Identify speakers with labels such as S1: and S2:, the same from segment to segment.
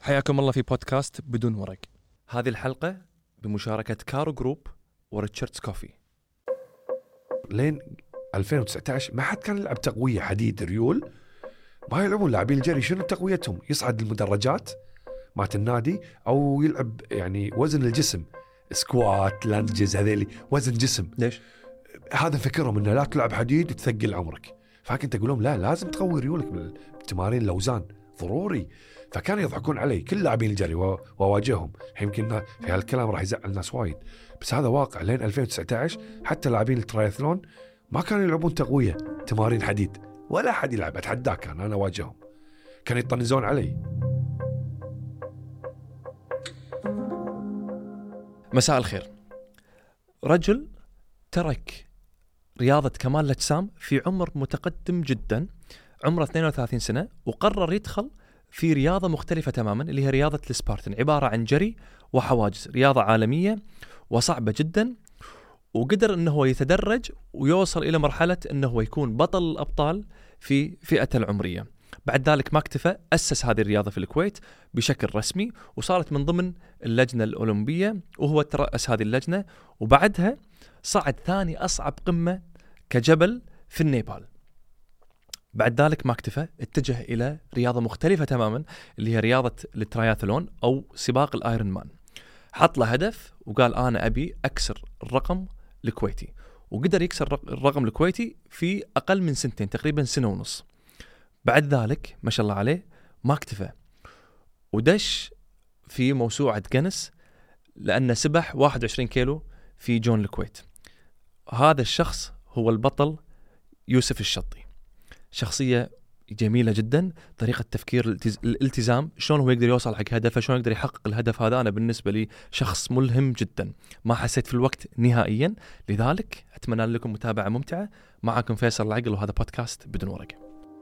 S1: حياكم الله في بودكاست بدون ورق. هذه الحلقة بمشاركة كارو جروب وريتشاردز كوفي.
S2: لين 2019 ما حد كان يلعب تقوية حديد ريول، ما يلعبون لاعبين الجري. شنو تقويتهم؟ يصعد المدرجات مات النادي أو يلعب يعني وزن الجسم، سكوات، لانجز، هذيلي وزن جسم.
S1: ليش؟
S2: هذا فكرهم إنه لا تلعب حديد تثقل عمرك، فكنت أقول لهم لا، لازم تقوي ريولك بالتمارين، الأوزان ضروري. فكانوا يضحكون علي كل لاعبين الجري وواجههم. يمكن في هالكلام راح يزعل الناس وايد، بس هذا واقع. لين 2019 حتى لاعبين الترايثلون ما كانوا يلعبون تقوية تمارين حديد، ولا حد يلعب. أتحداك أنا واجههم، كانوا يطنزون علي.
S1: مساء الخير. رجل ترك رياضة كمال الأجسام في عمر متقدم جدا، عمره 32 سنة، وقرر يدخل في رياضة مختلفة تماما اللي هي رياضة السبارتن، عبارة عن جري وحواجز، رياضة عالمية وصعبة جدا. وقدر أنه يتدرج ويوصل إلى مرحلة أنه يكون بطل الأبطال في فئة العمرية. بعد ذلك ما اكتفى، أسس هذه الرياضة في الكويت بشكل رسمي، وصارت من ضمن اللجنة الأولمبية، وهو ترأس هذه اللجنة. وبعدها صعد ثاني أصعب قمة كجبل في النيبال. بعد ذلك ما اكتفى، اتجه إلى رياضة مختلفة تماما اللي هي رياضة التراياثلون أو سباق الآيرون مان. حط له هدف وقال أنا أبي أكسر الرقم الكويتي، وقدر يكسر الرقم الكويتي في أقل من سنتين، تقريبا سنة ونص. بعد ذلك ما شاء الله عليه ما اكتفى، ودش في موسوعة جينيس لأنه سبح 21 كيلو في جون الكويت. هذا الشخص هو البطل يوسف الشطي. شخصية جميلة جدا، طريقة تفكير، الالتزام، شلون هو يقدر يوصل حق هدفه، شلون يقدر يحقق الهدف هذا. أنا بالنسبة لي شخص ملهم جدا، ما حسيت في الوقت نهائيا. لذلك أتمنى لكم متابعة ممتعة. معكم فيصل العقل، وهذا بودكاست بدون ورق.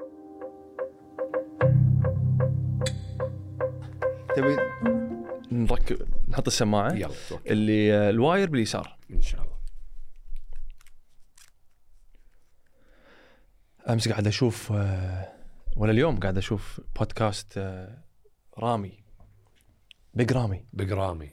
S1: تبي نحط السماعة؟
S2: يلا
S1: اللي الواير باليسار
S2: إن شاء الله.
S1: أمس قاعد أشوف ولا اليوم قاعد أشوف بودكاست رامي، بيج رامي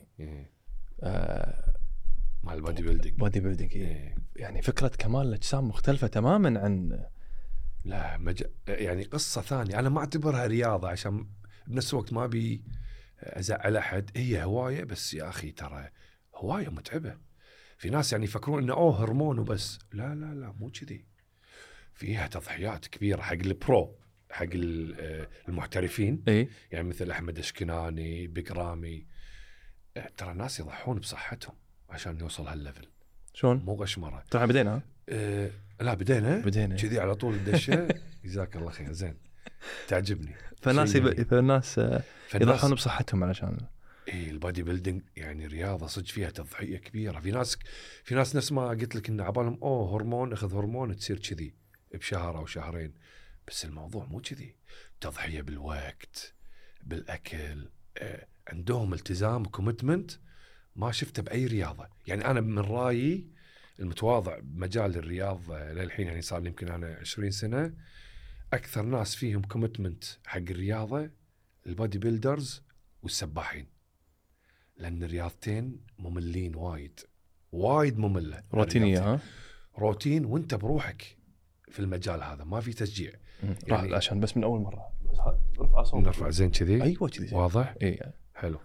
S2: مع البودي بيلدينج.
S1: يعني فكرة كمال الأجسام مختلفة تماما عن
S2: يعني قصة ثانية. أنا ما أعتبرها رياضة عشان بنفس الوقت ما بي أزعل أحد، هي هواية. بس يا أخي ترى هواية متعبة. في ناس يعني يفكرون إنه هرمون وبس. لا لا لا، مو كذي. فيها تضحيات كبيرة حق البرو، حق المحترفين. يعني مثل أحمد أشكناني، بيج رامي. ترى الناس يضحون بصحتهم عشان يوصل هالليفل.
S1: شلون؟
S2: مو غشمرة.
S1: ترى بدينا
S2: لا بدينا كذي على طول الدشة. جزاك الله خير، زين، تعجبني.
S1: فالناس يضحون بصحتهم علشان
S2: البادي بيلدينج يعني رياضة صدق فيها تضحية كبيرة. في ناس نفس ما قلت لك إن عبالهم هرمون، أخذ هرمون تصير كذي بشهر أو شهرين. بس الموضوع مو كذي. تضحية بالوقت، بالأكل، عندهم التزام وكوميتمنت ما شفته بأي رياضة. يعني أنا من رأيي المتواضع بمجال الرياضة للحين، يعني صار لي يمكن أنا 20 سنة، أكثر ناس فيهم كوميتمنت حق الرياضة البادي بيلدرز والسباحين. لأن الرياضتين مملين، وايد مملة،
S1: روتينية.
S2: روتين، وانت بروحك في المجال هذا ما في تشجيع.
S1: يعني عشان بس من أول مرة
S2: نرفع زين كذي.
S1: أيوة كذي
S2: واضح.
S1: إيه.
S2: حلو.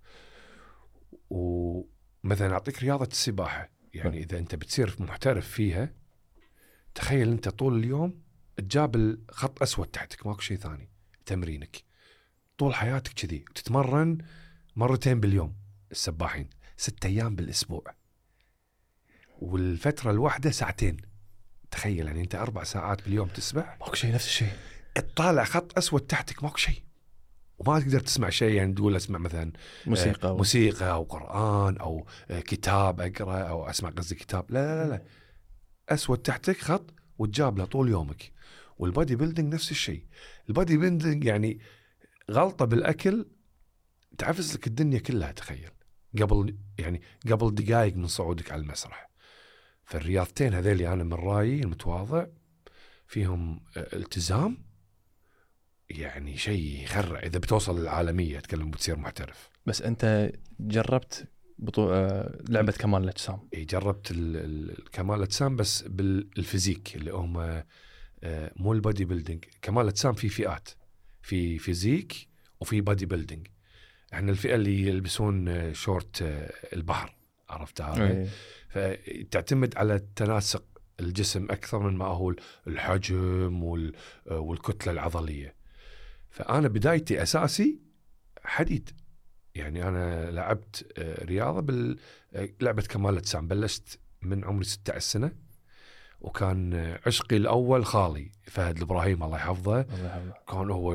S2: ومثلا أعطيك رياضة السباحة، يعني إذا أنت بتصير محترف فيها، تخيل أنت طول اليوم تجابل خط أسود تحتك، ماكو شيء ثاني. تمرينك طول حياتك كذي، وتتمرن 2 باليوم. السباحين 6 أيام بالأسبوع، والفترة الواحدة 2 ساعة. تخيل يعني أنت 4 ساعات باليوم تسبح،
S1: ماكو شيء، نفس الشيء.
S2: تطالع خط أسود تحتك، ماكو شيء، وما تقدر تسمع شيء. يعني تقول أسمع مثلا موسيقى أو قرآن أو كتاب أقرأ، أو أسمع قصدي كتاب. لا لا لا، أسود تحتك خط وتجابله طول يومك. والبادي بيلدينج نفس الشيء. البادي بيلدينج يعني غلطة بالأكل تعفز لك الدنيا كلها. تخيل قبل دقائق من صعودك على المسرح. فالرياضتين هذيلي أنا من رأيي المتواضع فيهم التزام يعني شيء يخرع. اذا بتوصل للعالميه اتكلم بتصير محترف.
S1: بس انت جربت لعبه كمال الاجسام؟
S2: جربت كمال الاجسام بس بالفيزيك اللي هم مو البادي بيلدينج. كمال الاجسام في فئات، في فيزيك وفي بادي بيلدينج. احنا الفئه اللي يلبسون شورت البحر، عرفت هذا؟ فتعتمد على تناسق الجسم اكثر من ما هو الحجم والكتله العضليه. فانا بدايتي اساسي حديد. يعني انا لعبت رياضه لعبه كمال الاجسام. بلشت من عمري 16 سنه، وكان عشقي الاول خالي فهد الابراهيم الله يحفظه. كان هو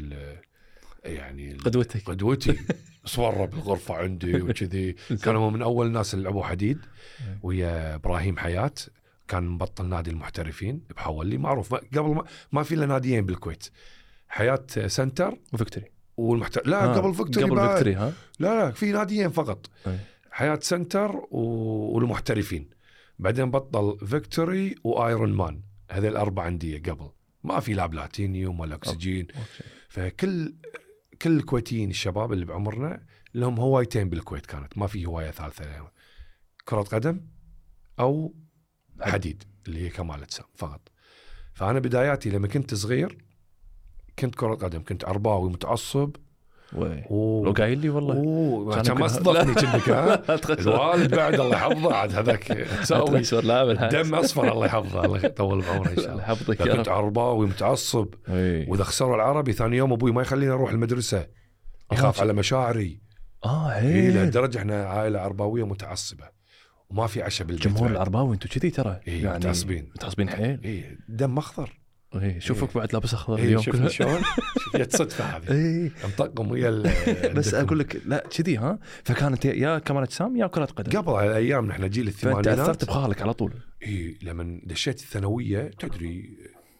S2: يعني قدوتي. صوره بالغرفه عندي وكذي. كان هو من اول الناس اللي لعبوا حديد ويا ابراهيم حياه. كان مبطل نادي المحترفين بحولي، معروف قبل ما في الا ناديين بالكويت، حياه سنتر
S1: وفيكتوري
S2: لا قبل فيكتوري
S1: ها؟
S2: لا في ناديين فقط. حياه سنتر والمحترفين. بعدين بطل فيكتوري وايرون مان. هذه الاربع انديه قبل ما في لا بلاتينيوم ولا اكسجين. فكل الكويتيين الشباب اللي بعمرنا لهم هوايتين بالكويت، كانت ما في هوايه ثالثه لهم. كره قدم او حديد اللي هي كمال اجسام فقط. فانا بداياتي لما كنت صغير كنت كره قدم، كنت عرباوي متعصب.
S1: لو قايل لي والله
S2: كان ما صدقني كنك الوالد بعد الله يحفظه عاد هذاك تسوي دم اصفر الله يحفظه الله يطول بعمره ان شاء الله. كنت عرباوي متعصب. واذا خسروا العربي ثاني يوم ابوي ما يخليني اروح المدرسه، يخاف على مشاعري. لهالدرجه احنا عائله عرباويه متعصبه وما في عشاء بالبيت.
S1: جمهور العرباوي انتم كذي ترى يعني متعصبين حيل.
S2: دم اخضر.
S1: شوفك بعد لابس اخضر اليوم كله.
S2: شلون شفت صدفه هذه. انطقهم ويا
S1: بس اقول لك لا كذي ها. فكانت يا كمال اجسام يا كره قدم
S2: قبل على ايام. نحن جيل الثمانينات.
S1: فانت اثرت بخالك على طول.
S2: لما دشيت الثانويه تدري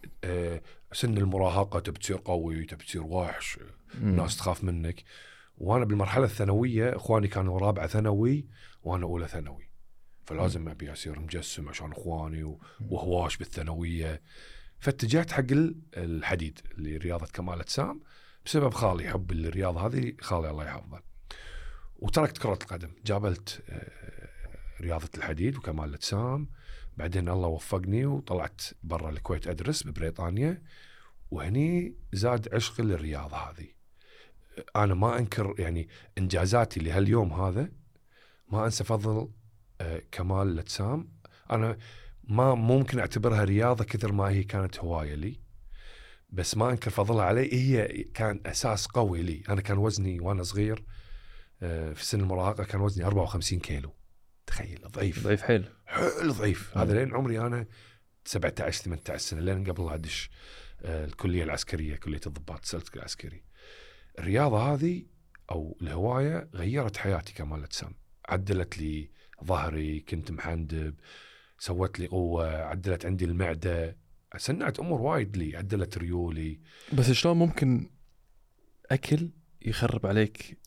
S2: سن المراهقه، تبي تصير قوي، تبي تصير وحش، الناس تخاف منك. وانا بالمرحله الثانويه اخواني كانوا رابعه ثانوي وانا اولى ثانوي، فلازم ابي اصير مجسم عشان اخواني وهواش بالثانويه. فاتجهت حق الحديد اللي رياضة كمال اجسام بسبب خالي، حب الرياضة هذه خالي الله يحفظه. وتركت كرة القدم، جابلت رياضة الحديد وكمال الاجسام. بعدين الله وفقني وطلعت برا الكويت أدرس ببريطانيا، وهني زاد عشقي للرياضة هذه. أنا ما أنكر يعني إنجازاتي لهاليوم هذا، ما أنسى فضل كمال الاجسام. أنا ما ممكن أعتبرها رياضة كثر ما هي كانت هواية لي، بس ما أنكر فضلها علي. هي كان أساس قوي لي. أنا كان وزني وأنا صغير في سن المراهقة كان وزني 54 كيلو. تخيل ضعيف
S1: حيل
S2: ضعيف. هذا لين عمري أنا 17-18 سنة، لين قبل أدش الكلية العسكرية، كلية الضباط السلك العسكري. الرياضة هذه أو الهواية غيرت حياتي كمال اجسام. عدلت لي ظهري، كنت محندب، سوت لي قوة، عدلت عندي المعدة، سنعت أمور وايد لي، عدلت ريولي.
S1: بس شلون ممكن أكل يخرب عليك؟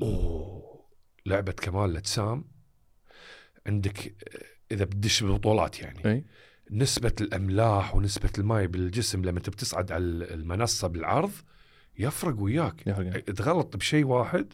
S2: لعبة كمال الاجسام عندك إذا بدش بالبطولات يعني نسبة الأملاح ونسبة الماء بالجسم لما تصعد على المنصة بالعرض يفرق وياك. تغلط بشيء واحد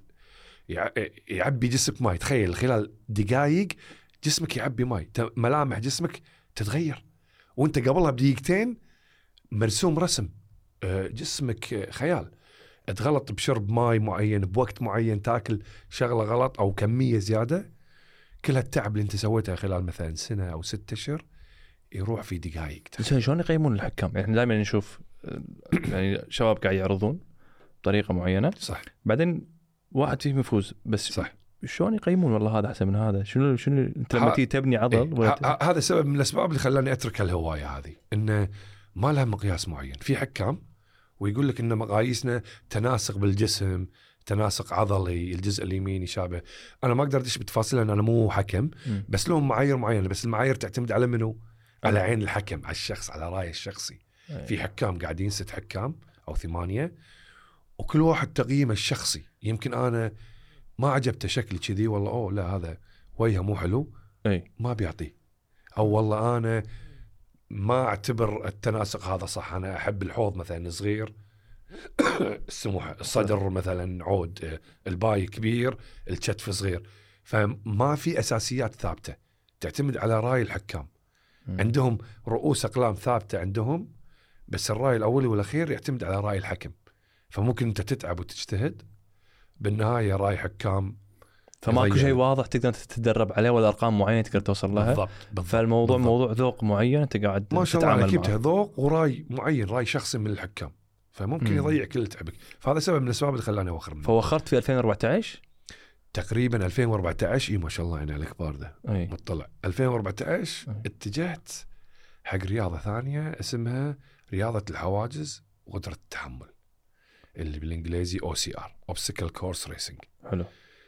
S2: يعبي جسمك ماء. تخيل خلال دقائق جسمك يعبي ماء، ملامح جسمك تتغير، وانت قبلها بدقيقتين مرسوم رسم جسمك خيال. تغلط بشرب ماء معين بوقت معين، تاكل شغلة غلط أو كمية زيادة، كل هالتعب اللي انت سويته خلال مثلا سنة أو 6 أشهر يروح في دقائق.
S1: شلون يقيمون الحكام؟ يعني دائما نشوف يعني شباب قاعد يعرضون بطريقة معينة،
S2: صح،
S1: بعدين واحد فيهم يفوز، بس
S2: صح،
S1: شلون يقيمون والله هذا أحسن من هذا؟ شنو انت لما تيجي تبني عضل
S2: هذا سبب من الأسباب اللي خلاني أترك الهواية هذه، إنه ما لها مقياس معين. في حكام ويقول لك إن مقاييسنا تناسق بالجسم، تناسق عضلي، الجزء اليمين يشابه. أنا ما أقدر أدش بتفاصيل لأن أنا مو حكم، بس لهم معايير معينة، بس المعايير تعتمد على منو؟ على عين الحكم، على الشخص، على رأيه الشخصي. في حكام قاعدين 6 حكام أو 8، وكل واحد تقييمه الشخصي. يمكن أنا ما عجبته شكلي كذي، والله لا هذا وجهه مو حلو، ما بيعطيه. أو والله أنا ما أعتبر التناسق هذا صح، أنا أحب الحوض مثلا صغير السموحه، الصدر مثلا عود، الباي كبير، الكتف صغير. فما في اساسيات ثابته، تعتمد على راي الحكام. عندهم رؤوس اقلام ثابته عندهم، بس الراي الاولي والاخير يعتمد على راي الحكم. فممكن انت تتعب وتجتهد، بالنهايه راي حكام.
S1: فماكو شيء واضح تقدر تتدرب عليه ولا ارقام معينه تقدر توصل لها.
S2: بالضبط.
S1: فالموضوع موضوع ذوق معين انت قاعد
S2: ما شاء الله
S1: تتعامل
S2: معه، ذوق وراي معين، راي شخصي من الحكام. فممكن يضيع كل تعبك. فهذا سبب من الاسباب اللي خلاني اوخر منه.
S1: فوخرت في 2014
S2: تقريبا 2014. ما شاء الله يعني الكبار ده مطلع. 2014 اتجهت حق رياضه ثانيه اسمها رياضه الحواجز وقدره التحمل، اللي بالانجليزي OCR Obstacle Course Racing.
S1: حلو.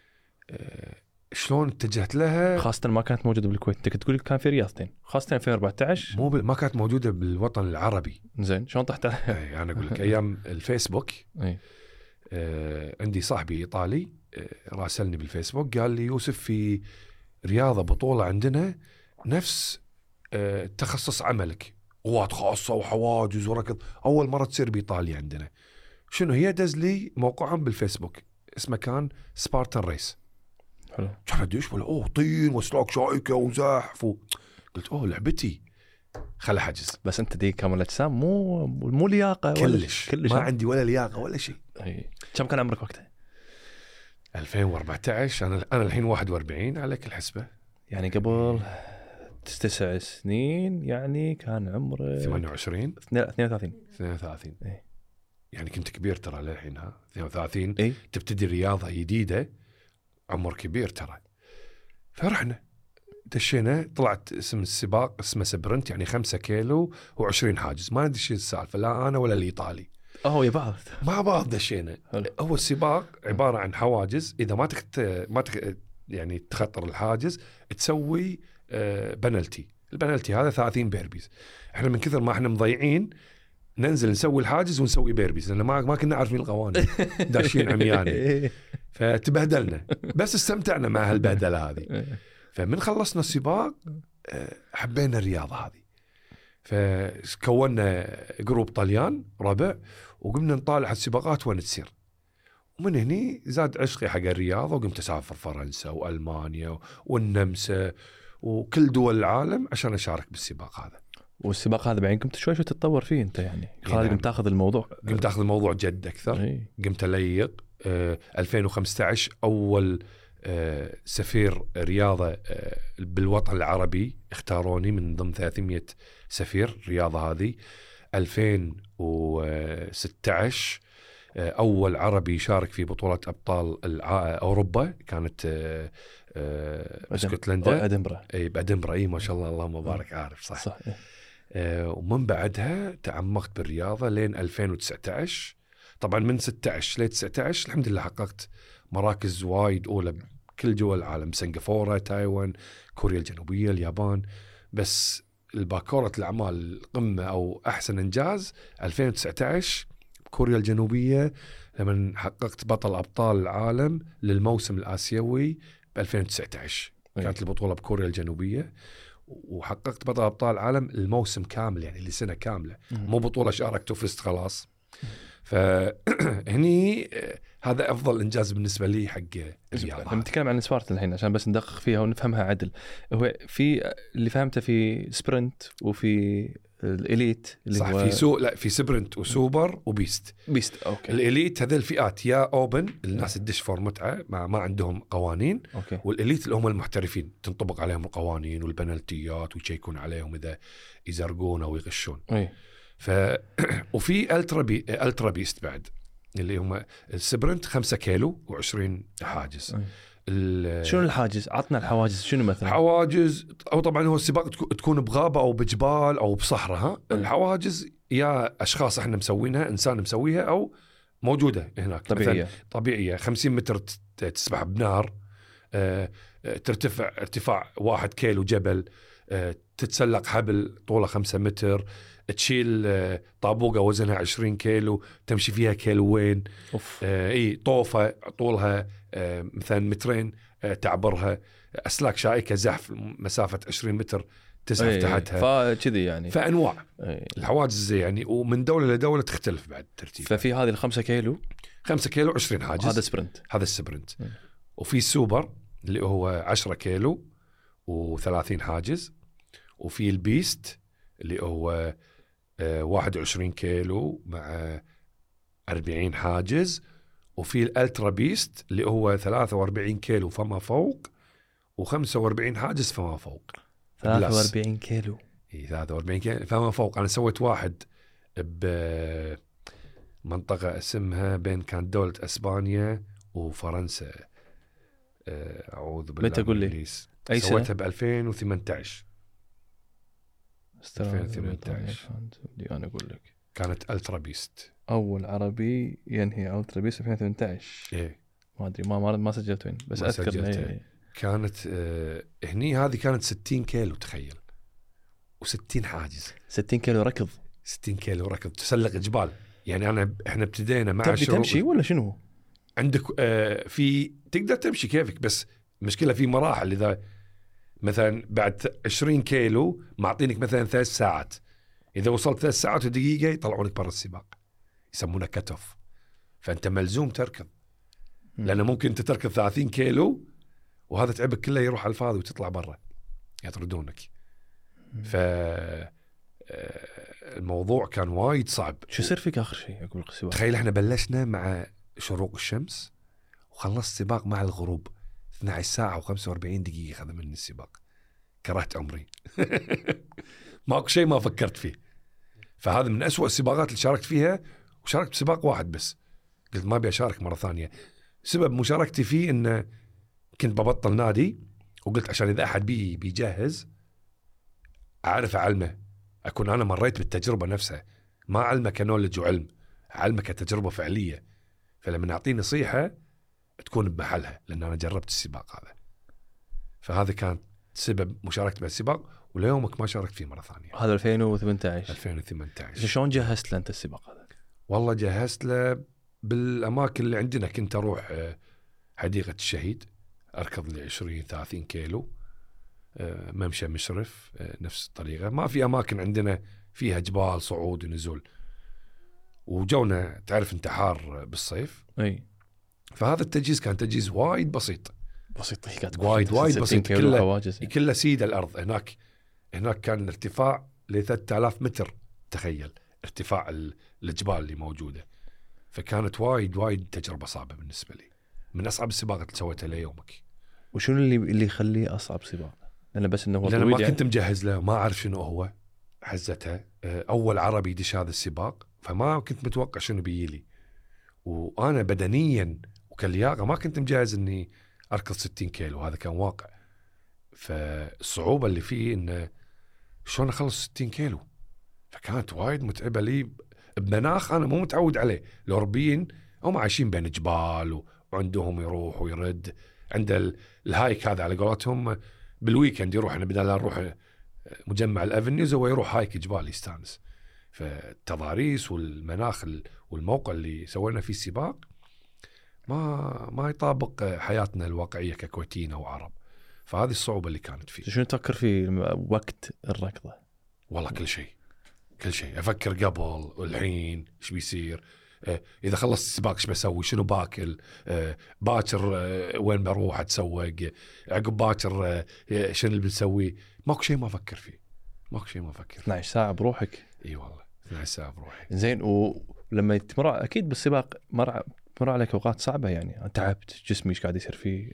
S2: شلون اتجهت لها؟
S1: خاصه ما كانت موجوده بالكويت. انت تقول كان في رياضتين خاصه 2014
S2: ما كانت موجوده بالوطن العربي.
S1: زين شلون طحت
S2: عليها؟ انا اقول لك ايام الفيسبوك. عندي صاحبي ايطالي راسلني بالفيسبوك، قال لي يوسف في رياضه بطوله عندنا نفس تخصص عملك، قوات خاصه وحواجز وركض، اول مره تصير بايطاليا عندنا. شنو هي؟ دز لي موقعهم بالفيسبوك، اسمه كان سبارتان ريس.
S1: حلو.
S2: كان ادش ولا طين وسلاك شائكه وزحف قلت لعبتي، خلى حجز.
S1: بس انت دي كامل اجسام، مو لياقه
S2: كلش ما عندي ولا لياقه ولا شيء.
S1: كم كان عمرك وقتها؟
S2: 2014. انا الحين 41 عليك الحسبه،
S1: يعني قبل 9 سنين يعني كان عمرك
S2: 28.
S1: 32
S2: يعني كنت كبير ترى للحين. 32 تبتدي رياضه جديده، عمر كبير ترى. فرحنا دشينا، طلعت اسم السباق اسمه سبرنت، يعني 5 كيلو و20 حاجز. ما ندري شو السالفه، لا انا ولا الايطالي
S1: يا بعض
S2: مع بعض دشينا. هو السباق عباره عن حواجز، اذا ما يعني تخطر الحاجز تسوي بنالتي. البنالتي هذا 30 بيربيز. احنا من كثر ما احنا مضيعين ننزل نسوي الحاجز ونسوي بيربيز، لان ما كنا عارفين القوانين، داشين عمياني. فتبهدلنا، بس استمتعنا مع هالبهدله هذه. فمن خلصنا السباق حبينا الرياضه هذه، فكونا جروب طليان ربع وقمنا نطالع السباقات وين تصير. ومن هني زاد عشقي حق الرياضه، وقمت اسافر فرنسا والمانيا والنمسا وكل دول العالم عشان اشارك بالسباق هذا.
S1: والسباق هذا بعدين قمت شوي تتطور فيه انت، يعني خلاص قمت تاخذ الموضوع
S2: جد اكثر. قمت اليق. 2015 اول سفير رياضه بالوطن العربي اختاروني من ضمن 300 سفير رياضه هذه. 2016 اول عربي يشارك في بطوله ابطال اوروبا، كانت اسكتلندا، ادنبرا. ما شاء الله اللهم بارك، عارف صح. ومن بعدها تعمقت بالرياضه لين 2019. طبعا من 16 ل 19 الحمد لله حققت مراكز وايد اولى بكل دول العالم، سنغافوره، تايوان، كوريا الجنوبيه، اليابان. بس الباكوره الاعمال القمه او احسن انجاز 2019 كوريا الجنوبيه، لما حققت بطل ابطال العالم للموسم الاسيوي ب 2019. كانت البطوله بكوريا الجنوبيه، وحققت بطل ابطال العالم الموسم كامل، يعني لسنه كامله، مو بطوله شاركت وفزت خلاص. فهني هذا افضل انجاز بالنسبه لي حق الرياضه.
S1: لما نتكلم عن سبارتن الحين عشان بس ندقق فيها ونفهمها عدل، هو في اللي فهمته في سبرنت وفي الإليت اللي
S2: صح،
S1: هو
S2: في سبرنت وسوبر وبيست.
S1: أوكي.
S2: الإليت هذه الفئات يا أوبن، الناس تدش فور متعة ما عندهم قوانين.
S1: أوكي.
S2: والإليت اللي هم المحترفين تنطبق عليهم القوانين والبنالتيات ويشيكون عليهم إذا يزرقون أو يغشون. وفي ألترا بيست بعد، اللي هم السبرنت 5 كيلو و20 حاجز.
S1: شنو الحاجز؟ عطنا الحواجز شنو مثلا؟
S2: حواجز او طبعا هو السباق تكون بغابه او بجبال او بصحراء. الحواجز يا اشخاص احنا مسوينها، انسان مسويها، او موجوده هناك طبيعيه. 50 متر تسبح بنار، ترتفع ارتفاع 1 كيلو جبل، تتسلق حبل طوله 5 متر، تشيل طابوقه وزنها 20 كيلو تمشي فيها كيلوين. طوفه طولها مثلا 2 متر تعبرها، أسلاك شائكة زحف مسافة 20 متر تزحف تحتها،
S1: فكذي يعني.
S2: فانواع الحواجز يعني، ومن دوله لدوله تختلف بعد الترتيب.
S1: ففي هذه 5 كيلو
S2: 5 كيلو 20 حاجز،
S1: هذا سبرنت.
S2: هذا السبرنت. وفي سوبر اللي هو 10 كيلو و30 حاجز. وفي البيست اللي هو 21 كيلو مع 40 حاجز. وفي الالترا بيست اللي هو 43 كيلو فما فوق و45 حاجز فما فوق.
S1: 43 كيلو.
S2: 43 كيلو فما فوق. انا سويت واحد بمنطقة اسمها بين كانت دولة اسبانيا وفرنسا، اعوذ بالله.
S1: متى قول لي اي سنة؟
S2: سويتها ب 2018. 2018
S1: انا اقول لك
S2: كانت الترا بيست،
S1: اول عربي ينهي الترا بيست 2018.
S2: ايه
S1: ما ادري ما سجلت وين، بس اذكر
S2: كانت هني هذه كانت 60 كيلو تخيل، و60 حاجز.
S1: 60 كيلو ركض.
S2: 60 كيلو ركض تسلق جبال يعني. احنا ابتدينا مع
S1: تبي تمشي ولا شنو؟
S2: عندك في تقدر تمشي كيفك، بس المشكله في مراحل. اذا مثلا بعد 20 كيلو معطينك مثلا 3 ساعات، اذا وصلت 3 ساعات ودقيقه يطلعونك برا السباق، يسمونه كت اوف. فانت ملزوم تركض، لانه ممكن انت تركض 30 كيلو وهذا تعبك كله يروح على الفاضي وتطلع برا يطردونك. الموضوع كان وايد صعب.
S1: شو يصير فيك اخر شيء اقول السباق؟
S2: تخيل احنا بلشنا مع شروق الشمس وخلصت السباق مع الغروب 12 ساعة و45 دقيقة خذ مني السباق. كرهت عمري. ماكو شيء ما فكرت فيه. فهذا من أسوأ السباقات اللي شاركت فيها، وشاركت بسباق واحد بس. قلت ما أبي أشارك مرة ثانية. سبب مشاركتي فيه إن كنت ببطل نادي، وقلت عشان إذا أحد بيجهز أعرف أعلمه، أكون أنا مريت بالتجربة نفسها، ما أعلمه كنولج وعلم، أعلمه كتجربة فعلية. فلما نعطيه نصيحة تكون بمحلها، لأن أنا جربت السباق هذا. فهذا كان سبب مشاركتي بالسباق، وليومك ما شاركت فيه مرة ثانية.
S1: هذا 2018.
S2: 2018.
S1: شلون جهزت له أنت السباق هذا؟
S2: والله جهزت له بالأماكن اللي عندنا. كنت أروح حديقة الشهيد أركض لي 20-30 كيلو، ممشى مشرف نفس الطريقة. ما في أماكن عندنا فيها جبال صعود ونزول، وجونا تعرف انت حار بالصيف.
S1: أي.
S2: فهذا التجهيز كان تجهيز وايد بسيط.
S1: وايد
S2: بسيط. كله سيد الأرض. هناك كان الارتفاع ل 3000 متر. تخيل ارتفاع الجبال اللي موجودة. فكانت وايد تجربة صعبة بالنسبة لي، من أصعب السباقات اللي سويتها ليومك.
S1: وشنو اللي يخليه أصعب سباق؟ لأن بس إنه هو
S2: طويل. لأن ما كنت مجهز له، ما أعرف شنو هو حزتها. أول عربي يدش هذا السباق، فما كنت متوقع شنو بيلي. وأنا بدنيا وكلياقة ما كنت مجهز إني أركض 60 كيلو. هذا كان واقع. فالصعوبة اللي فيه إنه شلون أخلص 60 كيلو. فكانت وايد متعبة لي بمناخ أنا مو متعود عليه. الأوروبيين هم عايشين بين جبال وعندهم يروح ويرد. عند الهايك هذا على قولتهم بالويكند يروح. أنا بدل نروح مجمع الأفنيوز هو يروح هايك جبال يستانس. فالتضاريس والمناخ والموقع اللي سوينا فيه السباق ما يطابق حياتنا الواقعية ككويتيين أو عرب. فهذه الصعوبة اللي كانت فيه.
S1: شنو تفكر في وقت الركضة؟
S2: والله كل شيء أفكر قبل والحين إيش بيصير. إذا خلصت السباق إيش بسوي، شنو باكل، باكر وين بروح أتسوق، عقب باكر شنو اللي بنسوي. ماكو شيء ما أفكر فيه.
S1: 12 ساعة بروحك.
S2: إي والله 12 ساعة بروحي.
S1: زين. ولما تمر أكيد بالسباق مر عليك أوقات صعبة يعني، تعبت جسمي إيش قاعد يصير فيه.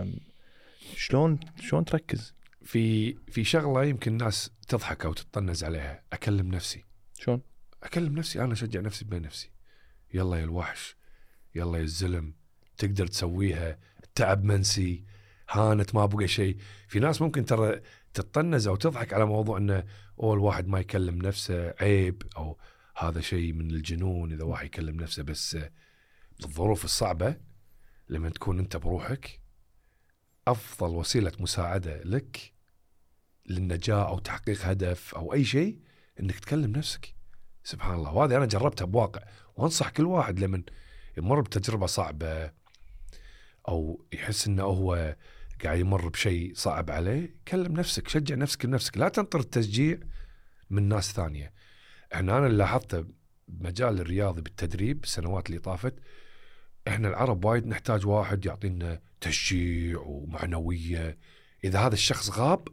S1: شلون تركز
S2: في شغلة يمكن الناس تضحك أو تطنز عليها. أكلم نفسي.
S1: شلون
S2: أكلم نفسي؟ أنا أشجع نفسي بنفسي. يلا يا الوحش، يلا يا الزلم، تقدر تسويها. التعب منسي، هانت، ما بقى شيء. في ناس ممكن ترى تطنز أو تضحك على موضوع أنه الواحد ما يكلم نفسه عيب، أو هذا شيء من الجنون إذا واحد يكلم نفسه. بس بالظروف الصعبة لما تكون أنت بروحك، أفضل وسيلة مساعدة لك للنجاة أو تحقيق هدف أو أي شيء أنك تكلم نفسك. سبحان الله. وهذا أنا جربتها بواقع، وأنصح كل واحد لمن يمر بتجربة صعبة أو يحس أنه هو قاعد يمر بشيء صعب عليه، كلم نفسك، شجع نفسك بنفسك، لا تنطر التشجيع من ناس ثانية. أنا اللي لاحظته بمجال الرياضي بالتدريب السنوات اللي طافت، إحنا العرب وايد نحتاج واحد يعطينا تشجيع ومعنوية. إذا هذا الشخص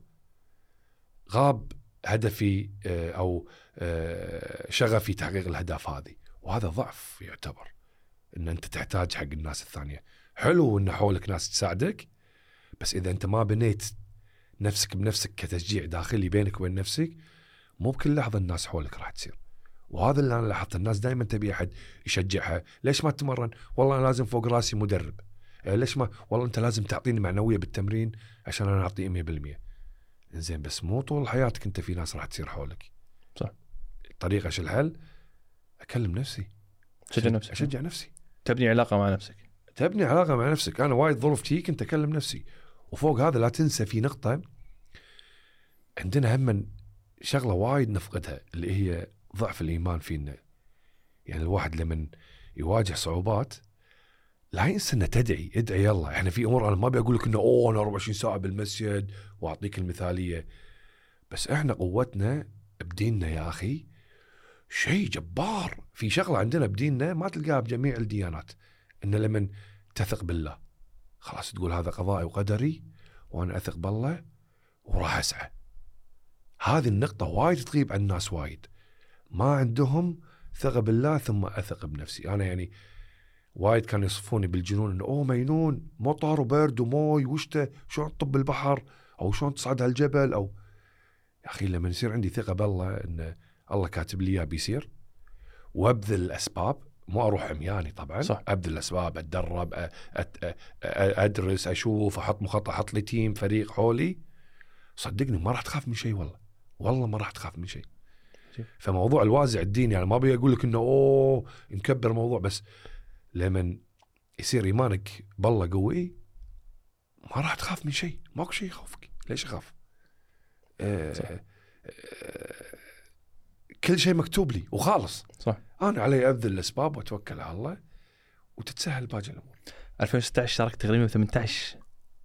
S2: غاب هدفي أو شغفي تحقيق الأهداف هذه، وهذا ضعف يعتبر، إن أنت تحتاج حق الناس الثانية. حلو إن حولك ناس تساعدك، بس إذا أنت ما بنيت نفسك بنفسك كتشجيع داخلي بينك وبين نفسك، مو بكل لحظة الناس حولك راح تصير. وهذا اللي أنا لاحظت، الناس دائما تبي أحد يشجعها. ليش ما تتمرن؟ والله أنا لازم فوق راسي مدرب. ليش ما؟ والله أنت لازم تعطيني معنوية بالتمرين عشان أنا أعطي 100%. إنزين، بس مو طول حياتك أنت في ناس راح تصير حولك.
S1: صح.
S2: طريقة شو الحل؟ أكلم نفسي، أشجع نفسي،
S1: تبني علاقة مع نفسك.
S2: أنا وايد ظروف تيك أنت أكلم نفسي. وفوق هذا لا تنسى في نقطة عندنا هم شغلة وايد نفقدها، اللي هي ضعف الإيمان فينا. يعني الواحد لمن يواجه صعوبات لا ينسى أنه ادعي يلا. إحنا في أمور أنا ما بيقول لك إنه أنا 24 ساعة بالمسجد وأعطيك المثالية، بس إحنا قوتنا بديننا يا أخي شيء جبار. في شغلة عندنا بديننا ما تلقاها بجميع الديانات، إن لمن تثق بالله خلاص تقول هذا قضائي وقدري وأنا أثق بالله وراح أسعى. هذه النقطة وايد تغيب عن الناس، وايد ما عندهم ثقة بالله ثم أثق بنفسي. أنا يعني وايد كانوا يصفوني بالجنون، إنه مينون، مطر وبرد وموي وشته، شلون تطب البحر أو شلون تصعد هالجبل. أو يا أخي لما يصير عندي ثقة بالله إن الله كاتب لي إياه بيصير، وأبذل الأسباب، مو أروح عمياني طبعا.
S1: صح.
S2: أبذل الأسباب، أتدرب، أدرس، أشوف، أحط مخطط، أحط لي تيم فريق حولي، صدقني ما راح تخاف من شيء. والله ما راح تخاف من شيء. فموضوع الوازع الديني يعني ما بي أقول لك إنه نكبر الموضوع، بس لمن يصير إيمانك بالله قوي ما راح تخاف من شيء. ماكو شيء يخوفك. ليش أخاف؟ كل شيء مكتوب لي وخالص.
S1: صح.
S2: أنا علي أبذل الأسباب وأتوكل على الله وتتسهل باقي الأمور.
S1: 2016 شاركت تقريبا 18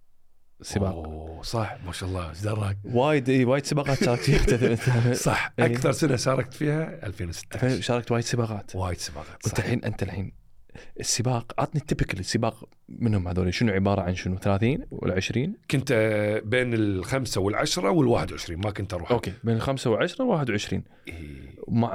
S1: سباق.
S2: صح، ما شاء الله، ازدراك
S1: وايد سباقات شاركت فيها.
S2: صح. أكثر سنة شاركت فيها 2016.
S1: شاركت وايد سباقات.
S2: صح.
S1: أنت الحين السباق عطني التيبيكال السباق منهم هذول شنو عبارة عن شنو؟ 30 ولا 20؟
S2: كنت بين 5 و10 وال21، ما كنت أروح.
S1: أوكي، بين 5 و10 و21 مع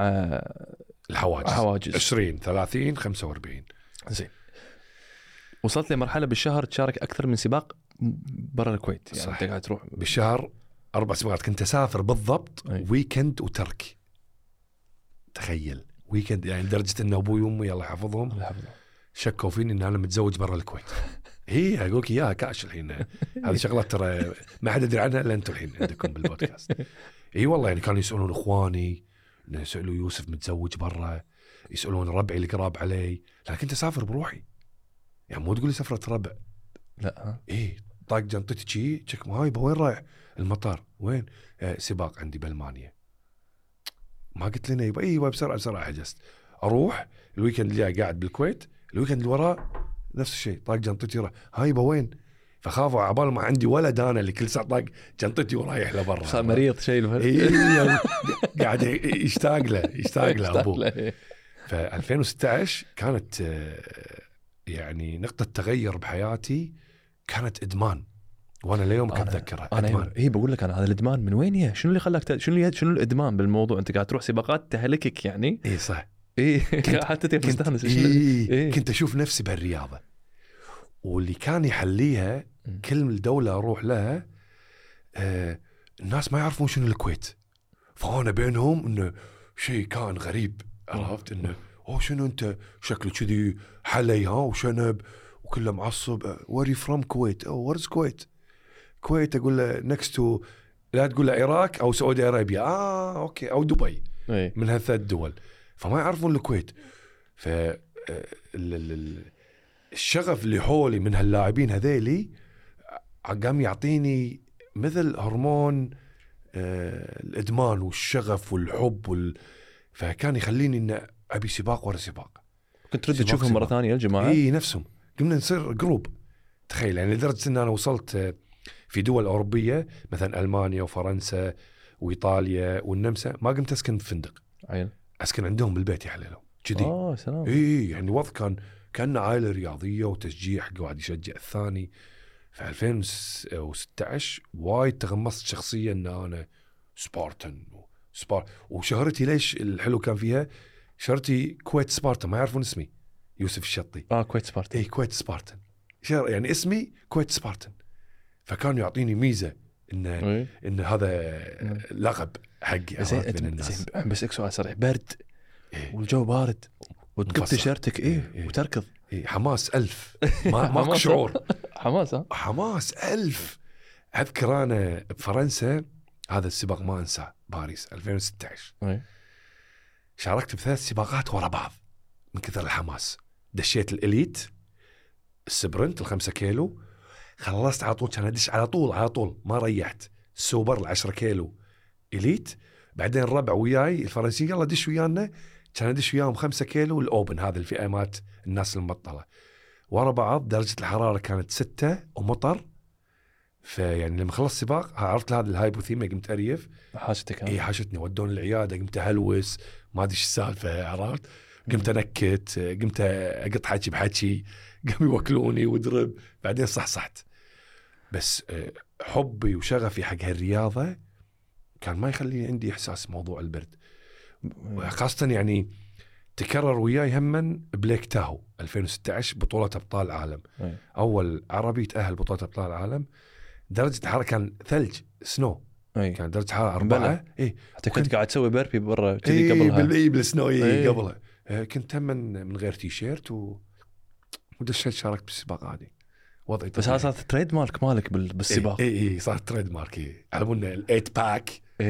S2: الحواجز 20 30 45.
S1: زين، وصلت لمرحلة بالشهر تشارك أكثر من سباق برا الكويت. يعني
S2: صح.
S1: أنت قاعد تروح
S2: بالشهر 4 سباقات. كنت أسافر بالضبط ويكند وترك. تخيل ويكند، يعني لدرجة إن أبوي وأمي الله يحفظهم شكوا فيني إن أنا متزوج برا الكويت. هي أقولك إياها كاش الحين. هذه شغلات ترى ما حد يدري عنها إلا أنتم الحين عندكم بالبودكاست. والله يعني كانوا يسألون إخواني، يسألوا يوسف متزوج برا، يسألون ربعي اللي قراب علي، لكن كنت أسافر بروحي. يعني مو تقولي سفرة ربع،
S1: لا.
S2: طاق جنطتي شي تشك مهايبة، وين رايح؟ المطار. وين؟ سباق عندي بألمانيا. ما قلت لنا يبا بسرعة حجزت. أروح الويكند اللي قاعد بالكويت، الويكند اللي وراه نفس الشيء، طاق جنطتي هايبة وين؟ فخافوا عبال ما عندي ولد أنا اللي كل ساعة طاق جنطتي ورايح لبرا.
S1: صار مريض شيء.
S2: قاعد يشتاق له أبوه. ف 2016 كانت يعني نقطة تغير بحياتي، كانت إدمان، وأنا اليوم أتذكرها.
S1: أنا بقول لك أنا هذا الإدمان من وين هي؟ شنو اللي خلاك شنو الإدمان بالموضوع؟ أنت قاعد تروح سباقات تهلكك يعني.
S2: صح.
S1: حتى تستانس.
S2: كنت أشوف نفسي بهالرياضة، واللي كان يحليها كل دولة أروح لها الناس ما يعرفون شنو الكويت، فأنا بينهم إنه شيء كان غريب. عرفت إنه شنو أنت شكله كذي حلي وشنب وكله معصب. where you from Kuwait؟ where's Kuwait؟ كويت أقول له next to، لا تقول له العراق أو سعودية عربية، أوكي، أو دبي، من هالثلاث دول، فما يعرفون الكويت. الشغف اللي حولي من هاللاعبين هذيلي قام يعطيني مثل هرمون الإدمان والشغف والحب فكان يخليني إن أبي سباق ورا سباق.
S1: كنت ترد تشوفهم مرة ثانية الجماعة؟
S2: نفسهم، قمنا نصير جروب. تخيل يعني لدرجة إن أنا وصلت في دول أوروبية مثلا ألمانيا وفرنسا وإيطاليا والنمسا ما قمت أسكن في فندق،
S1: عيل
S2: أسكن عندهم بالبيت يحللهم كذي.
S1: سلام.
S2: إيه يعني وضع كان عائلة رياضية وتشجيع، قاعد يشجع الثاني. في 2016 وايد تغمصت شخصيا ان انا سبارتن وشهرتي ليش الحلو كان فيها شهرتي كويت سبارتن، ما يعرفون اسمي يوسف الشطي.
S1: كويت سبارتن.
S2: اي كويت سبارتن يعني اسمي كويت سبارتن، فكانوا يعطيني ميزه ان هذا لقب حقي.
S1: زين بس سؤال صريح، برد والجو بارد وتقط تيشيرتك وتركض
S2: حماس 1000 ماكو شعور.
S1: حماس
S2: 1000. أذكر أنا بفرنسا هذا السباق ما أنساه، باريس 2016 شاركت ب3 سباقات ورا بعض من كثر الحماس. دشيت الإليت السبرنت 5 كيلو، خلصت على طول، كان أدش على طول ما ريحت. السوبر 10 كيلو إليت، بعدين الربع وياي الفرنسيين يلا دش ويانا، كان أدش وياهم 5 كيلو الأوبن، هذا الفئة مات الناس المبطلة ورا بعض. درجة الحرارة كانت 6 ومطر، فيعني لما خلصت سباق عرفت هذا الهايبوثيميا، قمت أريف.
S1: حاجتك؟
S2: حاجتني، ودون العيادة، قمت أهلوس ما أدري السالفة، عرفت. قمت أنكت، قمت أقط حكي بحكي، قاموا يوكلوني ودرب. بعدين صحصحت. بس حبي وشغفي حق هالرياضة كان ما يخلي عندي إحساس موضوع البرد، خاصة يعني تكرر وياي همًا بليك تاهو 2016 بطولة أبطال العالم. أول عربي تأهل بطولة أبطال العالم. درجة الحرارة كان ثلج سنو، كان درجة الحرارة 4.
S1: حتى كنت قاعد تسوي بربي برا كذي قبلها
S2: بالسنو قبلها. كنت هم من غير تيشيرت ودشيت شاركت بالسباق هذه. وضعي
S1: بس هذا صار تريد مارك مالك بالسباق.
S2: صار تريد مارك. علمونا ال8 باك.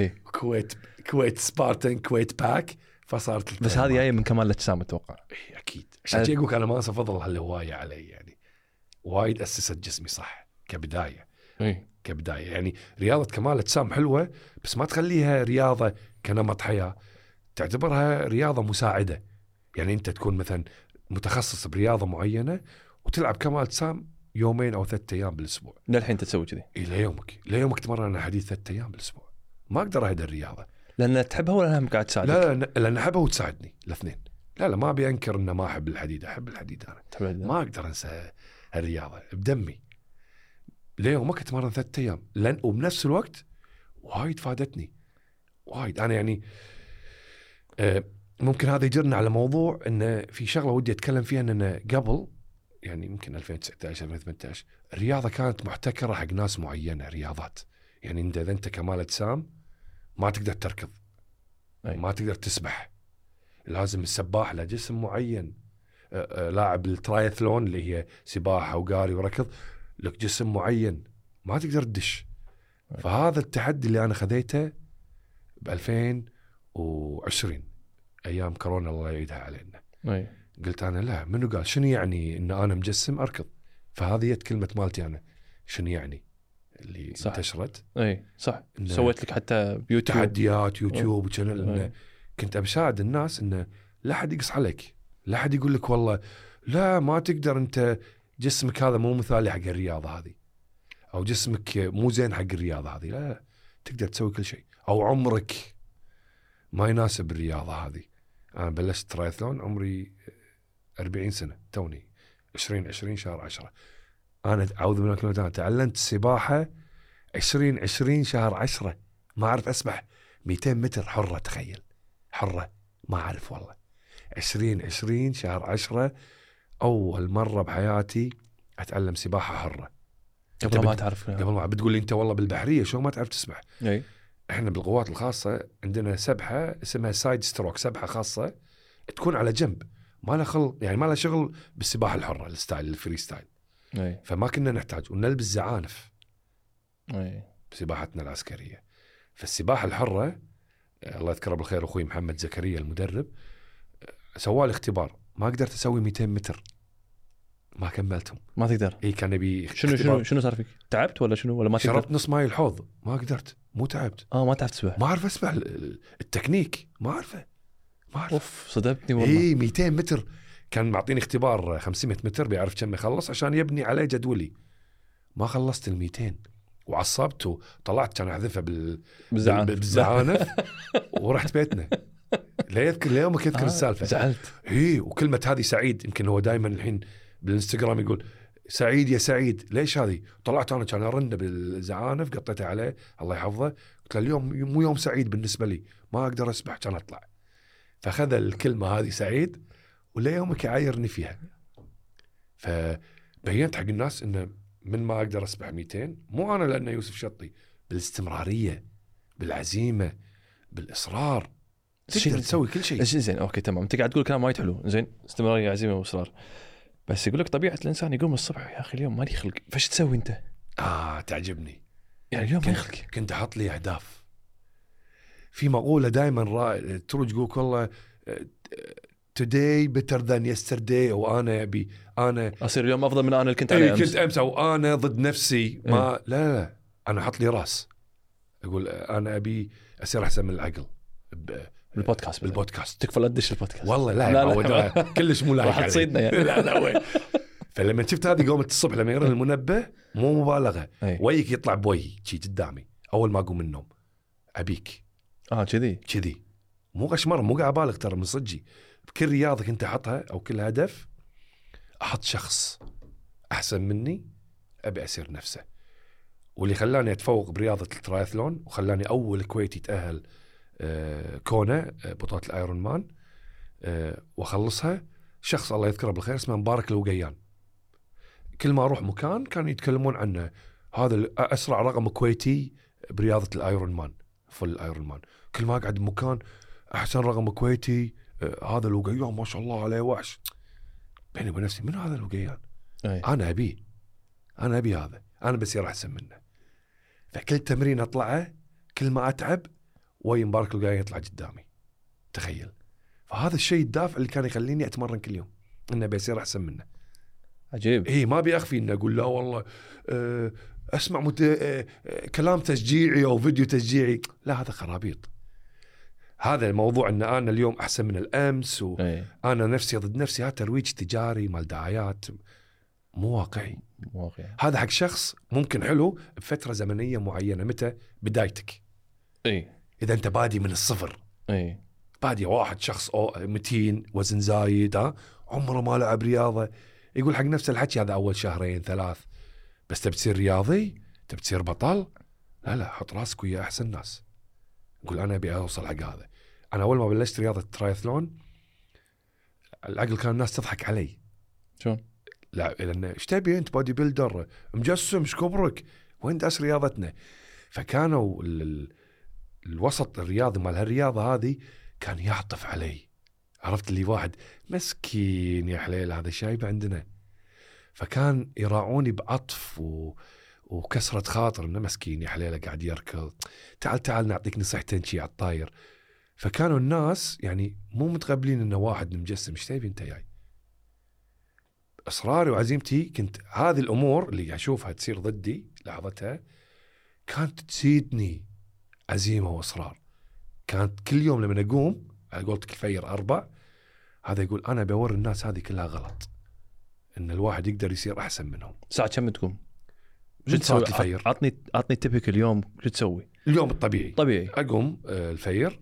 S2: كويت سبارتن كويت باك، فصارت.
S1: بس هذه جايه من كمال الاجسام اتوقع.
S2: اكيد. عشان اقولك انا ما افضل هالهوايه علي، يعني وايد اسست جسمي صح كبدايه. كبدايه يعني رياضه كمال الاجسام حلوه، بس ما تخليها رياضه كنمط حياه، تعتبرها رياضه مساعده. يعني انت تكون مثلا متخصص برياضه معينه وتلعب كمال اجسام 2 أو 3 أيام بالاسبوع.
S1: للحين تسوي كذي؟
S2: ليومك تمرن حديث 3 أيام بالاسبوع. ما اقدر اهدى الرياضه.
S1: لأن تحبها ولا أنها قاعد تساعدك؟
S2: لا لأن أحبها وتساعدني الاثنين. لا ما أبي أنكر إن ما أحب الحديد، أحب الحديد أنا. ما أقدر أنسى هالرياضة بدمي. ليه ما كنت أتمرن 3 أيام وبنفس الوقت وايد فادتني وايد. أنا يعني ممكن هذا يجرنا على موضوع إن في شغلة ودي أتكلم فيها، إن قبل يعني يمكن 2019 2018 الرياضة كانت محتكرة حق ناس معينة. رياضات يعني إذا أنت كمال أجسام ما تقدر تركض، ما تقدر تسبح، لازم السباح له جسم معين. لاعب الترايثلون اللي هي سباحة وقاري وركض لك جسم معين، ما تقدر تدش. فهذا التحدي اللي أنا خذيته ب2020 أيام كورونا الله يعيدها علينا. قلت أنا لا، منو قال شنو يعني إن أنا مجسم أركض؟ فهذه كلمة مالتي أنا، شنو يعني اللي انتشرت.
S1: صح. سويت لك حتى بيوتيوب
S2: تحديات يوتيوب وشانل. كنت أساعد الناس إنه لا حد يقص عليك، لا حد يقول لك والله لا ما تقدر، أنت جسمك هذا مو مثالي حق الرياضة هذه، أو جسمك مو زين حق الرياضة هذه. لا تقدر تسوي كل شيء، أو عمرك ما يناسب الرياضة هذه. أنا بلشت ترايثلون عمري 40 سنة توني 2020 شهر 10. أنا أعوذ بالله من الشيطان، تعلمت السباحة 2020 شهر 10. ما أعرف أسبح 200 متر حرة، تخيل حرة ما أعرف والله. 2020 شهر 10 أول مرة بحياتي أتعلم سباحة حرة.
S1: قبل ما تعرف،
S2: قبل ما بتقول لي أنت والله بالبحرية شو ما تعرف تسبح. إحنا بالقوات الخاصة عندنا سبحة اسمها سايد ستروك، سبحة خاصة تكون على جنب، ما له يعني ما له شغل بالسباحة الحرة الستايل الفري ستايل. فما كنا نحتاج ونلبس زعانف بسباحتنا العسكرية. فالسباحة الحرة الله يذكره بالخير أخوي محمد زكريا المدرب سوالي اختبار، ما قدرت أسوي 200 متر، ما كملتهم.
S1: ما تقدر؟
S2: كان يبي
S1: شنو صار فيك؟ تعبت ولا شنو؟ ولا ما
S2: شربت نص ماي الحوض، ما قدرت. مو تعبت،
S1: ما تعرف تسبح؟
S2: ما أعرف أسبح، التكنيك ما أعرفه.
S1: أوف صدمتني والله.
S2: 200 متر كان معطيني اختبار 500 متر بيعرف كم يخلص عشان يبني عليه جدولي. ما خلصت 200 وعصبت وطلعت كان احذفها
S1: بالزعانف.
S2: ورحت بيتنا. لا يذكر ليومك يذكر السالفه.
S1: زعلت.
S2: وكلمه هذه سعيد، يمكن هو دائما الحين بالانستغرام يقول سعيد يا سعيد، ليش هذه؟ طلعت انا كان ارن بالزعانف، قطيتها عليه الله يحفظه، قلت له اليوم مو يوم سعيد بالنسبه لي، ما اقدر اسبح كان اطلع. فاخذ الكلمه هذه سعيد ولا يومك يعايرني فيها. فبينت حق الناس انه من ما اقدر اسبح 200 مو انا لانه يوسف شطي، بالاستمراريه، بالعزيمه، بالاصرار، تقدر تسوي كل شيء.
S1: زين اوكي تمام، انت قاعد تقول كلام وايد حلو. زين استمراريه، عزيمه، واصرار، بس يقول لك طبيعه الانسان يقوم الصبح يا اخي اليوم مالي خلق، فايش تسوي انت؟
S2: تعجبني
S1: يعني اليوم ما يخلق.
S2: كنت احط لي اهداف. في مقوله دائما تروج يقول والله today better than yesterday، او انا
S1: اصير اليوم افضل من انا اللي كنت عليه امس.
S2: كنت امس، او انا ضد نفسي ما لا انا احط لي راس، اقول انا ابي اصير احسن من العقل بالبودكاست.
S1: تكفى لا تدش البودكاست
S2: والله لا كلش مو لايق
S1: راح تصيدنا يعني.
S2: لا وين. فلما شفت هذه قومت الصبح لما يرن المنبه مو مبالغه، ويك يطلع بوجهي شي قدامي اول ما اقوم من النوم، ابيك كذي مو غشمر، مو قاعد ابالغ ترى، من صدقي. بكل رياضه كنت احطها او كل هدف احط شخص احسن مني ابي اصير نفسه. واللي خلاني اتفوق برياضه الترايثلون وخلاني اول كويتي يتاهل كونا بطوله الايرون مان واخلصها، شخص الله يذكره بالخير اسمه مبارك الوقيان. كل ما اروح مكان كانوا يتكلمون عنه، هذا اسرع رقم كويتي برياضه الايرون مان، فل الايرون مان. كل ما اقعد بمكان احسن رقم كويتي هذا الوقيان ما شاء الله عليه وحش. بيني وبين نفسي من هذا الوقيان؟ انا ابي هذا، انا بصير احسن منه. فكل تمرين اطلعه كل ما اتعب وين مبارك الوقيان يطلع قدامي، تخيل. فهذا الشيء الدافع اللي كان يخليني اتمرن كل يوم، انه بيصير احسن منه.
S1: عجيب.
S2: ما بيخفي انه اقول لا والله اسمع كلام تشجيعي او فيديو تشجيعي، لا هذا خرابيط. هذا الموضوع ان انا اليوم احسن من الامس وانا نفسي ضد نفسي، هذا ترويج تجاري مال دعايات، مو واقعي. هذا حق شخص ممكن حلو بفتره زمنيه معينه، متى بدايتك. اذا انت بادي من الصفر، بادي واحد شخص متين وزن زايد، عمره ما لعب رياضه، يقول حق نفسه الحكي هذا اول شهرين 3. بس تبي تصير رياضي، تبي تصير بطل، لا حط راسك ويا احسن ناس. يقول انا ابي اوصل حق هذا. انا اول ما بلشت رياضه الترايثلون العقل كان الناس تضحك علي.
S1: شلون؟
S2: لا لان ايش تبي انت بودي بيلدر مجسم، ايش كبرك، وين داس رياضتنا؟ فكانوا الوسط الرياضي مال هالرياضه هذه كان يعطف علي. عرفت اللي واحد مسكين يا حليل هذا شايب عندنا، فكان يراعوني بعطف وكسرة خاطر، انه مسكين يا حليله قاعد يركض، تعال نعطيك نصيحتين شي على الطاير. فكانوا الناس يعني مو متقبلين انه واحد مجسم، ايش تبي انت جاي؟ اصراري وعزيمتي كنت هذه الامور اللي اشوفها تصير ضدي لحظتها كانت تزيدني عزيمه واصرار. كانت كل يوم لما اقوم على قولتك الفير 4، هذا يقول انا بوري الناس هذه كلها غلط، ان الواحد يقدر يصير احسن منهم.
S1: ساعة كم تقوم؟
S2: شو تسوي الفير؟
S1: عطني تبك اليوم شو تسوي؟
S2: اليوم الطبيعي
S1: طبيعي
S2: اقوم الفير،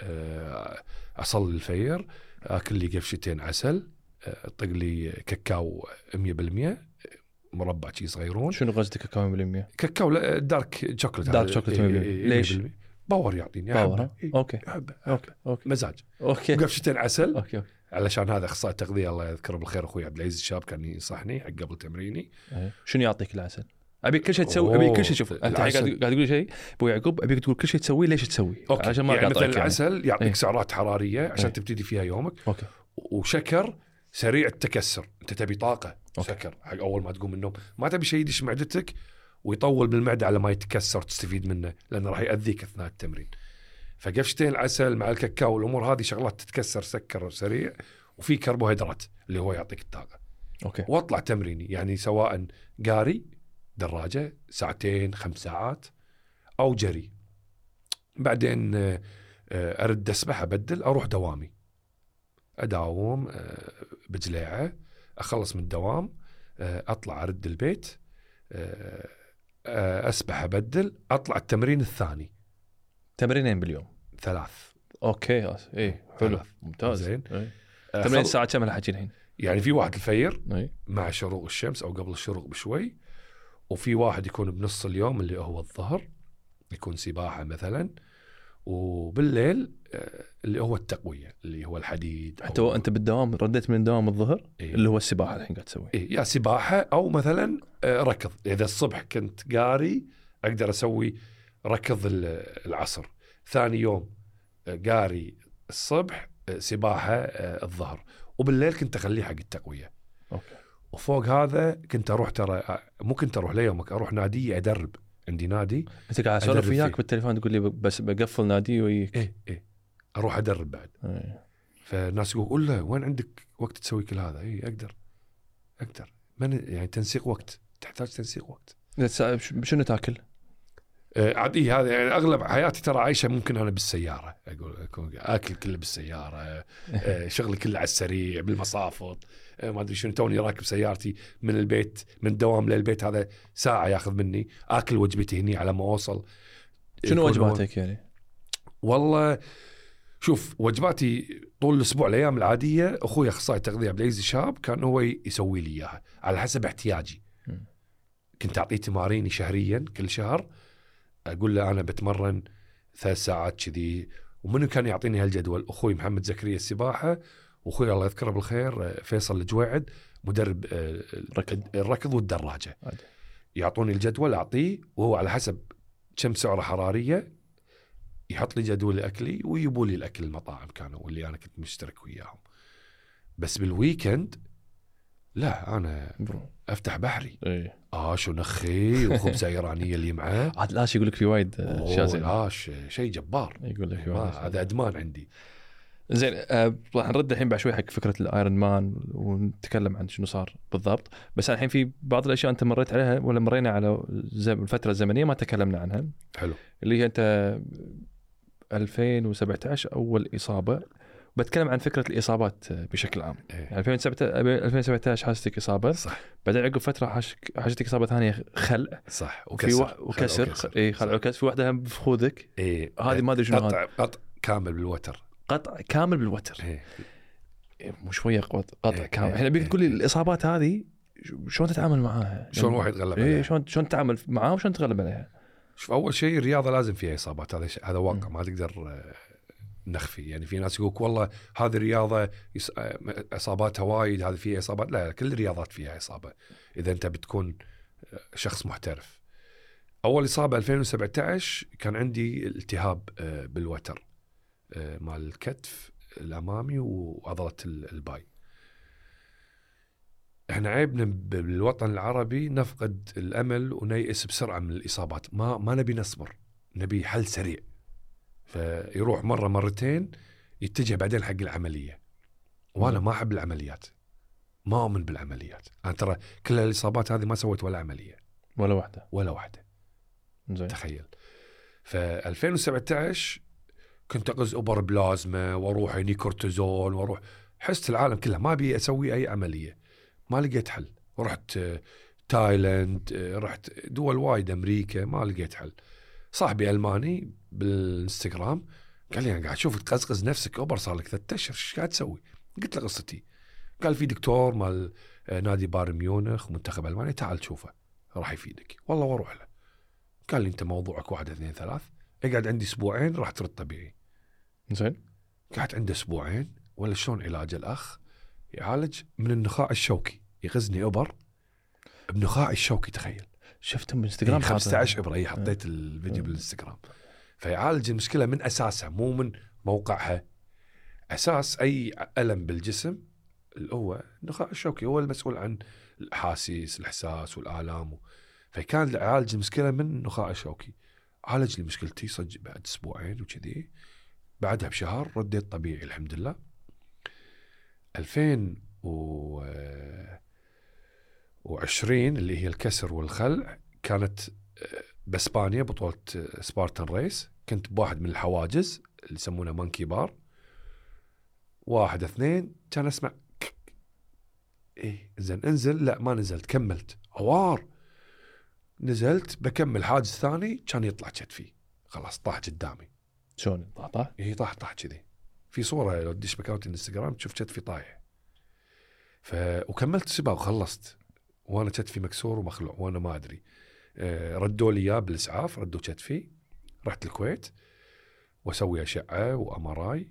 S2: اصلي الفير، اكل لي قفشتين عسل، طق لي كاكاو 100% مربع شي صغيرون.
S1: شنو قصدك كاكاو 100%؟
S2: كاكاو دارك شوكليت.
S1: دارك شوكليت 100%. ليش؟
S2: باور يعطيني.
S1: باور. اوكي
S2: مزاج.
S1: اوكي
S2: وقفشتين عسل.
S1: اوكي
S2: علشان هذا اخصائي التغذيه الله يذكره بالخير اخوي عبد العزيز الشاب كان ينصحني حق قبل تمريني.
S1: شنو يعطيك العسل؟ ابي كل شيء تسوي، ابي كل شيء. شوف انت قاعد تقول شيء ابو يعقوب، ابيك تقول كل شيء تسويه ليش تسوي عشان ما
S2: يعني
S1: اقاطعك.
S2: مثلا العسل يعطيك سعرات حراريه عشان تبتدي فيها يومك.
S1: اوكي.
S2: وشكر سريع التكسر، انت تبي طاقه. سكر حق اول ما تقوم من النوم، ما تبي شيء يدش معدتك ويطول بالمعده على ما يتكسر تستفيد منه، لانه راح ياذيك اثناء التمرين. فقفشتين العسل مع الكاكاو والامور هذه شغلات تتكسر سكر سريع، وفي كربوهيدرات اللي هو يعطيك الطاقه.
S1: اوكي.
S2: واطلع تمريني يعني سواء قاري دراجه 2 5 ساعات او جري، بعدين ارد اسبح ابدل اروح دوامي، اداوم بجليعه، اخلص من الدوام اطلع ارد البيت، اسبح ابدل، اطلع التمرين الثاني
S1: تمرينين باليوم.
S2: 3.
S1: اوكي ايه حلو
S2: 3.
S1: ممتاز.
S2: زين.
S1: تمرين ساعة كم الحكي الحين؟
S2: يعني في واحد الفير
S1: اي
S2: مع شروق الشمس او قبل الشروق بشوي، وفي واحد يكون بنص اليوم اللي هو الظهر، يكون سباحة مثلا، وبالليل اللي هو التقوية اللي هو الحديد.
S1: حتى انت بالدوام رديت من دوام الظهر
S2: إيه؟
S1: اللي هو السباحة الحين قاعد تسوي.
S2: إيه؟ يا سباحة او مثلا ركض. اذا الصبح كنت قاري اقدر اسوي ركض العصر، ثاني يوم قاري الصبح، سباحة الظهر، وبالليل كنت اخليه حق التقوية.
S1: اوكي.
S2: وفوق هذا كنت اروح، ترى مو كنت اروح ليومك، اروح نادي ادرب، عندي نادي.
S1: انت قاعد اسولف وياك
S2: فيه.
S1: بالتليفون تقول لي بس بقفل نادي وياك.
S2: ايه اروح ادرب بعد. فالناس يقول قول له وين عندك وقت تسوي كل هذا؟ ايه اقدر من يعني تنسيق وقت، تحتاج تنسيق وقت.
S1: شنو تاكل؟
S2: عادي هذا يعني اغلب حياتي ترى عايشه ممكن انا بالسياره، اكون اكل كله بالسياره، شغلي كله على السريع بالمصافط، ما ادري شنو. توني راكب سيارتي من البيت، من الدوام للبيت هذا ساعه ياخذ مني، اكل وجبتي هني على ما اوصل.
S1: شنو وجباتك يعني؟
S2: والله شوف، وجباتي طول الاسبوع الايام العاديه اخوي اخصائي تغذيه بليزي شاب كان هو يسوي لي اياها على حسب احتياجي. كنت اعطيه تماريني شهريا، كل شهر اقول له انا بتمرن 3 ساعات كذي، ومنو كان يعطيني هالجدول؟ اخوي محمد زكريا السباحه، واخوي الله يذكره بالخير فيصل الجويعد مدرب الركض والدراجه. يعطوني الجدول اعطيه، وهو على حسب كم سعره حراريه يحط لي جدول اكلي، ويجيبوا لي الاكل المطاعم كانوا واللي انا كنت مشترك وياهم. بس بالويكند لا، انا افتح بحري. شو نخي وخبزه ايرانيه اللي معاه.
S1: عاد لاش يقول لك في وايد اشياء زين.
S2: لاش شيء جبار،
S1: يقول لك
S2: هذا ادمان عندي.
S1: زين راح نرد الحين بعد شوي حق فكره الايرون مان ونتكلم عن شنو صار بالضبط. بس الحين في بعض الاشياء انت مريت عليها ولا مرينا على الفتره الزمنيه ما تكلمنا عنها.
S2: حلو.
S1: اللي هي انت 2017 اول اصابه. بتكلم عن فكره الاصابات بشكل عام. يعني 2017 حاجتك اصابه،
S2: صح.
S1: بعدين عقب فتره حاجتك اصابه ثانيه خلع،
S2: صح،
S1: وكسر. اي خلع وكسر. في واحده بفخوذك. هذه ما ادري شنو.
S2: قطع كامل بالوتر.
S1: قطع كامل بالوتر. مو شويه قطع كامل. احنا بيقول لي الاصابات هذه شلون تتعامل معاها؟
S2: شلون واحد يتغلب عليها؟
S1: شلون تتعامل معاها وشلون تتغلب عليها؟
S2: شوف، اول شيء الرياضه لازم فيها اصابات، هذا واقع ما تقدر نخفي. يعني في ناس يقولك والله هذه الرياضه اصاباتها وايد، هذه فيها اصابات. لا، كل الرياضات فيها اصابه اذا انت بتكون شخص محترف. اول اصابه 2017 كان عندي التهاب بالوتر مال الكتف الامامي وعضله الباي. احنا عيبنا بالوطن العربي نفقد الامل ونيأس بسرعه من الاصابات. ما نبي نصبر، نبي حل سريع. فيروح مرة مرتين يتجه بعدين حق العملية. وأنا ما أحب العمليات، ما أؤمن بالعمليات. أنا ترى كل الإصابات هذه ما سويت ولا عملية، ولا واحدة.
S1: زين.
S2: تخيل. ف 2017 كنت أغز أوبر بلازما وأروح هني كورتيزون وأروح، حست العالم كله ما بي أسوي أي عملية. ما لقيت حل، ورحت تايلاند، رحت دول وايد، أمريكا، ما لقيت حل. صاحبي ألماني بالانستغرام قال لي أنا قاعد أشوفك تقزقز نفسك أوبر صار لك 3 أشهر، إيش قاعد تسوي؟ قلت له قصتي. قال في دكتور مال نادي بايرن ميونخ منتخب ألمانيا، تعال تشوفه راح يفيدك. والله واروح له. قال لي أنت موضوعك 1 2 3. اقعد عندي 2 أسبوع راح ترد طبيعي.
S1: زين.
S2: قعدت عنده 2 أسبوع ولا شلون علاج الأخ يعالج من النخاع الشوكي، يغزني أوبر بنخاع الشوكي. تخيل.
S1: شفتهم بالانستغرام
S2: 15 إبرة. حطيت الفيديو بالانستغرام. فيعالج المشكلة من أساسها، مو من موقعها. أساس أي ألم بالجسم اللي هو النخاع الشوكي، هو المسؤول عن الأحاسيس، الإحساس والآلام. فكان يعالج المشكلة من النخاع الشوكي. عالج لي مشكلتي صج بعد 2 أسبوع وكذي. بعدها بشهر رديت طبيعي الحمد لله. 2020 اللي هي الكسر والخلع كانت باسبانيا، بطولة سبارتان ريس. كنت بواحد من الحواجز اللي يسمونه مانكي بار. 1 2 كان اسمع زين انزل. لا ما نزلت، كملت عوار. نزلت بكمل حاجز ثاني كان يطلع كتفي خلاص طاح قدامي.
S1: شلون طاح؟
S2: اي طاح كذي. في صوره لو تدش بكاونت الانستغرام تشوف كتفي طايح. وكملت السباق وخلصت وانا كتفي مكسور ومخلوع وانا ما ادري. ردوا لي اياه بالاسعاف، ردوا كتفي، رحت الكويت واسوي اشعه وامراي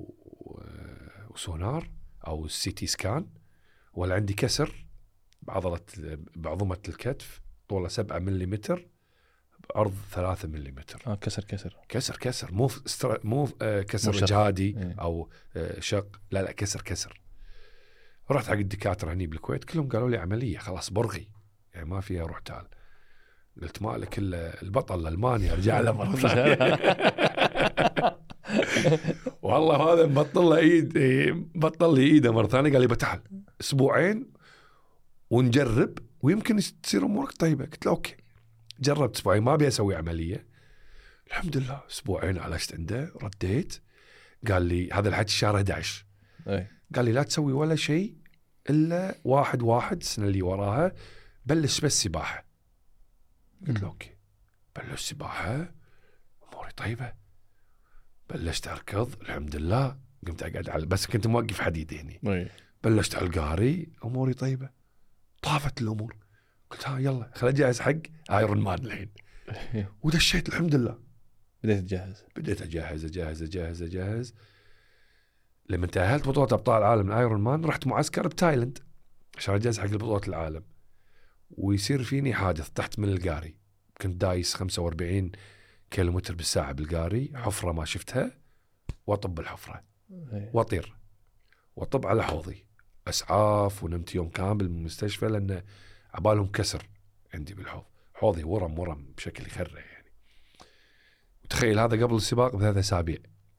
S2: وسونار او السي تي سكان. ولا عندي كسر بعظمه الكتف طوله 7 ملم بعرض 3 ملم. كسر مو كسر اجهادي او شق، لا كسر. رحت حق الدكاتره هني بالكويت كلهم قالوا لي عمليه خلاص برغي يعني ما فيها روح تعال. قلت مالك الا البطل الالماني ارجع له مره ثانيه. والله هذا بطل لي ايده مره ثانيه. قال لي بتعال اسبوعين ونجرب ويمكن تصير امورك طيبه. قلت له اوكي. جربت اسبوعين ما ابي اسوي عمليه. الحمد لله اسبوعين عالجت عنده. رديت قال لي هذا الحكي شهر 11. قال لي لا تسوي ولا شيء الا 1/1 السنه اللي وراها بلش بس سباحه. قلت له اوكي. بلش سباحه اموري طيبه. بلشت اركض الحمد لله. قمت اقعد على بس كنت موقف حديد هني. بلشت على القاري اموري طيبه. طافت الامور. قلت ها يلا خل اجهز حق ايرون مان الحين. ودشيت الحمد لله. بديت اجهز. لما تأهلت بطولة ابطال العالم ايرون مان رحت معسكر بتايلاند عشان اجهز حق بطولة العالم. ويصير فيني حادث تحت من القاري. كنت دايس 45 كيلومتر بالساعة بالقاري، حفرة ما شفتها، واطب الحفرة واطير واطب على حوضي. اسعاف ونمت يوم كامل من المستشفى لان عبالهم كسر عندي بالحوض. حوضي ورم بشكل يخرع يعني. وتخيل هذا قبل السباق ب3 أسابيع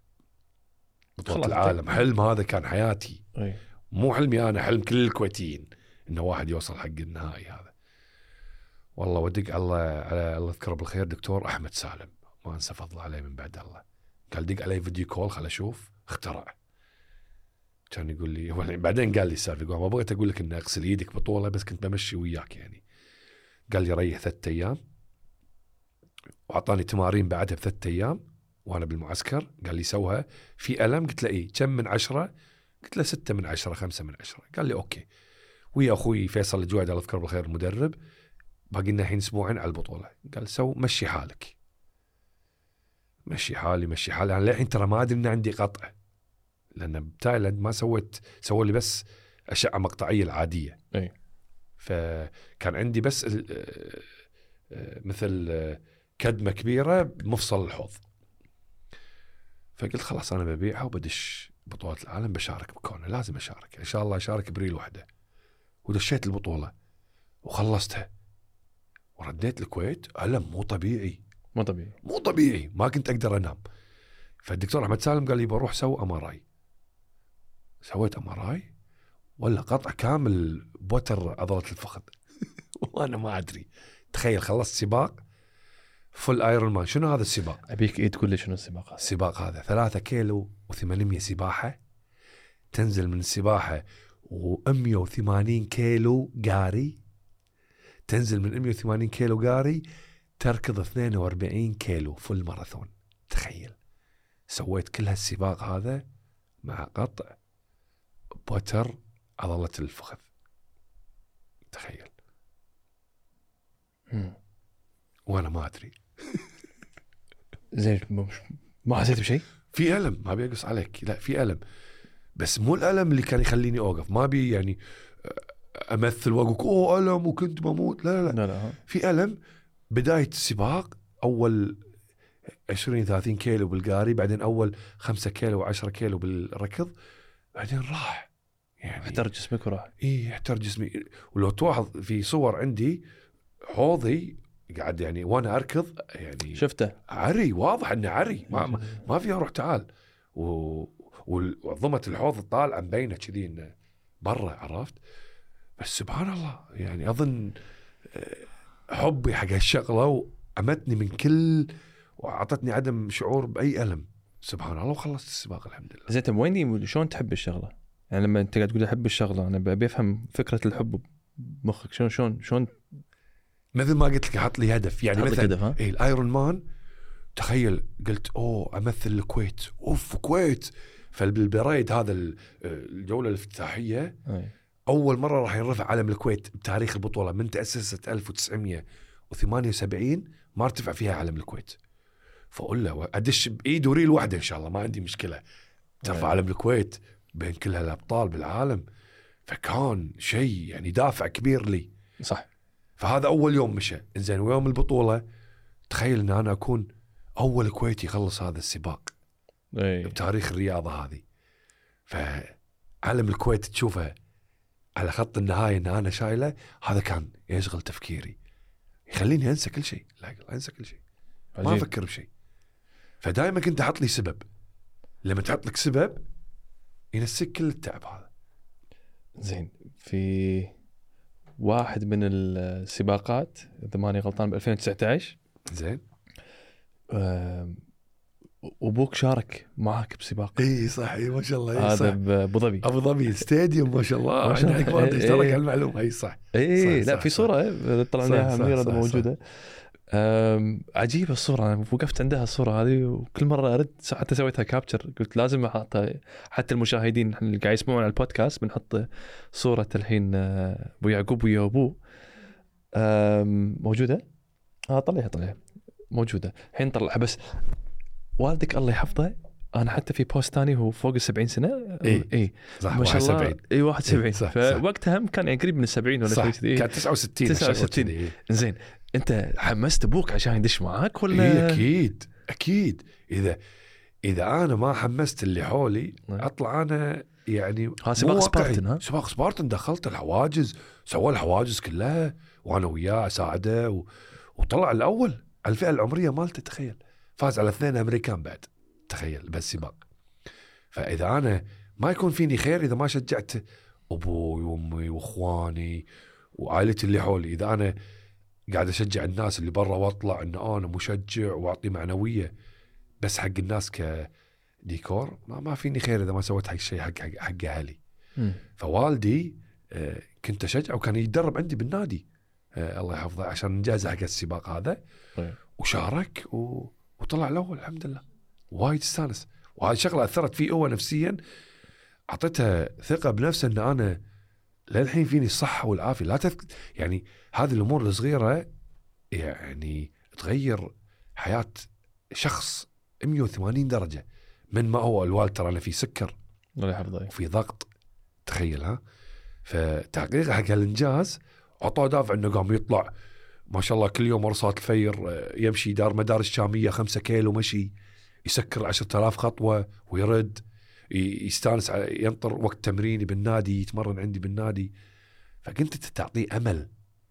S2: بطولة العالم. حلم هذا كان حياتي. مو حلمي انا، حلم كل الكويتيين انه واحد يوصل حق النهائي هذا. والله ودق على الله يذكره بالخير دكتور احمد سالم ما انسى فضله عليه من بعد الله. قال دق علي فيديو كول خل اشوف. اخترع. كان يقول لي بعدين قال لي السالفه. ما بغيت اقول لك ان اغسل ايدك بطوله بس كنت بمشي وياك يعني. قال لي ريح 3 أيام واعطاني تمارين بعدها ب3 أيام وانا بالمعسكر. قال لي سوها في ألم. قلت له ايه كم من 10؟ قلت له 6 من 10 5 من 10. قال لي اوكي. ويا اخوي فيصل الجويد الله يذكره بالخير المدرب باقي لنا الحين اسبوعين على البطوله. قال سو مشي حالك. مشي حالي انا للحين ترى ما ادري ان عندي قطع لان بتايلاند ما سووا لي بس اشعه مقطعيه العاديه. فكان عندي بس مثل كدمه كبيره بمفصل الحوض. فقلت خلاص انا ببيعها وبدش بطوله العالم بشارك بكونه لازم اشارك ان شاء الله. اشارك بريل واحده. ودشيت البطوله وخلصتها ورديت الكويت. ألم مو طبيعي ما كنت أقدر أنام. فالدكتور أحمد سالم قال لي بروح سوي أمراي. سويت أمراي ولا قطع كامل بوتر عضلة الفخذ. وأنا ما أدري. تخيل خلصت سباق فل ايرون مان. شنو هذا السباق؟
S1: أبيك تقول لي شنو السباق هذا.
S2: السباق هذا 3 كيلو و800 سباحة. تنزل من السباحة و180 كيلو قاري. تنزل من 180 كيلو قاري تركض 42 كيلو فل ماراثون. تخيل سويت كل هالسباق هذا مع قطع بوتر عضلة الفخذ. تخيل. وانا ما ادري.
S1: زين ما حسيت بشيء؟
S2: في ألم ما بيقص عليك. لا في ألم بس مو الألم اللي كان يخليني اوقف. ما بي يعني امثل واقول ألم وكنت بموت. لا. في ألم بداية السباق اول 20-30 كيلو بالقاري. بعدين اول 5 كيلو و10 كيلو بالركض. بعدين راح يعني
S1: احتر جسمك وراح.
S2: احتر جسمي. ولو تلاحظ في صور عندي حوضي قاعد يعني وانا اركض يعني
S1: شفته
S2: عري. واضح انه عري ما فيها روح تعال. وعظمة الحوض طالعه مبينه كذي انه برا. عرفت. بس سبحان الله يعني اظن حبي حق هالشغله وعمتني من كل وعطتني عدم شعور باي الم. سبحان الله. وخلصت السباق الحمد لله.
S1: زين طيب وين شلون تحب الشغله؟ يعني لما انت قاعد تقول احب الشغله انا بفهم فكره الحب بمخك. شلون
S2: مثل ما قلت لك حط لي هدف، يعني
S1: هدف،
S2: مثلا الايرون مان، تخيل قلت امثل الكويت، كويت، فالبريد هذا الجوله الافتتاحيه اول مره راح ينرفع علم الكويت بتاريخ البطوله، من تاسست 1978 ما ارتفع فيها علم الكويت. فاقول له ادش بايد وريل واحده ان شاء الله، ما عندي مشكله، ترفع علم الكويت بين كل هالابطال بالعالم. فكان شيء يعني دافع كبير لي.
S1: صح.
S2: فهذا اول يوم مشى. انزين ويوم البطوله تخيل ان انا اكون اول كويتي يخلص هذا السباق بتاريخ الرياضه هذه. فعلم الكويت تشوفه على خط النهايه ان انا شايله، هذا كان يشغل تفكيري، يخليني انسى كل شيء، لا انسى كل شيء، ما افكر بشيء. فدائما كنت احط لي سبب، لما تحط لك سبب ينسيك كل التعب هذا.
S1: زين، في واحد من السباقات اذا ماني غلطان ب 2019
S2: زين
S1: وابوك شارك معك بسباق.
S2: اي صح، اي ما شاء الله.
S1: هذا بابو ظبي،
S2: ابو ظبي ستاديوم ما شاء الله.
S1: ما شاء الله.
S2: عندك اشترك هالمعلومه. اي صح.
S1: اي لا
S2: صح
S1: في صوره طلع لها منيره موجوده. عجيبه الصوره، انا وقفت عندها الصوره هذه وكل مره ارد حتى سويتها كابتشر، قلت لازم احطها حتى المشاهدين اللي قاعد يسمعون على البودكاست بنحط صوره الحين ابو يعقوب ويا ابوه موجوده. طلعها موجوده الحين، طلعها. بس والدك الله يحفظه، انا حتى في بوست ثاني هو فوق 70 سنه.
S2: اي صح،
S1: ما شاء الله. 71
S2: صح.
S1: فوقتها كان يعني قريب من 70 ولا شيء كذي.
S2: كان 69.
S1: زين، انت حمست ابوك عشان يدش معاك ولا؟
S2: اكيد اذا انا ما حمست اللي حولي اطلع انا يعني
S1: سباق سبارتن.
S2: سباق سبارتن دخلت الحواجز، سوى الحواجز كلها وانا وياه اساعده وطلع الاول على الفئه العمريه مالته. تخيل فاز على 2 امريكان بعد، تخيل بس سباق. فاذا انا ما يكون فيني خير اذا ما شجعت ابوي وامي واخواني وعائلتي اللي حولي، اذا انا قاعد اشجع الناس اللي برا واطلع ان انا مشجع واعطي معنويه بس حق الناس كديكور، ما فيني خير اذا ما سويت هالشيء حق اهلي. فوالدي كنت اشجع وكان يتدرب عندي بالنادي الله يحفظه عشان نجازه حق السباق هذا، وشارك وطلع الاول الحمد لله. وايد استانس، وهذه شغله اثرت فيه هو نفسيا، اعطيته ثقه بنفسه ان انا للحين فيني الصحه والعافيه. لا يعني هذه الامور الصغيره يعني تغير حياه شخص 180 درجه من ما هو. الوالد ترى انا في سكر
S1: الله يحفظه
S2: وفي ضغط، تخيل فتحقيقه حق هالانجاز عطاه دافع انه قام يطلع ما شاء الله كل يوم ورصات الفير، يمشي دار مدارس شاميه 5 كيلو مشي، يسكر 10,000 خطوه ويرد، يستانس، ينطر وقت تمريني بالنادي، يتمرن عندي بالنادي. فكنت تعطيه امل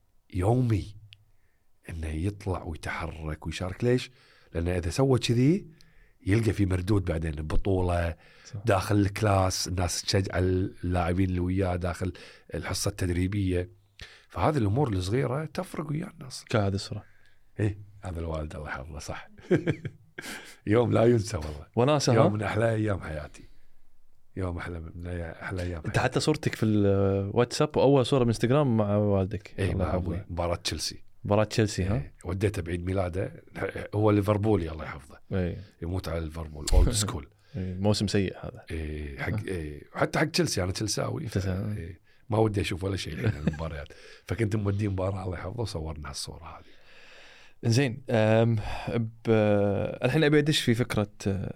S2: يومي انه يطلع ويتحرك ويشارك. ليش؟ لان اذا سوى كذي يلقى في مردود بعدين بطوله داخل الكلاس، الناس تشجع اللاعبين اللي وياه داخل الحصه التدريبيه. فهذه الامور الصغيره تفرق ويا الناس.
S1: كهذا الصوره
S2: هذا الوالد الله يحفظه صح. يوم لا ينسى والله،
S1: وناسه،
S2: يوم من احلى ايام حياتي، يوم احلى من احلى ايام.
S1: انت حتى صورتك في الواتساب واول صوره بالانستغرام مع والدك.
S2: مع ابوي مباراه تشيلسي. وديته بعيد ميلاده، هو ليفربولي الله يحفظه. يموت على ليفربول اولد سكول.
S1: موسم سيء هذا.
S2: حتى حق تشيلسي، انا تشيلساوي ما ودي اشوف ولا شيء الحين المباريات. فكنت مودي مباراه الله يحفظه وصورنا هالصوره هذه.
S1: زين، الحين ابي ادش في فكره.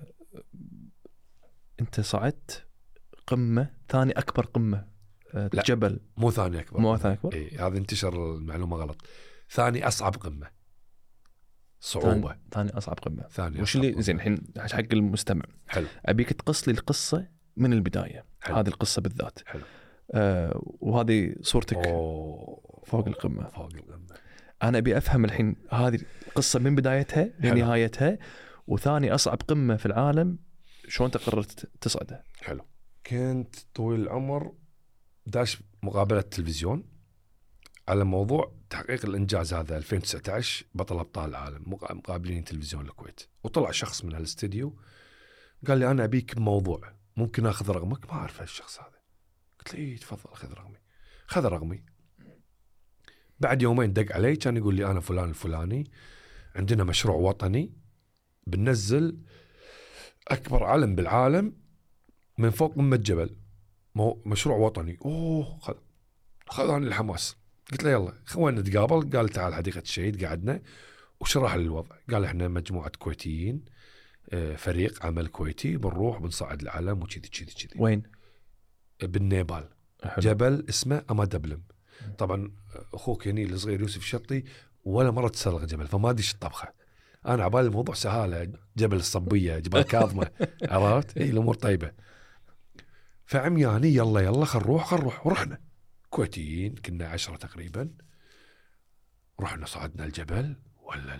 S1: انت صعدت قمه، ثاني اكبر قمه جبل.
S2: مو ثاني اكبر، هذا انتشر المعلومه غلط. ثاني اصعب قمه صعوبه.
S1: ثاني اصعب قمه.
S2: وش
S1: اللي زين الحين حق المستمع.
S2: حلو.
S1: ابيك تقص لي القصه من البدايه.
S2: حلو.
S1: هذه القصه بالذات.
S2: حلو.
S1: وهذه صورتك فوق القمه. انا ابي افهم الحين هذه القصه من بدايتها لنهايتها، وثاني اصعب قمه في العالم شلون انت قررت تصعدها؟
S2: حلو. كنت طويل العمر داش مقابله تلفزيون على موضوع تحقيق الانجاز هذا 2019 بطل ابطال العالم، مقابلين تلفزيون الكويت. وطلع شخص من هالاستديو قال لي انا ابيك بموضوع، ممكن اخذ رقمك؟ ما اعرف الشخص هذا. قلت له تفضل خذ رقمي. خذ رقمي بعد يومين دق علي كان يقول لي أنا فلان الفلاني، عندنا مشروع وطني بننزل أكبر علم بالعالم من فوق قمة جبل، مشروع وطني. خذاني الحماس. قلت له يلا خوينا نتقابل. قال تعال حديقة الشهيد. قعدنا وشرح لي الوضع. قال احنا مجموعة كويتيين، فريق عمل كويتي، بنروح بنصعد العلم وكذي.
S1: وين؟
S2: بالنيبال.
S1: حلو.
S2: جبل اسمه أمادبلم. طبعا أخوك هني الصغير يوسف الشطي ولا مرة تسلق جبل، فما أدري الطبخة. أنا عبالي الموضوع سهالة، جبل الصبية، جبل كاظمة. عرفت؟ الأمور طيبة. فعمياني يلا خل نروح. ورحنا كويتيين، كنا 10 تقريبا. رحنا صعدنا الجبل ولا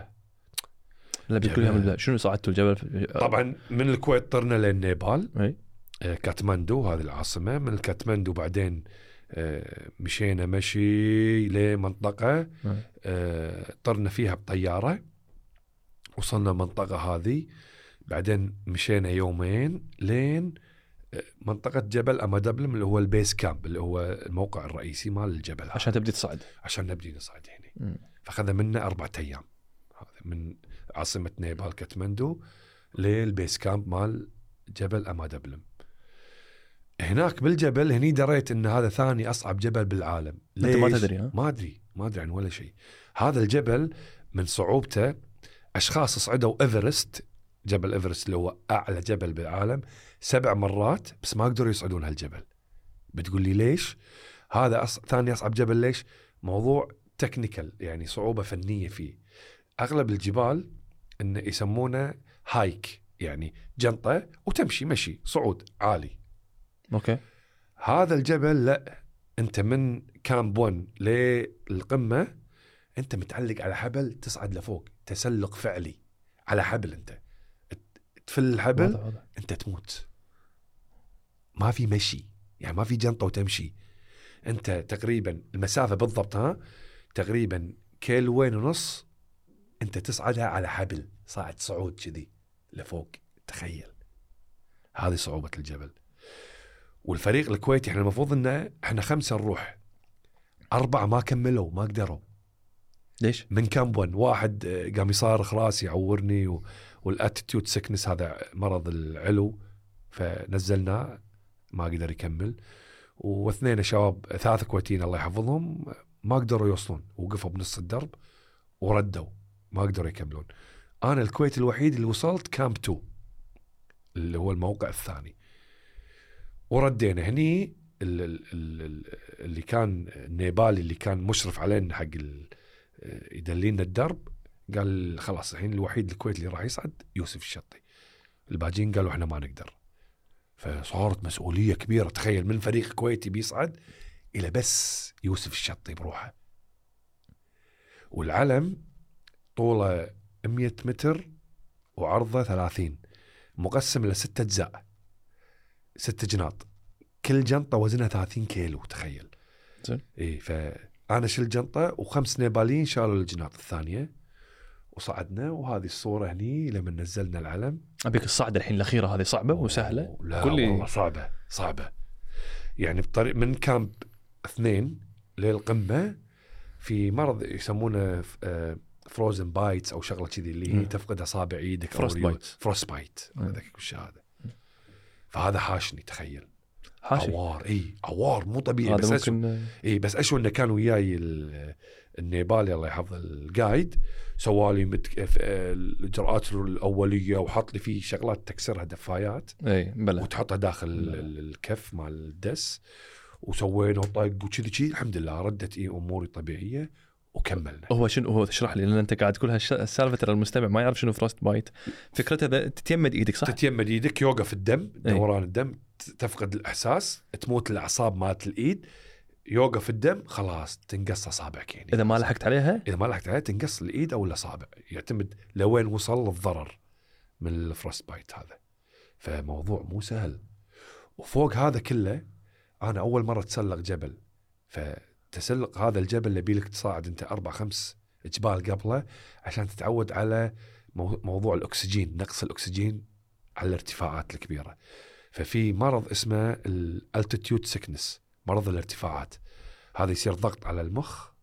S2: لا
S1: بكل شنو صعدتوا الجبل؟
S2: طبعا من الكويت طرنا للنيبال.
S1: أي.
S2: كاتماندو هذه العاصمة. من الكاتماندو بعدين مشينا مشي لمنطقة طرنا فيها بطيارة. وصلنا منطقة هذه، بعدين مشينا يومين لين منطقة جبل أمادبلم اللي هو البيس كامب، اللي هو الموقع الرئيسي مال الجبل،
S1: عشان تبدي تصعد،
S2: عشان نبدي نصعد هنا. فأخذ منا 4 أيام. هذا من عاصمة نيبال كاتماندو للبيس كامب مال جبل أمادبلم. هناك بالجبل هني دريت ان هذا ثاني اصعب جبل بالعالم.
S1: انت ما تدري؟ ها؟
S2: ما ادري عن ولا شيء. هذا الجبل من صعوبته اشخاص صعدوا ايفرست، جبل ايفرست اللي هو اعلى جبل بالعالم 7 مرات، بس ما قدروا يصعدون هالجبل. بتقول لي ليش؟ هذا ثاني اصعب جبل. ليش؟ موضوع تكنيكال، يعني صعوبة فنية فيه. اغلب الجبال انه يسمونه هايك، يعني جنطة وتمشي مشي صعود عالي.
S1: اوكي.
S2: هذا الجبل لا، انت من كامب 1 للقمة انت متعلق على حبل تصعد لفوق، تسلق فعلي على حبل. انت تفل الحبل
S1: واضح.
S2: انت تموت. ما في مشي، يعني ما في جنطة وتمشي. انت تقريبا المسافة بالضبط تقريبا 1.5 كيلو انت تصعدها على حبل، صعود كذي لفوق. تخيل، هذه صعوبة الجبل. والفريق الكويتي احنا المفروض ان احنا 5 نروح، 4 ما كملوا، ما قدروا.
S1: ليش؟
S2: من كامب 1 واحد قام يصارخ راسي يعورني والاتيتيود سكنس، هذا مرض العلو، فنزلناه ما قدر يكمل. واثنين شباب 3 كويتيين الله يحفظهم ما قدروا يوصلون، وقفوا بنص الدرب وردوا، ما قدروا يكملون. انا الكويت الوحيد اللي وصلت كامب 2 اللي هو الموقع الثاني، وردينا هني. اللي كان النيبالي اللي كان مشرف علينا حق يدلينا الدرب قال خلاص الحين الوحيد الكويت اللي راح يصعد يوسف الشطي، الباجين قالوا احنا ما نقدر. فصارت مسؤولية كبيرة. تخيل من فريق كويتي بيصعد إلى بس يوسف الشطي بروحه. والعلم طوله 100 متر وعرضه 30، مقسم ل6 أجزاء، 6 جناط، كل جنطة وزنها 30 كيلو. تخيل. إيه، فأنا شل جنطة و5 نيباليين شالوا الجناط الثانية وصعدنا. وهذه الصورة هني لما نزلنا العلم.
S1: أبيك الصعدة الحين الأخيرة هذه صعبة وسهلة؟
S2: لا والله صعبة. يعني بطريق من كامب 2 للقمة في مرض يسمونه فروزن بايتس أو شغلة كذي، اللي هي تفقد أصابع إيدك. فروست بايت ذاك الشهادة. فهذا حاشني. تخيل، عوار مو طبيعي. بس بس أشو إنه كان وياي النيبالي الله يحفظ القايد، سوالي الإجراءات الأولية وحط لي فيه شغلات تكسرها دفايات وتحطها داخل الكف مع الدس، وسوينا طق وكذي. الحمد لله ردت أموري طبيعية وكملنا.
S1: هو شنو هو؟ تشرح لي، لأن أنت قاعد تقول هالسالفة، ترى المستمع ما يعرف شنو فروست بايت. فكرتها تتيمد إيدك، صح؟
S2: تتيمد إيدك، يوقف الدم، دوران الدم، تفقد الإحساس، تموت الأعصاب مالت الإيد، يوقف الدم، خلاص تنقص أصابعك. يعني
S1: إذا ما لحقت عليها
S2: تنقص الإيد أو الأصابع، يعتمد لوين وصل الضرر من الفروست بايت هذا. فموضوع مو سهل. وفوق هذا كله أنا أول مرة تسلق جبل، فتسلق هذا الجبل اللي بيلك تصاعد أنت 4-5 جبال قبله عشان تتعود على موضوع الأكسجين، نقص الأكسجين على الارتفاعات الكبيرة. ففي مرض اسمه الالتيتيود سيكنس، مرض الارتفاعات. هذا يصير ضغط على المخ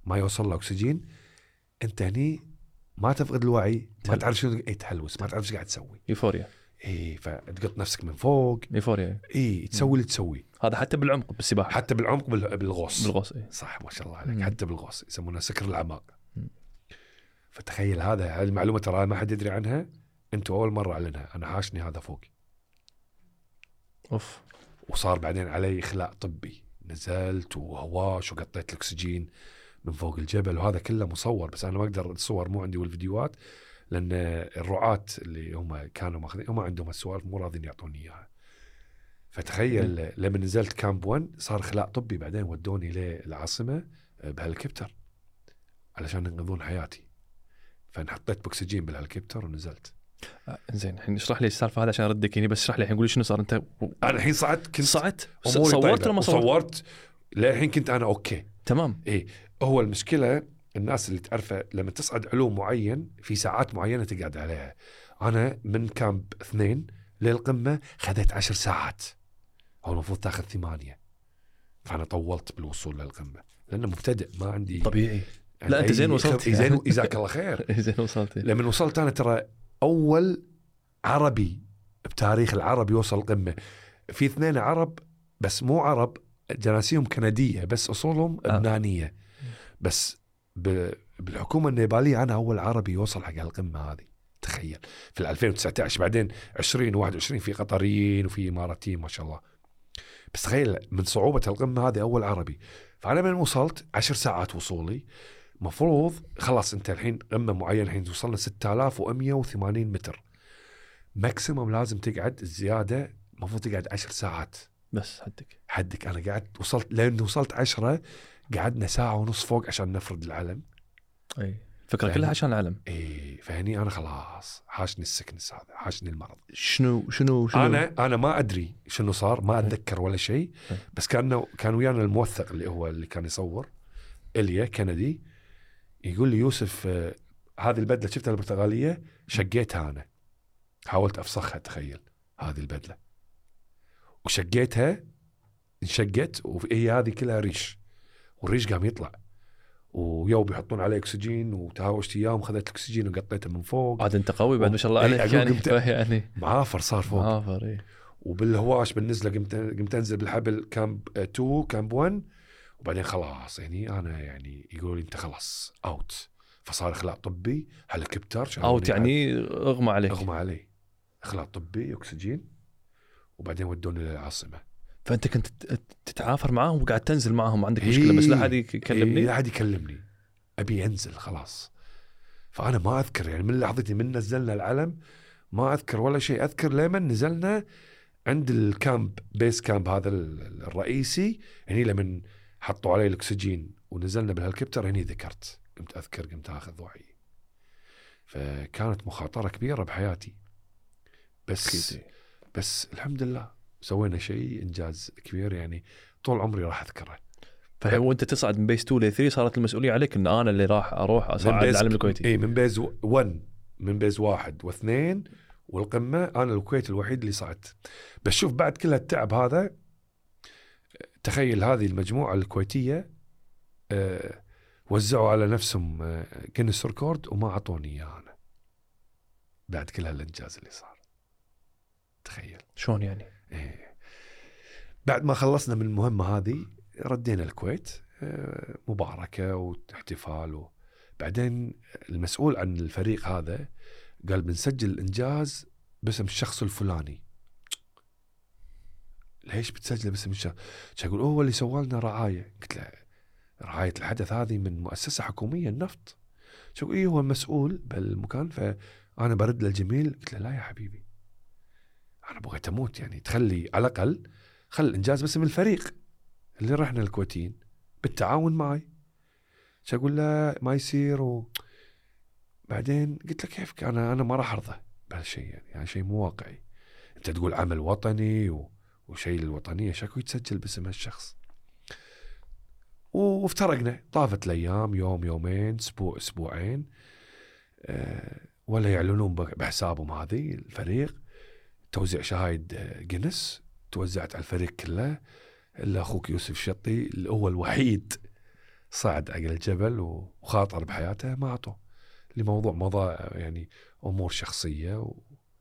S2: ما يوصل له اكسجين، انت هني ما تفقد الوعي، ما تعرف شنو تحلوس، ما تعرف ايش قاعد تسوي.
S1: يوفوريا.
S2: فتقط نفسك من فوق.
S1: يوفوريا.
S2: تسوي اللي تسوي.
S1: هذا حتى بالعمق بالسباحه،
S2: حتى بالعمق بالغوص.
S1: صح،
S2: ما شاء الله عليك. حتى بالغوص يسمونه سكر الأعماق. فتخيل هذا المعلومة ترى ما حد يدري عنها، انتوا اول مرة اعلنها. انا حاشني هذا فوق.
S1: اوف.
S2: وصار بعدين علي اخلاء طبي، نزلت وهواش وقطيت الاكسجين من فوق الجبل، وهذا كله مصور، بس انا ما اقدر الصور مو عندي والفيديوهات، لان الرعاة اللي هم كانوا ماخذين هم عندهم السوالف مو راضين يعطوني اياها. فتخيل لما نزلت كامب 1 صار اخلاء طبي، بعدين ودوني للعاصمة بهليكوبتر علشان ينقذون حياتي، فنحطيت بوكسجين بالهليكوبتر ونزلت.
S1: زين الحين اشرح لي السالفه هذا عشان اردك يعني، بس اشرح لي الحين، قولي شنو صار انت.
S2: انا الحين كنت
S1: صعدت صورت لما
S2: صورت للحين كنت انا اوكي
S1: تمام.
S2: هو المشكله الناس اللي تعرفه لما تصعد علوم معين في ساعات معينه تقعد عليها. انا من كامب 2 للقمه خذيت 10 ساعات، هو المفروض تاخذ 8، فانا طولت بالوصول للقمه لانه مبتدئ ما عندي
S1: طبيعي. لا انت زين وصلت.
S2: زين جزاك الله خير.
S1: زين وصلت.
S2: لما وصلت انا ترى اول عربي بتاريخ العرب يوصل القمه. في 2 عرب بس مو عرب، جنسيهم كنديه بس اصولهم لبنانيه. بس بالحكومه النيباليه انا اول عربي يوصل حق القمه هذه. تخيل في 2019. بعدين 2021 في قطريين وفي اماراتيين ما شاء الله. بس تخيل من صعوبه القمه هذه اول عربي. فانا من وصلت 10 ساعات وصولي، مفروض خلاص انت الحين قمه معينه، الحين وصلنا 6180 متر ماكسيموم لازم تقعد الزياده، مفروض تقعد 10 ساعات
S1: بس
S2: حدك. انا قعدت وصلت لين وصلت 10 قعدنا 1.5 ساعة فوق عشان نفرد العلم.
S1: فكرة كلها عشان العلم.
S2: فهني انا خلاص حاشني السكنس هذا، حاشني المرض.
S1: شنو
S2: انا ما ادري شنو صار، ما اتذكر ولا شيء. بس كان ويانا الموثق اللي كان يصور إليا كندي، يقول لي يوسف هذه البدله شفتها البرتغاليه شقيتها انا، حاولت افسخها. تخيل هذه البدله وشقيتها، انشقت وهي هذه كلها ريش، والريش قام يطلع ويوم بيحطون عليه اكسجين، وتهاوشت اياهم خذيت الاكسجين وقطيته من فوق.
S1: عاد انت قوي بعد ما شاء الله عليك يعني
S2: معافر صار فوق
S1: معافر.
S2: وبالهواش بالنزله قمت انزل بالحبل كامب 2 كامب 1، وبعدين خلاص يعني انا يعني يقولوا لي انت خلاص اوت. فصار اخلاء طبي، هليكوبتر
S1: اوت يعني اغمى علي اخلاء طبي اكسجين، وبعدين ودوني للعاصمه. فانت كنت تتعافر معاهم وقاعد تنزل معاهم، عندك مشكله بس لا حد يكلمني.
S2: لا حد يكلمني، ابي انزل خلاص. فانا ما اذكر يعني من لحظتي من نزلنا العلم ما اذكر ولا شيء. اذكر لما نزلنا عند الكامب بيس كامب هذا الرئيسي، يعني لما حطوا علي الاكسجين ونزلنا بالهليكوبتر هني ذكرت، قمت اخذ وعي. فكانت مخاطره كبيره بحياتي، بس الحمد لله سوينا شيء انجاز كبير يعني طول عمري راح اذكره.
S1: وانت تصعد من بيس 2 ل 3 صارت المسؤوليه عليك ان انا اللي راح اروح اصعد العلم الكويتي.
S2: من بيز 1 من بيز 1 و2 والقمه انا الكويت الوحيد اللي صعدت. بس شوف بعد كل التعب هذا، تخيل هذه المجموعه الكويتيه وزعوا على نفسهم جينيس ريكورد وما عطوني اياه انا بعد كل هالانجاز اللي صار. تخيل
S1: شلون يعني.
S2: بعد ما خلصنا من المهمه هذه ردينا الكويت، مباركه واحتفال. بعدين المسؤول عن الفريق هذا قال بنسجل الانجاز باسم الشخص الفلاني. ليش بتسجل باسم الشخص؟ يقول هو اللي سوى لنا رعايه. قلت له رعايه الحدث هذه من مؤسسه حكوميه النفط. شو هو المسؤول بالمكان. فانا برد للجميل قلت له لا يا حبيبي انا بغيت اموت، يعني تخلي على الاقل خل الانجاز باسم الفريق اللي رحنا الكويتيين بالتعاون معي. اقول له ما يصير. بعدين قلت له كيف انا ما راح ارضى بهالشيء، يعني شيء مو واقعي. انت تقول عمل وطني وشيء للوطنيه، شكو يتسجل باسم هالشخص. وافترقنا، طافت الايام، يوم يومين، اسبوع اسبوعين، ولا يعلنون بحسابهم هذه الفريق. توزيع شهايد جينيس توزعت على الفريق كله، الا اخوك يوسف شطي اللي هو الوحيد صعد على الجبل وخاطر بحياته ما عطوه لموضوع مضى يعني أمور شخصية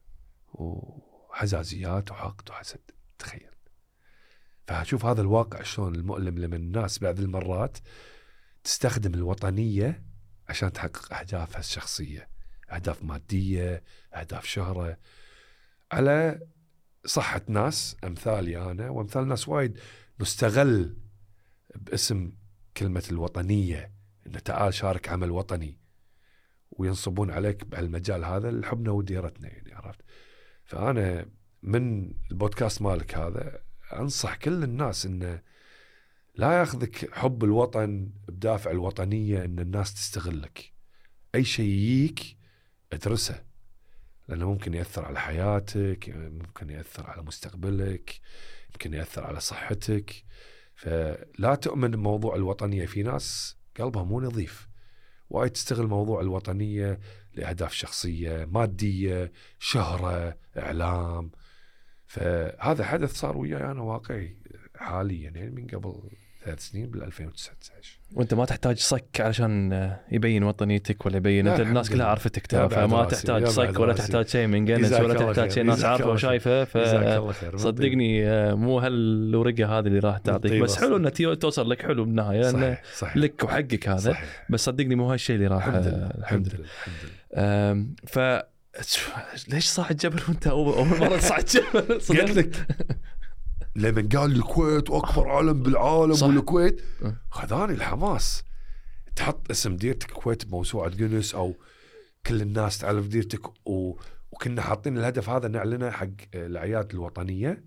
S2: وحزازيات وحقد وحسد. تخيل. فشوف هذا الواقع شلون المؤلم لما الناس بعض المرات تستخدم الوطنية عشان تحقق أهدافها الشخصية، أهداف مادية، أهداف شهرة، على صحة ناس أمثالي أنا وأمثال ناس وايد نستغل باسم كلمة الوطنية، إنه تعال شارك عمل وطني، وينصبون عليك بهالمجال هذا لحبنا وديرتنا يعني. عرفت؟ فأنا من البودكاست مالك هذا أنصح كل الناس إنه لا ياخذك حب الوطن بدافع الوطنية إن الناس تستغلك. أي شيء يجيك ادرسه، لأنه ممكن يأثر على حياتك، ممكن يأثر على مستقبلك، ممكن يأثر على صحتك. فلا تؤمن بموضوع الوطنية. في ناس قلبها مو نظيف وايد تستغل موضوع الوطنية لأهداف شخصية، مادية، شهرة، إعلام. فهذا حدث صار وياي أنا واقعي حاليا يعني من قبل 3 سنين بال2019.
S1: وانت ما تحتاج صك علشان يبين وطنيتك ولا يبين، انت الناس كلها عرفتك ترى، فما تحتاج صك ولا تحتاج شيء من جنس ولا تحتاج شيء ناس عارفه وشايفه. فصدقني مو هالورقه هذه اللي راح تعطيك، بس حلو انها توصل لك حلو بالنهايه لانه لك وحقك هذا. صحيح. بس صدقني مو هالشيء اللي راح. الحمد لله. ف ليش صاعد جبل وانت اول مره تصعد جبل؟
S2: قلت لك لما قال الكويت واكبر عالم بالعالم والكويت خذاني الحماس. تحط اسم ديرتك الكويت بموسوعة جينيس او كل الناس تعرف ديرتك، وكنا حاطين الهدف هذا نعلنه حق الأعياد الوطنية.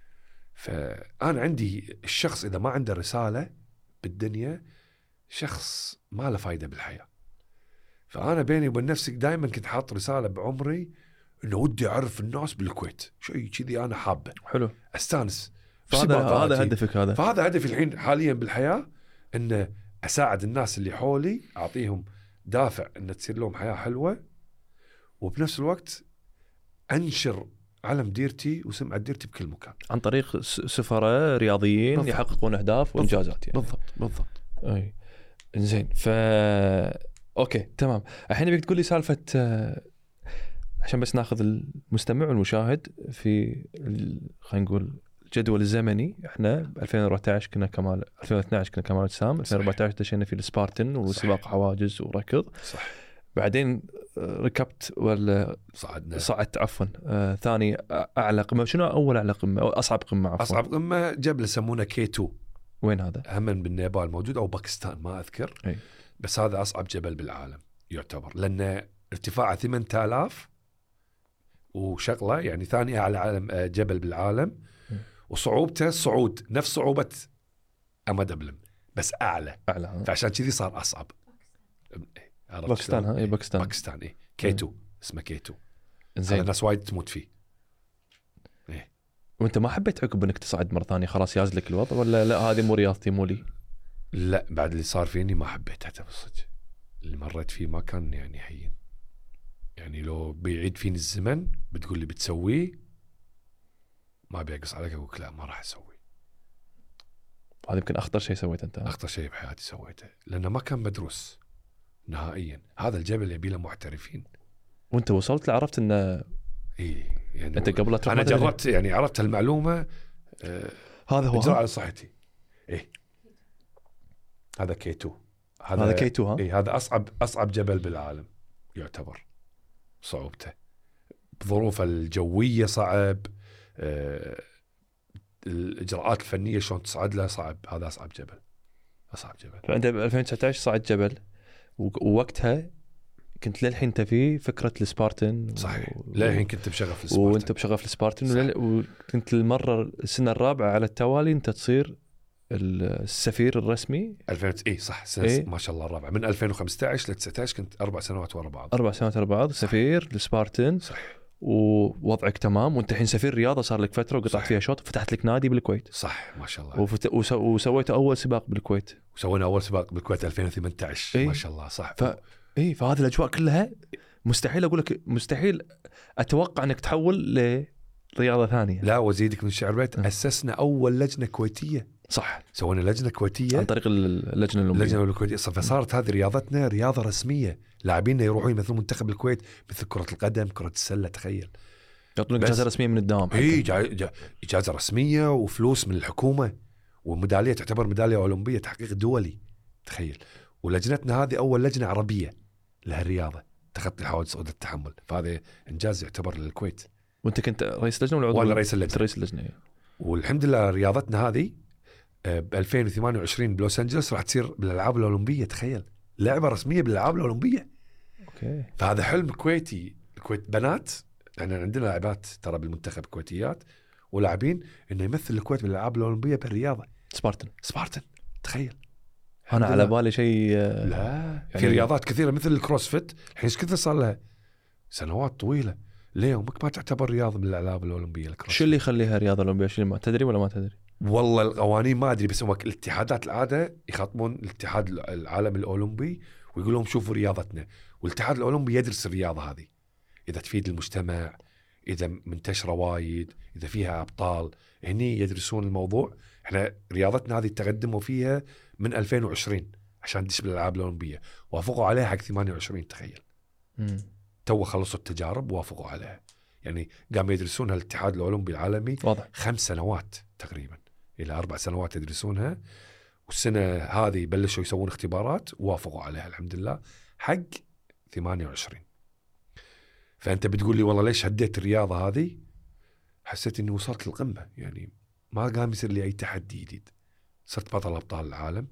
S2: فأنا عندي الشخص إذا ما عنده رسالة بالدنيا شخص ما له فايدة بالحياة. فأنا بيني وبين نفسي دائما كنت حاط رسالة بعمري إنه ودي أعرف الناس بالكويت، شيء كذي أنا حابه. حلو. أستانس.
S1: هذا هدفك هذا.
S2: فهذا هدفي الحين حاليا بالحياة، إنه أساعد الناس اللي حولي، أعطيهم دافع إن تصير لهم حياة حلوة، وبنفس الوقت أنشر علم ديرتي وسمعة ديرتي بكل مكان
S1: عن طريق سفراء رياضيين بالضبط. يحققون أهداف وإنجازات يعني.
S2: بالضبط.
S1: أي إنزين. أوكي تمام. الحين بيك تقول لي سالفة عشان بس ناخذ المستمع والمشاهد في خلينا نقول الجدول الزمني. احنا 2014 كنا كمال، 2012 كنا كمال اجسام، 2014 دشينا في السبارتن وسباق حواجز وركض.
S2: صح.
S1: بعدين ركبت ولا صعدت عفوا ثاني اعلى قمه. شنو اول اعلى قمه او اصعب قمه؟ عفوا
S2: اصعب قمه جبل يسمونه K2.
S1: وين هذا؟
S2: هم بالنيبال موجود او باكستان ما اذكر.
S1: أي.
S2: بس هذا اصعب جبل بالعالم يعتبر، لانه ارتفاعه 8000 وشغله، يعني ثاني اعلى جبل بالعالم. وصعوبته الصعود نفس صعوبة أمدبلم بس أعلى. فعشان كذي صار أصعب.
S1: باكستان. ها
S2: باكستان K2 اسمه K2. هذا الناس وايد تموت فيه.
S1: وانت ما حبيت عقب انك تصعد مرة ثانية خلاص يازلك الوضع، ولا لا هذه مو رياضتي مو لي؟
S2: لا بعد اللي صار فيني ما حبيت حتى بالصدق. اللي مريت فيه ما كان يعني هين. يعني لو بيعيد فيني الزمن بتقول لي بتسويه ما بيقص عليك، أقول لا ما راح أسوي.
S1: هذا يمكن أخطر شيء سويته أنت.
S2: أخطر شيء بحياتي سويته لأنه ما كان مدروس نهائيا. هذا الجبل يبي له محترفين.
S1: وأنت وصلت لعرفت إنه
S2: يعني
S1: أنت قبل تروح
S2: أنا جربت يعني عرفت هالمعلومة.
S1: هذا هو
S2: على صحتي. هذا K2.
S1: هذا K2 ها.
S2: هذا أصعب جبل بالعالم يعتبر صعوبته. بظروف الجوية صعب. الإجراءات الفنية شلون تصعد له صعب. هذا أصعب جبل.
S1: فأنت ب 2019 صعد جبل ووقتها كنت للحين أنت في فكرة السبارتن.
S2: صحيح. للحين كنت بشغف السبارتن.
S1: وأنت بشغف السبارتن وكنت المرة السنة الرابعة على التوالي أنت تصير السفير الرسمي.
S2: 2000 صح. ما شاء الله الرابعة من 2015 ل 19 كنت 4 سنوات ورا بعض.
S1: 4 سنوات ورا بعض سفير السبارتن.
S2: صح.
S1: ووضعك تمام، وانت الحين سفير رياضه صار لك فتره وقطعت فيها شوط، فتحت لك نادي بالكويت.
S2: صح ما شاء الله.
S1: وسويت اول سباق بالكويت.
S2: وسوينا اول سباق بالكويت 2018. ما شاء الله. صح.
S1: فهذه الاجواء كلها مستحيل اقول لك، مستحيل اتوقع انك تحول لرياضه ثانيه.
S2: لا وزيدك من الشعر بيت اسسنا اول لجنه كويتيه
S1: صح،
S2: سوينا لجنه كويتيه
S1: عن طريق اللجنه الأولمبية.
S2: اللجنه الكويتيه، فصارت هذه رياضتنا رياضه رسميه، لاعبينا يروحون مثل منتخب الكويت، مثل كره القدم، كره السله، تخيل.
S1: يعطونك
S2: بس-
S1: اجازه رسميه من الدوام.
S2: اي اجازه رسميه وفلوس من الحكومه، وميداليه تعتبر ميداليه اولمبيه تحقيق دولي، تخيل. ولجنتنا هذه اول لجنه عربيه لهالرياضه تخطي الحوادث او التحمل، فهذا انجاز يعتبر للكويت.
S1: وانت كنت رئيس لجنه ولا عضو؟
S2: وانا رئيس اللجنه.
S1: رئيس اللجنه.
S2: والحمد لله رياضتنا هذه ب 2028 بلوس انجلوس راح تصير بالالعاب الاولمبيه، تخيل، لعبه رسميه بالالعاب الاولمبيه.
S1: اوكي.
S2: فهذا حلم كويتي. الكويت بنات، يعني عندنا لاعبات ترى بالمنتخب كويتيات ولاعبين انه يمثل الكويت بالالعاب الاولمبيه بالرياضه. سبارتن، تخيل.
S1: انا على بالي شيء
S2: لا
S1: يعني
S2: في رياضات كثيره مثل الكروسفيت الحين ايش كثر صار لها سنوات طويله، ليه ومك ما تعتبر رياضه من الالعاب الاولمبيه الكروسفيت؟
S1: شو اللي يخليها رياضه اولمبيه؟ شو اللي ما تدري ولا ما تدري؟
S2: والله القوانين ما ادري، بس هم الاتحادات العاده يخاطبون الاتحاد العالمي الاولمبي ويقول لهم شوفوا رياضتنا، والاتحاد الاولمبي يدرس الرياضه هذه اذا تفيد المجتمع، اذا منتشره وايد، اذا فيها ابطال، هني يدرسون الموضوع. احنا رياضتنا هذه تقدموا فيها من 2020 عشان تدش بالالعاب الاولمبيه، وافقوا عليها حق 28. تخيل تو خلصوا التجارب ووافقوا عليها، يعني قاموا يدرسونها الاتحاد الاولمبي العالمي
S1: واضح.
S2: 5 سنوات تقريبا الى 4 سنوات يدرسونها، والسنه هذه بلشوا يسوون اختبارات ووافقوا عليها الحمد لله حق 28. فانت بتقول لي والله ليش هديت الرياضه هذه؟ حسيت اني وصلت للقمه، يعني ما قام يصير لي اي تحدي جديد. صرت بطل ابطال العالم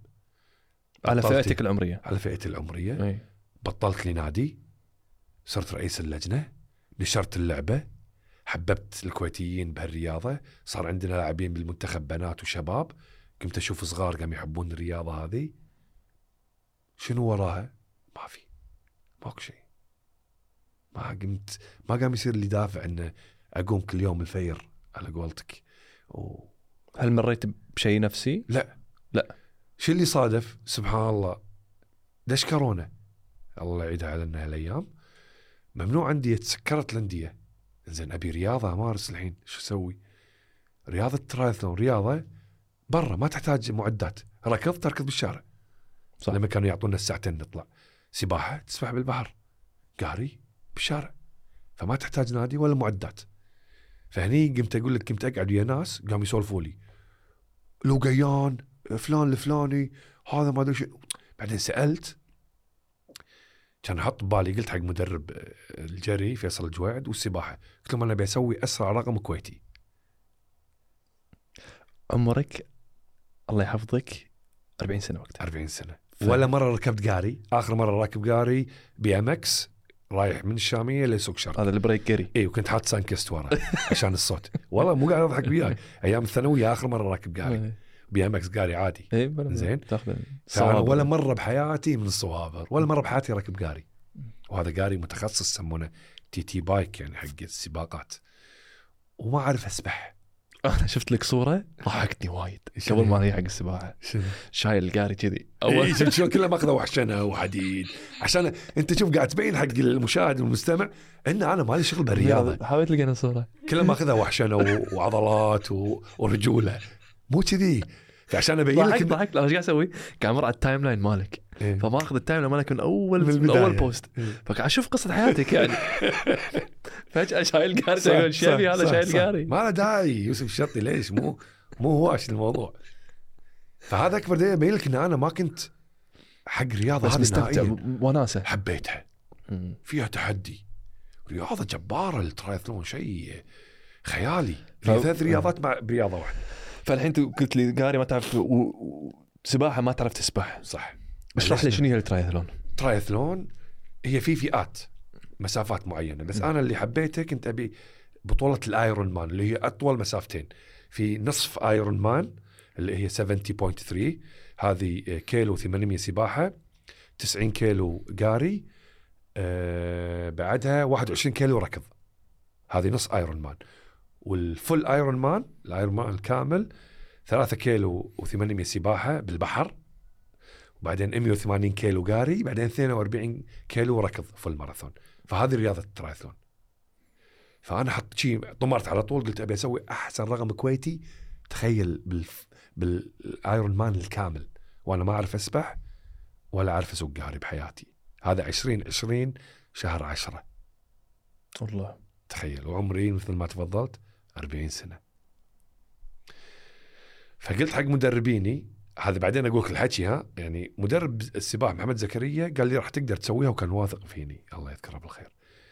S1: على
S2: بطلت-
S1: فئتك العمريه.
S2: على فئتي العمريه.
S1: اي.
S2: بطلت لي نادي، صرت رئيس اللجنه، نشرت اللعبه، حببت الكويتيين بهالرياضه، صار عندنا لاعبين بالمنتخب بنات وشباب، قمت اشوف صغار قام يحبون الرياضه هذه. شنو وراها؟ ماكو شيء. ما قام يصير لي دافع انه اقوم كل يوم الفير على قولتك.
S1: هل مريت بشيء نفسي؟
S2: لا. شو اللي صادف؟ سبحان الله، دش كورونا، الله يعيدها علينا هالايام، ممنوع عندي تسكرت الانديه. زين ابي رياضه امارس الحين، شو اسوي؟ رياضه ترايثلون رياضه برا ما تحتاج معدات، ركض تركض بالشارع.
S1: صح.
S2: لما كانوا يعطونا الساعتين نطلع سباحه، تسبح بالبحر، قاري بالشارع، فما تحتاج نادي ولا معدات. فهني قمت اقول لك، قمت اقعد ويا ناس قاموا يسولفوا لي لوقيان فلان الفلاني هذا ما ادري شو. بعدين سالت، كان احط ببالي، قلت حق مدرب الجري فيصل الجويعد والسباحه، قلت لهم انا بسوي اسرع رقم كويتي.
S1: عمرك الله يحفظك 40 سنه وقتها.
S2: 40 سنه ولا مره ركبت قاري. اخر مره راكب قاري بي ام اكس رايح من الشاميه لسوق شرق.
S1: هذا البريك قري.
S2: اي وكنت حاط سانكست ورا عشان الصوت. والله مو قاعد اضحك وياي، ايام الثانويه اخر مره راكب قاري بي ام اكس قاري عادي.
S1: اي
S2: زين.
S1: تاخذ
S2: ولا مره بحياتي من الصوابر، ولا مره بحياتي راكب قاري. وهذا قاري متخصص يسمونه تي تي بايك، يعني حق السباقات. وما اعرف اسبح.
S1: انا شفت لك صوره ضحكتني وايد قبل ما هي حق السباحه، شايل القاري كذي
S2: اول شفت شو كله ماخذه وحشنه وحديد، عشان انت شوف قاعد تبين حق المشاهد والمستمع ان انا مالي شغل بالرياضه.
S1: حاولت لقينا صوره
S2: كله ماخذه وحشنه وعضلات ورجوله، مو كذي. فعشان ابين لك
S1: ضحكت انا ايش قاعد اسوي؟ قاعد امر على التايم لاين مالك،
S2: إيه؟
S1: فما اخذ التايم لاين مالك من اول بوست، فقاعد اشوف قصه حياتك يعني. فجاه شايل قاري، يقول شيبي هذا شايل قاري.
S2: ما له داعي يوسف الشطي، ليش مو هواش الموضوع. فهذا اكبر دليل يبين لك ان انا ما كنت حق رياضه
S1: بس
S2: هذه
S1: مستمتع
S2: نهائيا.
S1: وناسه،
S2: حبيتها، فيها تحدي، رياضه جباره. الترايثلون شيء خيالي، 3 رياضات مع برياضه واحده.
S1: فالحين انت قلت لي قاري ما تعرف وسباحه ما تعرف تسبح،
S2: صح.
S1: اشرح لي شنو هي الترايثلون.
S2: ترايثلون هي في فئات، مسافات معينه، بس انا اللي حبيته كنت ابي بطوله الايرون مان اللي هي اطول مسافتين. في نصف ايرون مان اللي هي 70.3، هذه كيلو 800 سباحه، 90 كيلو قاري، بعدها 21 كيلو ركض. هذه نص ايرون مان. والفول ايرون مان، الايرون مان الكامل، 3 كيلو و800 سباحه بالبحر، وبعدين 180 كيلو قاري، بعدين 42 كيلو ركض فول ماراثون. فهذه رياضه الترايثلون. فانا حط شيء، طمرت على طول، قلت ابي اسوي احسن رقم كويتي. تخيل بالايرون مان الكامل، وانا ما اعرف اسبح ولا اعرف اسوق قاري بحياتي. هذا 2020 شهر 10
S1: والله
S2: تخيل، وعمري مثل ما تفضلت 40 سنة. فقلت حق مدربيني هذا بعدين اقولك الحكي، يعني مدرب السباحة محمد زكريا قال لي راح تقدر تسويها، وكان واثق فيني الله يذكره بالخير.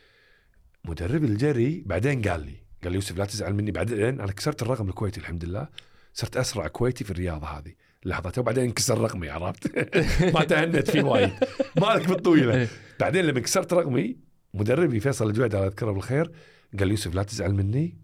S2: مدرب الجري بعدين قال لي يوسف لا تزعل مني، بعدين انا كسرت الرقم الكويتي الحمد لله، صرت اسرع كويتي في الرياضة هذه لحظته، وبعدين انكسر رقمي عرفت. ما تهنت فيه وايد مالك بالطويلة. بعدين لما كسرت رقمي مدربي فيصل الجويد الله يذكره بالخير قال يوسف لا تزعل مني،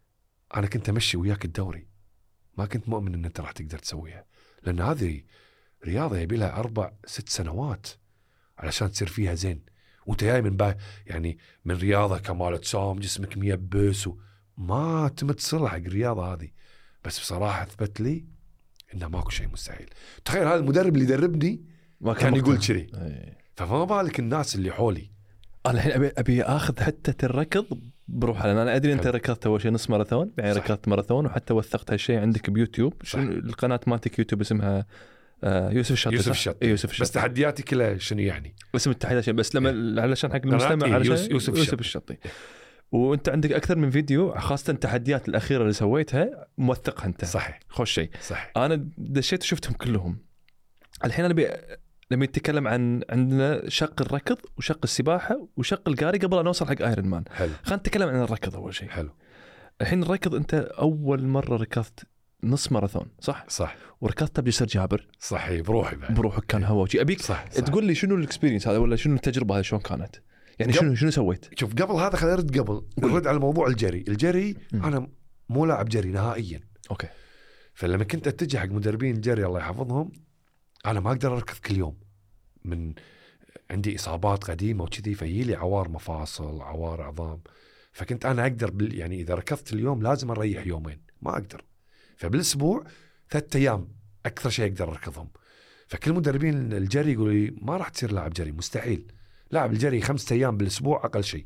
S2: انا كنت امشي وياك الدوري، ما كنت مؤمن ان انت راح تقدر تسويها، لان هذه رياضه يبي لها 4-6 سنوات علشان تصير فيها زين، وانت جاي من يعني من رياضه كمال اجسام جسمك ميبس وما تمت صلح حق الرياضه هذه. بس بصراحه اثبت لي انه ماكو شيء مستحيل. تخيل هذا المدرب اللي يدربني ما كان يقول كذي، فما بالك الناس اللي حولي.
S1: انا الحين ابي اخذ حتى الركض بروح، لان انا ادري انت ركضت اول شيء نص ماراثون، بعدين ركضت ماراثون، وحتى وثقت هالشيء عندك بيوتيوب. شنو القناه مالتك يوتيوب اسمها؟ يوسف الشطي. يوسف الشطي.
S2: بس تحدياتي كلها شنو يعني؟
S1: اسم التحديات بس لما علشان حق المستمع علشان يوسف الشطي. وانت عندك اكثر من فيديو، خاصه التحديات الاخيره اللي سويتها موثقها انت.
S2: صحيح.
S1: خوش شيء.
S2: صحيح.
S1: انا دشيت وشفتهم كلهم. الحين انا لما يتكلم عن عندنا شق الركض وشق السباحه وشق القاري قبل ان نوصل حق ايرون مان. خلينا نتكلم عن الركض اول شيء.
S2: حلو.
S1: الحين الركض انت اول مره ركضت نص ماراثون صح؟ وركضت بجسر جابر.
S2: صحيح. بروحك كان
S1: هوا وشي. ابيك
S2: صح.
S1: تقول لي شنو الاكسبيرينس هذا، ولا شنو التجربه هذه شلون كانت؟ يعني شنو سويت؟
S2: شوف قبل هذا خلينا نرد على موضوع الجري. انا مو لاعب جري نهائيا.
S1: اوكي.
S2: فلما كنت اتجه حق مدربين الجري الله يحفظهم، انا ما اقدر اركض كل يوم، من عندي اصابات قديمه وكذي، فيجيلي عوار مفاصل عوار عظام، فكنت انا اقدر يعني اذا ركضت اليوم لازم اريح يومين، ما اقدر. فبالاسبوع 3 أيام اكثر شيء اقدر اركضهم. فكل مدربين الجري يقولوا لي ما راح تصير لاعب جري، مستحيل. لاعب الجري 5 أيام بالاسبوع اقل شيء،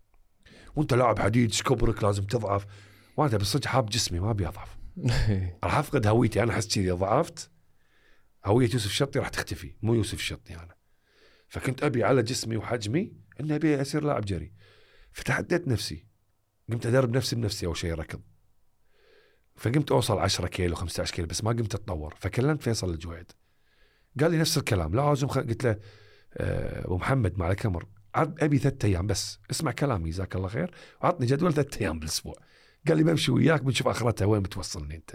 S2: وانت لاعب حديد سكبرك لازم تضعف. وانا بالصدق حاب جسمي ما ابي اضعف. راح افقد هويتي. انا حسيت اذا ضعفت هوية يوسف الشطي راح تختفي، مو يوسف الشطي أنا. فكنت أبي على جسمي وحجمي إني أبي أصير لاعب جري. فتحديت نفسي، قمت أدرب نفسي بنفسي أول شيء ركض. فقمت أوصل 10 كيلو 15 كيلو، بس ما قمت أتطور. فكلمت فيصل الجويد قال لي نفس الكلام، لازم قلت له أبو محمد مع الكامر أبي 3 أيام بس، اسمع كلامي جزاك الله خير، وعطني جدول 3 أيام بالأسبوع. قال لي بمشي وياك بنشوف آخرتها وين بتوصلني أنت.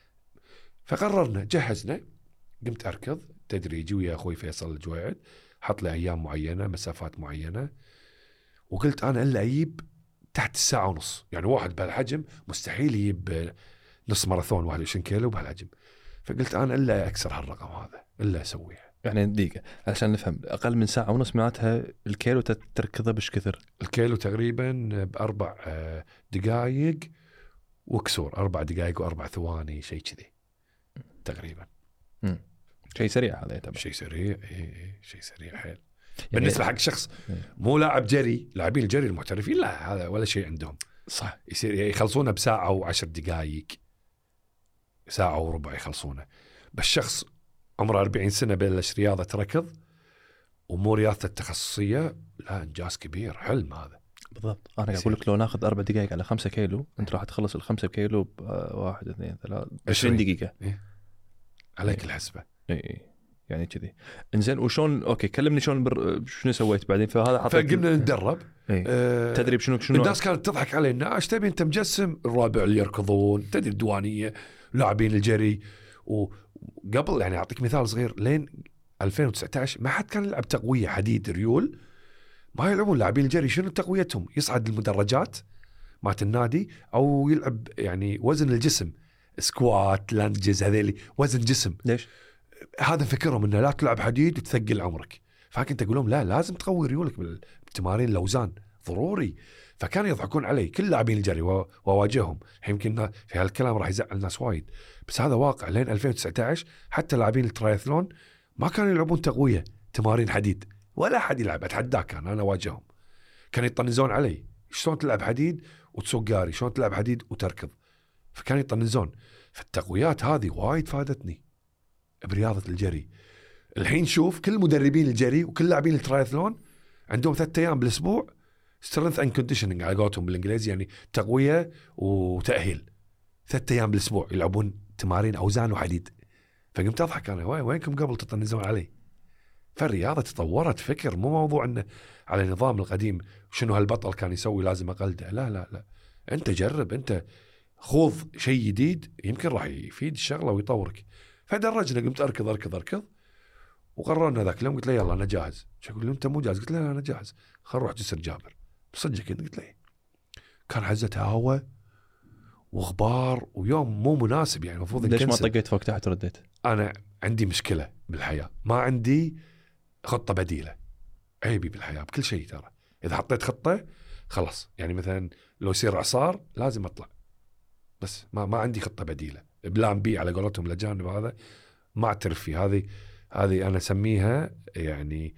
S2: فقررنا جهزنا، قمت أركض تدريجي ويا أخوي فيصل الجويد، حط لي أيام معينة مسافات معينة، وقلت أنا إلا أجيب تحت 1.5 ساعة، يعني واحد بهالحجم مستحيل يجيب نص ماراثون 21 كيلو بهالحجم. فقلت أنا إلا أكسر هالرقم هذا، إلا أسويها.
S1: يعني دقيقة عشان نفهم، أقل من 1.5 ساعة معناتها الكيلو تركضه بش كثر؟
S2: الكيلو تقريبا ب4 دقائق وكسور، 4 دقائق و4 ثواني شيء كذي تقريبا.
S1: شيء سريع هذا يعتبر.
S2: شيء سريع. شيء سريع حيل يعني بالنسبة حق شخص مو لاعب جري. لاعبين الجري المحترفين لا هذا ولا شيء عندهم. صح. يصير يخلصونه بساعة و10 دقائق، 1.25 ساعة يخلصونه. بس شخص عمره 40 سنة بلش رياضة ركض ومو رياضة التخصصية، لا إنجاز كبير، حلم هذا.
S1: بالضبط. أنا أقول لك لو ناخذ 4 دقائق على 5 كيلو أنت راح تخلص 5 كيلو ب1 2 3 20 دقيقة.
S2: عليك الحسبة.
S1: يعني كذي. إنزين وشون أوكي كلمني شون شنو سويت بعدين؟ فهذا
S2: فقمنا نتدرب.
S1: تدريب شنو
S2: الناس كانت تضحك علينا، ايش تبي انت مجسم الرابع اللي يركضون تدري الديوانية لاعبين الجري. وقبل يعني أعطيك مثال صغير، لين 2019 ما حد كان يلعب تقوية حديد ريول، ما يلعبون لاعبين الجري. شنو تقويتهم؟ يصعد المدرجات مات النادي أو يلعب يعني وزن الجسم، سكوات لانجز، هذيلي وزن جسم.
S1: ليش؟
S2: هذا فكرهم إنه لا تلعب حديد وتثقل عمرك. فكنت أقول لهم لا لازم تقوي ريولك بالتمارين الأوزان ضروري. فكانوا يضحكون علي كل لاعبين الجري وواجههم. يمكن في هالكلام راح يزعل ناس وايد، بس هذا واقع. لين 2019 حتى لاعبين الترايثلون ما كانوا يلعبون تقوية تمارين حديد، ولا حد يلعب. أتحداك أنا واجههم، كانوا يطنزون علي شلون تلعب حديد وتسوق قاري، شلون تلعب حديد وتركض. فكان يطنزون. فالتقويات هذه وايد فادتني برياضة الجري. الحين شوف كل مدربين الجري وكل لاعبين الترايثلون عندهم 3 أيام بالأسبوع strength and conditioning على قولتهم بالإنجليزي، يعني تقوية وتأهيل. 3 أيام بالأسبوع يلعبون تمارين أوزان وحديد. فقمت أضحك أنا، وينكم قبل تطنزون علي؟ فالرياضة تطورت فكر، مو موضوع أنه على النظام القديم شنو هالبطل كان يسوي لازم أقلده. لا لا لا، أنت جرب، أنت خوض شيء جديد يمكن راح يفيد الشغلة ويطورك. فدرجنا، قمت أركض وقررنا ذاك اليوم، قلت له يلا أنا جاهز. يقول لي أنت مو جاهز؟ قلت له لا أنا جاهز، خل نروح جسر جابر. بصدق قلت له كان حزتها هواء وغبار ويوم مو مناسب، يعني المفروض
S1: ليش ما
S2: نكنسل.
S1: طقيت فوق تحت رديت؟
S2: أنا عندي مشكلة بالحياة، ما عندي خطة بديلة. عيبي بالحياة بكل شيء ترى، إذا حطيت خطة خلاص، يعني مثلا لو يصير إعصار لازم أطلع، بس ما عندي خطة بديلة. بلان بي على قولتهم الأجانب، هذا ما أعترف فيه. هذه أنا أسميها يعني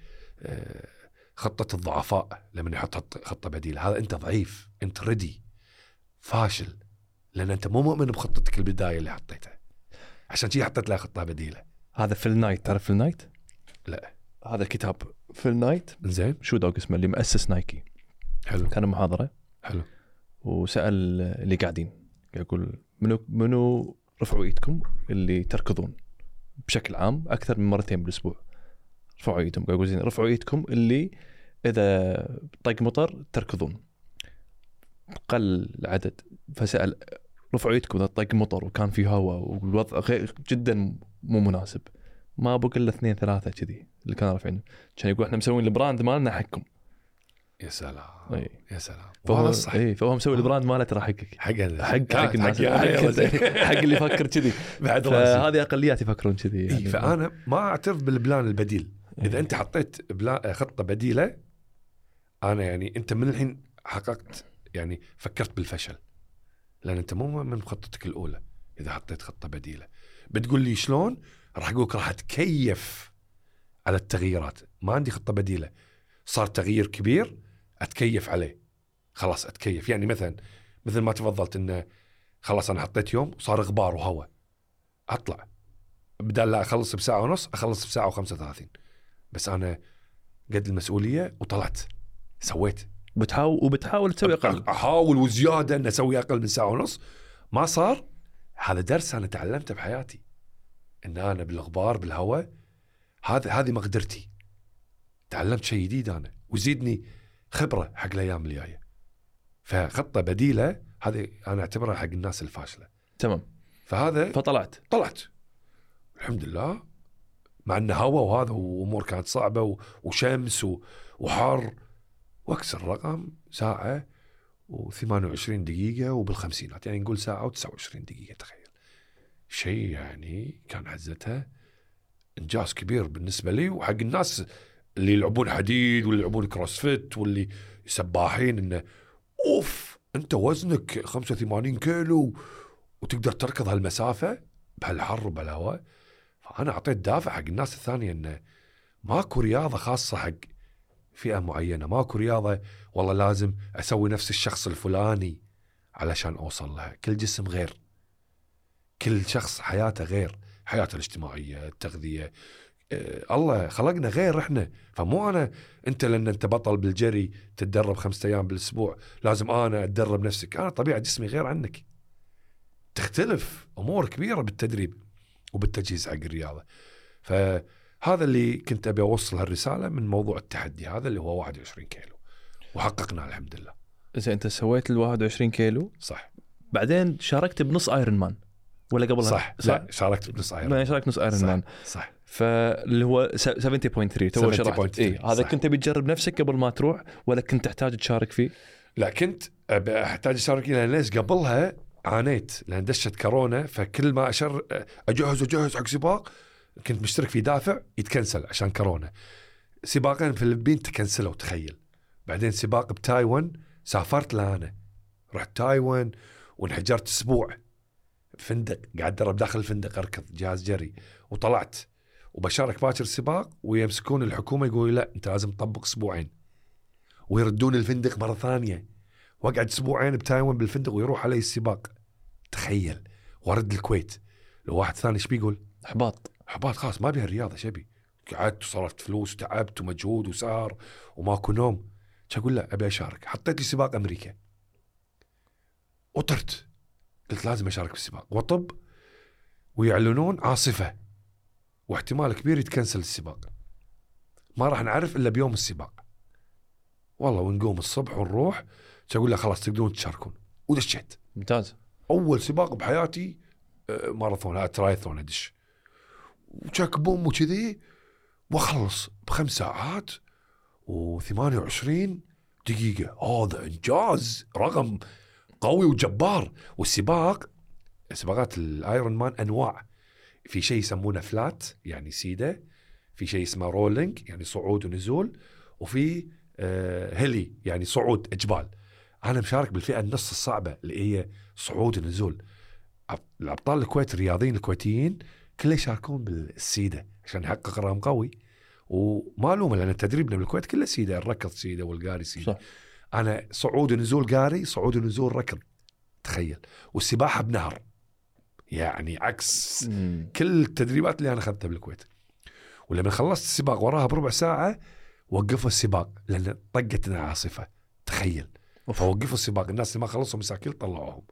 S2: خطة الضعفاء. لما يحط خطة بديلة، هذا أنت ضعيف، أنت ردي فاشل، لأن أنت مو مؤمن بخطتك البداية اللي حطيتها، عشان شي حطيت لها خطة بديلة.
S1: هذا فيل نايت، تعرف فيل نايت؟
S2: لا.
S1: هذا الكتاب فيل نايت
S2: زين.
S1: شو دوغ اسمه، اللي مؤسس نايكي.
S2: حلو.
S1: كان محاضرة.
S2: حلو.
S1: وسأل اللي قاعدين، يقول منو رفعوا ايدكم اللي تركضون بشكل عام أكثر من 2 بالأسبوع؟ رفعوا ايدهم. يقول زين، رفعوا ايدكم اللي إذا طق مطر تركضون. قل العدد، فسأل رفعوا ايدكم إذا طق مطر وكان في هواء والوضع جدا مو مناسب. ما بقى إلا 2 3 كذي اللي كانوا رافعين، كان يقول احنا مسوين البراند مالنا حقكم.
S2: يا سلام.
S1: أي.
S2: يا سلام.
S1: فهو
S2: الصح.
S1: فهو مسوي البراند ماله ترى حقك، حق الناس، حق اللي يفكر كذي.
S2: بعد
S1: فهذه اقليات يفكرون كذي يعني.
S2: فانا ما اعترف بالبلان البديل. اذا انت حطيت خطه بديله، انا يعني انت من الحين حققت، يعني فكرت بالفشل، لان انت مو من خطتك الاولى. اذا حطيت خطه بديله بتقول لي شلون، راح اقولك راح اتكيف على التغييرات. ما عندي خطه بديله، صار تغيير كبير اتكيف عليه، خلاص اتكيف. يعني مثل ما تفضلت انه خلاص انا حطيت يوم وصار غبار وهواء، اطلع بدال لا اخلص بساعة ونص اخلص بساعة و35. بس انا قد المسؤولية وطلعت سويت.
S1: وبتحاول تسوي اقل،
S2: احاول وزيادة ان اسوي اقل من ساعة ونص. ما صار. هذا درس انا تعلمته بحياتي، ان انا بالغبار بالهواء هذه مقدرتي. تعلمت شيء جديد انا، وزيدني خبرة حق الايام الجاية. فخطة بديلة هذه انا اعتبرها حق الناس الفاشلة.
S1: تمام.
S2: فهذا طلعت الحمد لله، مع انه هوا وهذا وامور كانت صعبة وشمس وحار، واكسر رقم ساعة و28 دقيقة وبالخمسينات، يعني نقول ساعة و29 دقيقة. تخيل شيء يعني كان حزتها انجاز كبير بالنسبة لي وحق الناس اللي يلعبون حديد واللي يلعبون كروسفيت واللي سباحين. انه اوف انت وزنك 85 كيلو وتقدر تركض هالمسافة بهالحر وبهالهواء. فأنا أعطيت دافع حق الناس الثانية إنه ماكو رياضة خاصة حق فئة معينة، ماكو رياضة والله لازم أسوي نفس الشخص الفلاني علشان أوصل لها. كل جسم غير، كل شخص حياته غير، حياته الاجتماعية، التغذية، الله خلقنا غير إحنا. فمو أنت لأن أنت بطل بالجري تتدرب 5 أيام بالأسبوع لازم أنا أتدرب نفسك. أنا طبيعة جسمي غير عنك، تختلف أمور كبيرة بالتدريب وبالتجهيز حق الرياضة. فهذا اللي كنت أبي أوصل هالرسالة من موضوع التحدي هذا اللي هو 21 كيلو، وحققنا الحمد لله.
S1: إذا أنت سويت 21 كيلو
S2: صح،
S1: بعدين شاركت بنص ايرون مان ولا قبلها؟
S2: صح. لا شاركت بنص ايرون مان.
S1: شاركت نص ايرون مان.
S2: صح.
S1: فاللي هو 70.3 تو شرحت. هذا كنت بتجرب نفسك قبل ما تروح ولا كنت تحتاج تشارك فيه؟
S2: لا كنت احتاج اشارك فيه، لان ليش قبلها عانيت لان دشت كورونا. فكل ما اجهز حق سباق كنت مشترك في دافع يتكنسل عشان كورونا. سباقين في الفلبين تكنسلوا تخيل. بعدين سباق بتايوان سافرت لأنا، رحت تايوان وانحجرت اسبوع فندق، قاعد درب داخل الفندق اركض جهاز جري، وطلعت وبشارك باكر السباق ويمسكون الحكومة يقولوا لا انت لازم تطبق اسبوعين، ويردون الفندق مرة ثانية، واقعد اسبوعين بتايوان بالفندق ويروح علي السباق تخيل. ورد الكويت لو واحد ثاني ايش بيقول؟
S1: احباط.
S2: خلاص ما بيها الرياضه، شبي قعدت وصرفت فلوس وتعبت ومجهود وسهر وماكو نوم. اقول له ابي اشارك. حطيت لي سباق امريكا وطرت، قلت لازم اشارك بالسباق. وطب ويعلنون عاصفه واحتمال كبير يتكنسل السباق، ما راح نعرف الا بيوم السباق. والله ونقوم الصبح ونروح. اقول له خلاص تقدرون تشاركون. ودشيت.
S1: ممتاز.
S2: اول سباق بحياتي ماراثون ترايثلون ادش وشك بوم وكذي، واخلص ب5 ساعات و28 دقيقة. هذا انجاز، رقم قوي وجبار. والسباق، سباقات الايرون مان انواع. في شيء يسمونه فلات يعني سيدة، في شيء اسمه رولينج يعني صعود ونزول، وفي هيلي يعني صعود اجبال. انا مشارك بالفئة النص الصعبة اللي هي صعود ونزول. الابطال الكويت الرياضيين الكويتيين كله يشاركون بالسيدة عشان يحقق رقم قوي. وما لومه لان تدريبنا بالكويت كله سيدة، الركض سيدة والقاري سيدة.
S1: صح.
S2: انا صعود ونزول قاري، صعود ونزول ركض، تخيل. والسباحة بنهر يعني عكس كل التدريبات اللي انا اخذتها بالكويت. ولما خلصت السباق وراها بربع ساعة وقفوا السباق لان طقتنا عاصفة، تخيل. فوقفوا السباق، الناس اللي ما خلصوا مساكين طلعوهم.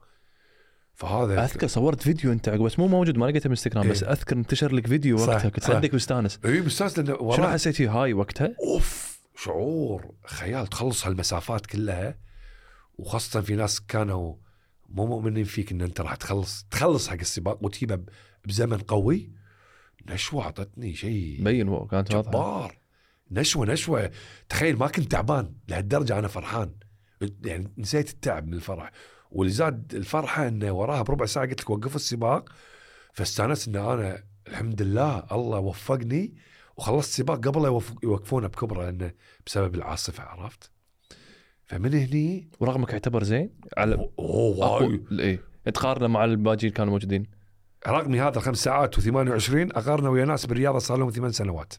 S2: فهذا
S1: اذكر صورت فيديو انت عقب، بس مو موجود، ما لقيته بالانستغرام.
S2: إيه.
S1: بس اذكر انتشر لك فيديو وقتها، كنت صدق مستانس.
S2: اي مستانس لانه
S1: شنو حسيتي هاي وقتها؟
S2: اوف، شعور خيال تخلص هالمسافات كلها. وخاصة في ناس كانوا مو مؤمنين فيك ان انت راح تخلص حق السباق وتجيبه بزمن قوي. نشوة عطتني شيء
S1: بين كانت واضحة.
S2: جبار. نشوة. تخيل ما كنت تعبان لهالدرجة، انا فرحان يعني نسيت التعب من الفرح. واللي زاد الفرحة انه وراها بربع ساعة قلت لك وقفوا السباق. فاستانست ان انا الحمد لله الله وفقني وخلصت السباق قبل يوقفونه بكبره لانه بسبب العاصفة، عرفت. فمن هني
S1: ورقمك يعتبر زين على
S2: واي.
S1: ايه تقارنه مع الباجين كانوا موجودين.
S2: رقمي هذا 5 ساعات و28 اقارنه ويا ناس بالرياضة صار لهم 8 سنوات،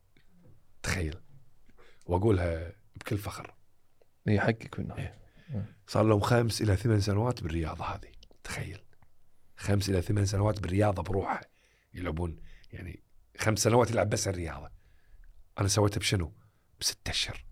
S2: تخيل. واقولها بكل فخر،
S1: هي حقك بالنهاية.
S2: صار لهم 5 إلى 8 سنوات بالرياضة هذه، تخيل. 5 إلى 8 سنوات بالرياضة بروحها يلعبون، يعني 5 سنوات يلعب بس الرياضة. أنا سويتها بشنو؟ ب6 أشهر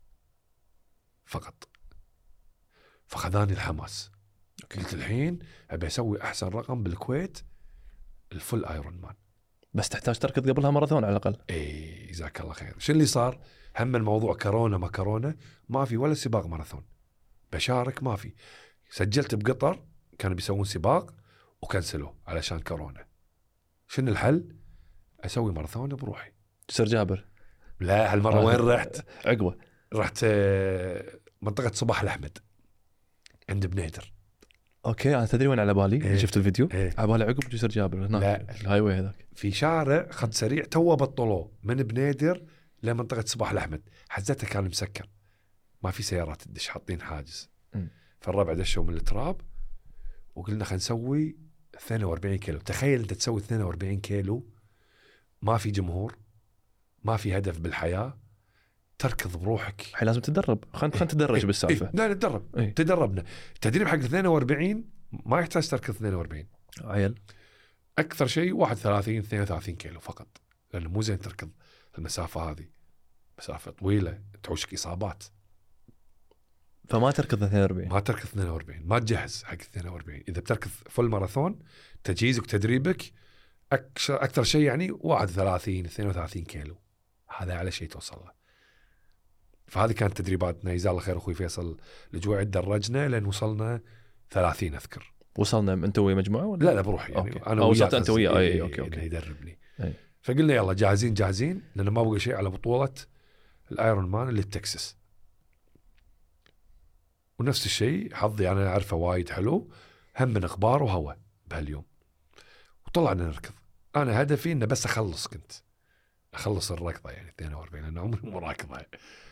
S2: فقط. فخذاني الحماس، قلت الحين أبي أسوي أحسن رقم بالكويت، الفل ايرون مان.
S1: بس تحتاج تركض قبلها ماراثون على الأقل.
S2: إيه جزاك الله خير. شو اللي صار؟ هم الموضوع كورونا ما كورونا، ما في ولا سباق ماراثون بشارك، ما في. سجلت بقطر كانوا بيسوون سباق وكنسلوه علشان كورونا. شنو الحل؟ أسوي ماراثون بروحي.
S1: جسر جابر؟
S2: لا هالمرة وين رحت؟
S1: عقبة
S2: رحت منطقة صباح الأحمد عند بنيدر.
S1: اوكي انا تدري وين على بالي؟
S2: إيه.
S1: شفت الفيديو
S2: إيه.
S1: على بالي عقب جسر جابر هناك.
S2: لا.
S1: الهاي واي هذاك
S2: في شارع خط سريع توه بطلوه من بنيدر لمنطقة صباح الأحمد، حزتها كان مسكر ما في سيارات تدش، حاطين حاجز. فالربع دشوا من التراب وقلنا خلينا نسوي 42 كيلو. تخيل انت تسوي 42 كيلو، ما في جمهور، ما في هدف بالحياة، تركض بروحك.
S1: الحين لازم تدرب. خلينا نتدرج بالسالفة.
S2: لا نتدرب.
S1: إيه.
S2: تدربنا. التدريب حق 42 ما يحتاج تركض 42
S1: عيل.
S2: أكثر شيء 31 32 كيلو فقط، لأنه مو زين تركض المسافة هذه، مسافة طويلة تعوشك إصابات.
S1: فما تركض 42.
S2: ما تركض 42، ما تجهز حق 42. إذا بتركض فل ماراثون تجهيزك وتدريبك أكثر شيء يعني 31 32 كيلو، هذا على شيء توصل له. فهذه كانت تدريباتنا. جزاه الله خير أخوي فيصل الجوعي درجنا لأن وصلنا 30 أذكر.
S1: وصلنا أنت ويا مجموعة ولا؟
S2: لا بروحي يعني.
S1: أوكي.
S2: أنا
S1: وصلت أنت وياه. أي أوكي
S2: أوكي. يدربني.
S1: أي.
S2: فقلنا يلا جاهزين لأن ما بقى شيء على بطولة الآيرون مان اللي تكساس. ونفس الشيء حظي أنا أعرفه وايد حلو، هم من أخبار وهوا بهاليوم. وطلعنا نركض. أنا هدفي إنه بس كنت أخلص الركضة يعني 42 لأنه عمري مو راكضة.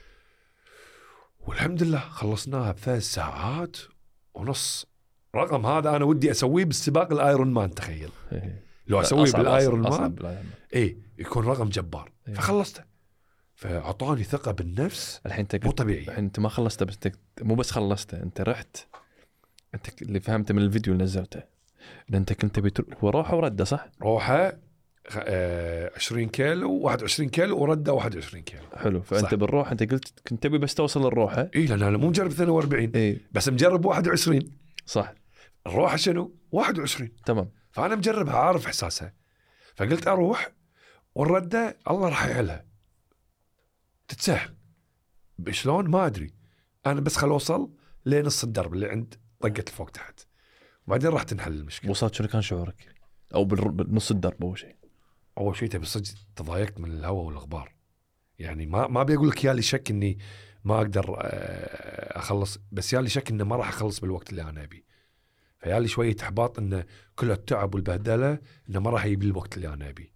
S2: والحمد لله خلصناها ب3 ساعات ونص. رقم هذا أنا ودي أسويه بالسباق الآيرون مان. تخيل لو أسويه بالآيرون مان إيه يكون رقم جبار. فخلصته، فأعطاني ثقة بالنفس
S1: الحين
S2: مو طبيعي.
S1: الحين أنت ما خلصته، بس مو بس خلصته، أنت رحت. أنت اللي فهمته من الفيديو اللي نزلته لأن أنت كنت هو روحه ورده صح؟
S2: روحه 20 كيلو 21 كيلو ورده 21 كيلو.
S1: حلو. فأنت
S2: صح.
S1: بالروح أنت قلت كنت تبي بس توصل الروحه.
S2: اي لان انا مو مجرب 42 بس مجرب 21.
S1: صح.
S2: الروحه شنو 21.
S1: تمام.
S2: فانا مجربها عارف احساسها. فقلت اروح والرده الله راح يعلها تتسهل. بشلون ما ادري. انا بس خل اوصل لنص الدرب اللي عند طقه الفوق تحت وبعدين راح تنحل المشكله.
S1: وصلت شنو كان شعورك او بالنص الدرب؟
S2: اول شيء تبي صدق تضايقت من الهواء والغبار. يعني ما بيقول لك يالي شك اني ما اقدر اخلص، بس يالي شك انه ما راح اخلص بالوقت اللي انا ابي. فيالي شويه احباط انه كل التعب والبهدله انه ما راح يجيب الوقت اللي انا ابي.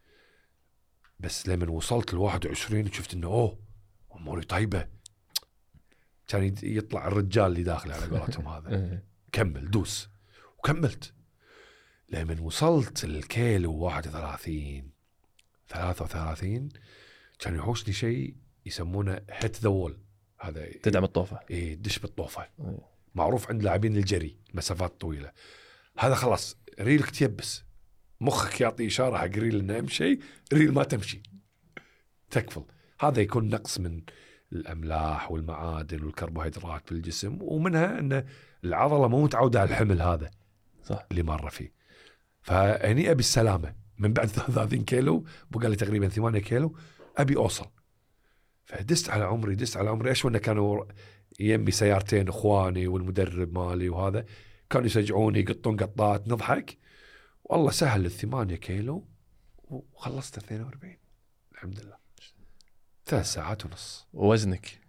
S2: بس لما وصلت ال21 شفت انه اوه اموري طيبه. كان يطلع الرجال اللي داخل على قولتهم هذا. كمل دوس. وكملت لما وصلت الكيلو 31 33 كان يحوشني شيء يسمونه هيت ذا وول. هذا
S1: تدعم الطوفه.
S2: ايه دش بالطوفه. معروف عند لاعبين الجري مسافات طويله. هذا خلاص ريلك تيبس، مخك يعطي اشاره حق ريل انه امشي، ريل ما تمشي تكفل. هذا يكون نقص من الاملاح والمعادن والكربوهيدرات في الجسم، ومنها ان العضله مو متعوده على الحمل هذا
S1: صح
S2: اللي مر فيه. فهني ابي السلامه من بعد 30 كيلو بقى لي تقريبا 8 كيلو ابي اوصل. فدست على عمري ايش وانا كانوا يمي سيارتين اخواني والمدرب مالي وهذا كانوا يشجعوني يقطون قطات نضحك. والله سهل 8 كيلو وخلصت 42 الحمد لله 3 ساعات ونص.
S1: وزنك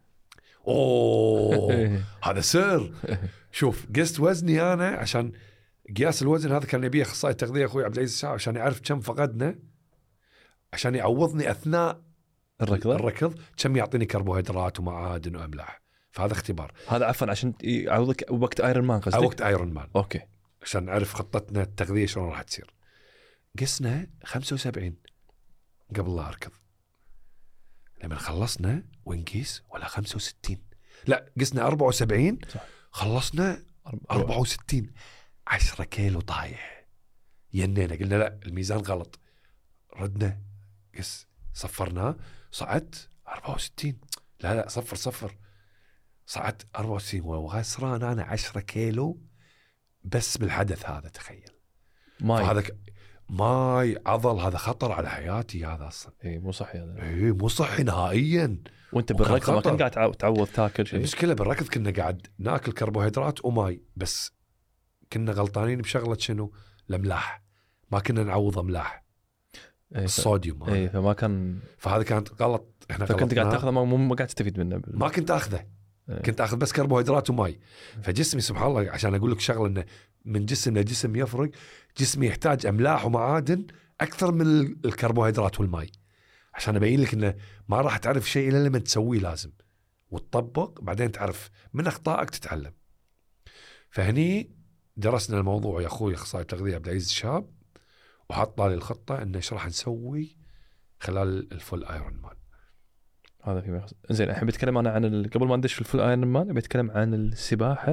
S2: اوه هذا سر. شوف قست وزني انا عشان قياس الوزن هذا كان يبيه اخصائي تغذيه اخوي عبد العزيز الشاعر عشان يعرف كم فقدنا، عشان يعوضني اثناء الركض كم يعطيني كربوهيدرات ومعادن واملاح. فهذا اختبار.
S1: هذا عفوا عشان يعوضك وقت ايرون مان قصدك؟
S2: وقت ايرون مان.
S1: اوكي.
S2: عشان نعرف خطتنا التغذيه شلون راح تصير. قسنا 75 قبل لا اركض. لما خلصنا ونقيس ولا 65 لا قسنا 74
S1: صح.
S2: خلصنا 64 10 كيلو طايح. ينينا قلنا لا الميزان غلط. ردنا قس صفرناه صعدت 64 لا صفر صعدت 64 وغسران انا 10 كيلو بس بالحدث هذا. تخيل هذا ماي عضل، هذا خطر على حياتي هذا اصلا.
S1: اي مو صحي هذا.
S2: اي مو صحي نهائيا.
S1: وانت بالركض ما كنت قاعد تعوض تاكل شيء؟
S2: المشكله بالركض كنا قاعد ناكل كربوهيدرات وماي بس. كنا غلطانين بشغله شنو الاملاح، ما كنا نعوض املاح الصوديوم.
S1: اي فما كان،
S2: فهذا كانت غلط. احنا
S1: فكنت قاعد تاخذه ما قاعد تستفيد منه.
S2: ما كنت اخذه. كنت اخذ بس كربوهيدرات وماي. فجسمي سبحان الله عشان اقول لك شغله انه من جسم لجسم يفرق. جسمي يحتاج املاح ومعادن اكثر من الكربوهيدرات والماي عشان ابين لك انه ما راح تعرف شيء الا لما تسويه لازم وتطبق بعدين تعرف من اخطائك تتعلم. فهني درسنا الموضوع يا اخوي اخصائي تغذيه عبد العزيز الشاب وحط لي الخطه انه ايش راح نسوي خلال الفول ايرون مان.
S1: هذا في زين. الحين بتكلم انا عن قبل ما ندش في الفول ايرون مان بتكلم عن السباحه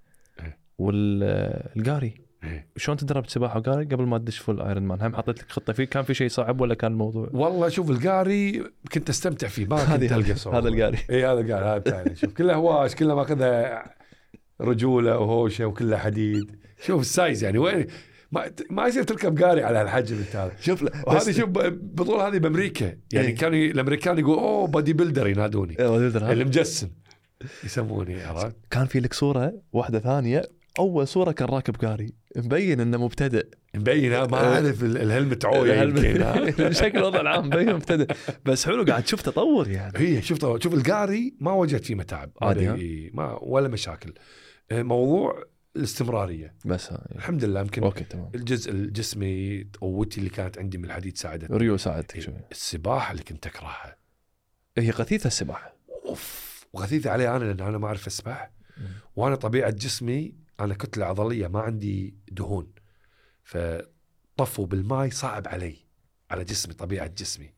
S1: والقاري. شلون تدربت سباحه وقاري قبل ما تدش فول ايرون مان؟ هم حطيت لك خطه فيه؟ كان في شيء صعب ولا كان الموضوع؟
S2: والله شوف القاري كنت استمتع فيه ما كنت القى صعوبه.
S1: هذا القاري
S2: اي هذا القاري هذا بتاعي. شوف كله هواش كله ماخذها رجوله وهوشه وكله حديد. شوف السايز يعني وين ما يصير تركب قاري على الحجم هذا. شوف وهذه شوف بطولة هذه بامريكا يعني كانوا الامريكان يقولوا اوه بادي بيلدر ينادوني اللي مجسم يسموني. عرفت كان
S1: في لك صوره واحده ثانيه اول صوره كان راكب قاري مبين انه مبتدئ.
S2: مبين ما اعرف الهلمت عويه يمكن
S1: شكل وضع العام مبين مبتدئ بس حلو قاعد تشوف تطور يعني.
S2: هي شوف القاري ما وجدت فيه متاعب ما ولا مشاكل. موضوع الاستمراريه بس الحمد لله. يمكن الجزء الجسمي قوتي اللي كانت عندي من الحديد ساعدتني.
S1: ريو ساعدتك شوي.
S2: السباحه اللي كنت اكرهها
S1: هي غثيثه السباحه.
S2: وغثيثه علي انا لان انا ما اعرف اسبح. وانا طبيعه جسمي انا كتله عضليه ما عندي دهون. فطفوا بالماء صعب على جسمي طبيعه جسمي.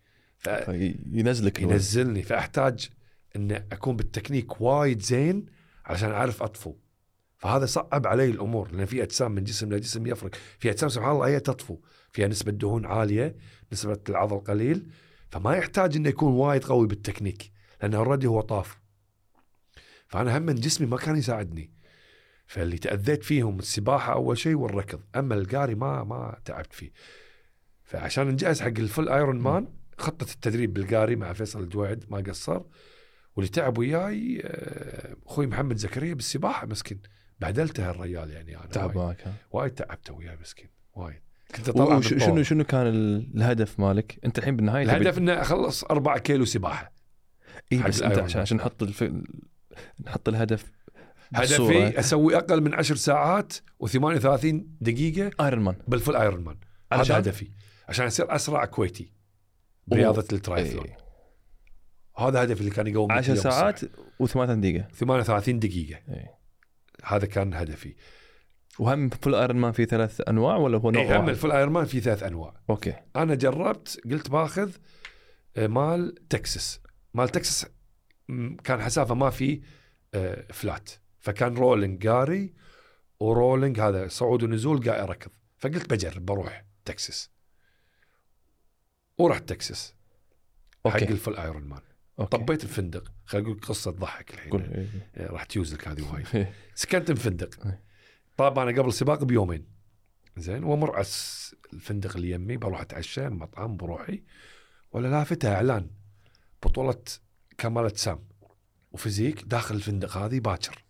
S2: ينزلني فاحتاج ان اكون بالتكنيك وايد زين علشان اعرف اطفو. فهذا صعب علي الامور، لان في اجسام من جسم لجسم يفرق. في اجسام سبحان الله هي تطفو، فيها نسبه دهون عاليه، نسبه العضل قليل، فما يحتاج انه يكون وايد قوي بالتكنيك لانه اوريدي هو طاف. فانا هم من جسمي ما كان يساعدني، فاللي تاذيت فيهم السباحه اول شيء والركض، اما القاري ما تعبت فيه. فعشان نجهز حق الفل ايرون مان خطه التدريب بالقاري مع فيصل الجويد ما قصر، واللي تعب وياي اخوي محمد زكريا بالسباحه مسكين، بهدلته الرجال يعني. انا
S1: تعب معك
S2: وايد تعبته وياه مسكين وايد. كنت اطلع
S1: شنو كان الهدف مالك انت الحين بالنهايه؟
S2: الهدف انه اخلص 4 كيلو سباحه.
S1: اي بس انت عشان نحط الهدف
S2: هدفي اسوي اقل من 10 ساعات و38 دقيقه
S1: ايرون مان
S2: بالفل ايرون مان. هذا هدفي عشان اصير اسرع كويتي برياضه الترايثلون. هذا هدفي اللي كان يقوم
S1: 10 ساعات و38 دقيقه
S2: 38 دقيقه.
S1: أي.
S2: هذا كان هدفي.
S1: وهم فل ايرون مان في 3 انواع ولا هو نوع واحد؟
S2: هم الفل ايرون مان في 3 انواع.
S1: اوكي.
S2: انا جربت قلت باخذ مال تكساس. مال تكساس كان حسافه ما في فلات، فكان رولينج قاري ورولينج هذا صعود ونزول قاعد ركض. فقلت بجرب بروح تكساس، ورحت تكساس حق الفل ايرون مان. طبيت الفندق. خلينا نقول قصه تضحك الحين، راح تيوزلك هذه وايد. سكنت بفندق. طبعا انا قبل سباق بيومين زين، ومرعس الفندق اللي يمي بروح اتعشى مطعم بروحي، ولا لافتها اعلان بطوله كمال اجسام وفيزيك داخل الفندق هذه باكر.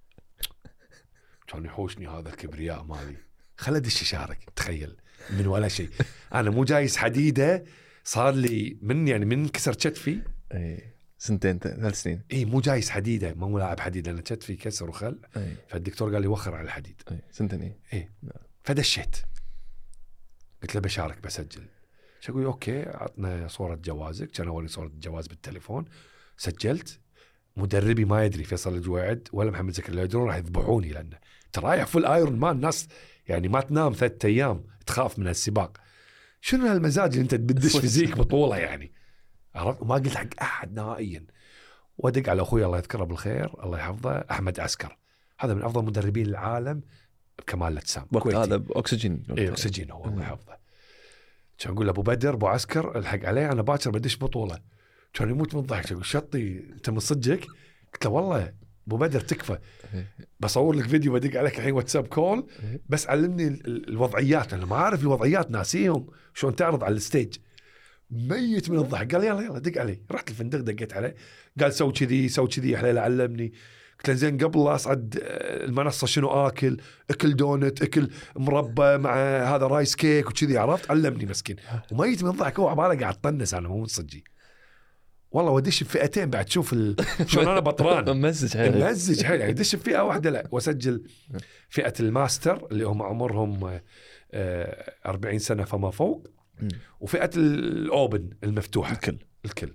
S2: كان يحوشني هذا الكبرياء مالي، خلد الشارك. تخيل من ولا شيء، انا مو جايز حديده، صار لي من كسر كتفي
S1: 2 3 سنين.
S2: اي مو جايز حديده، مو لاعب حديد، انا كتفي كسر وخل. فالدكتور قال لي وخر على الحديد.
S1: 2
S2: اي فدشيت، قلت له بشارك بسجل. شو اقول اوكي، عطنا صوره جوازك. كان اولي صوره الجواز بالتليفون. سجلت. مدربي ما يدري، فيصل الجويد ولا محمد زكريا يدرون، راح يذبحوني لانه ترايح فل ايرون مان. ناس يعني ما تنام 3 أيام تخاف من السباق. شنو هالمزاج اللي انت تبدش فيزيك بطوله يعني؟ عرفت؟ وما قلت حق احد نهائيا. وادق على اخوي الله يذكره بالخير الله يحفظه، احمد عسكر. هذا من افضل مدربين العالم بكمال الاجسام.
S1: هذا باكسجين.
S2: اي اكسجين هو الله يحفظه. كان اقول ابو بدر ابو عسكر الحق عليه، انا باكر بدش بطوله. كان يموت من الضحك. يقول شطي انت من صدقك؟ قلت له والله ابو بدر تكفى، بصور لك فيديو بدق عليك الحين واتساب كول، بس علمني الوضعيات. انا ما اعرف الوضعيات، ناسيهم شلون تعرض على الستيج. ميت من الضحك. قال يلا دق علي. رحت الفندق دقيت عليه، قال سوي كذي سوي كذي يا حليله علمني. قلت له زين قبل لا اصعد المنصه شنو اكل دونت، اكل مربى مع هذا رايس كيك وكذي، عرفت؟ علمني مسكين. وميت من الضحك، هو عباله قاعد طنس، انا مو صجي والله. ودش بفئتين بعد، شوف شلون انا بطران. ممزج حيل يعني. دش بفئه واحده لا، واسجل فئه الماستر اللي هم عمرهم 40 سنه فما فوق، وفئه الاوبن المفتوحه الكل.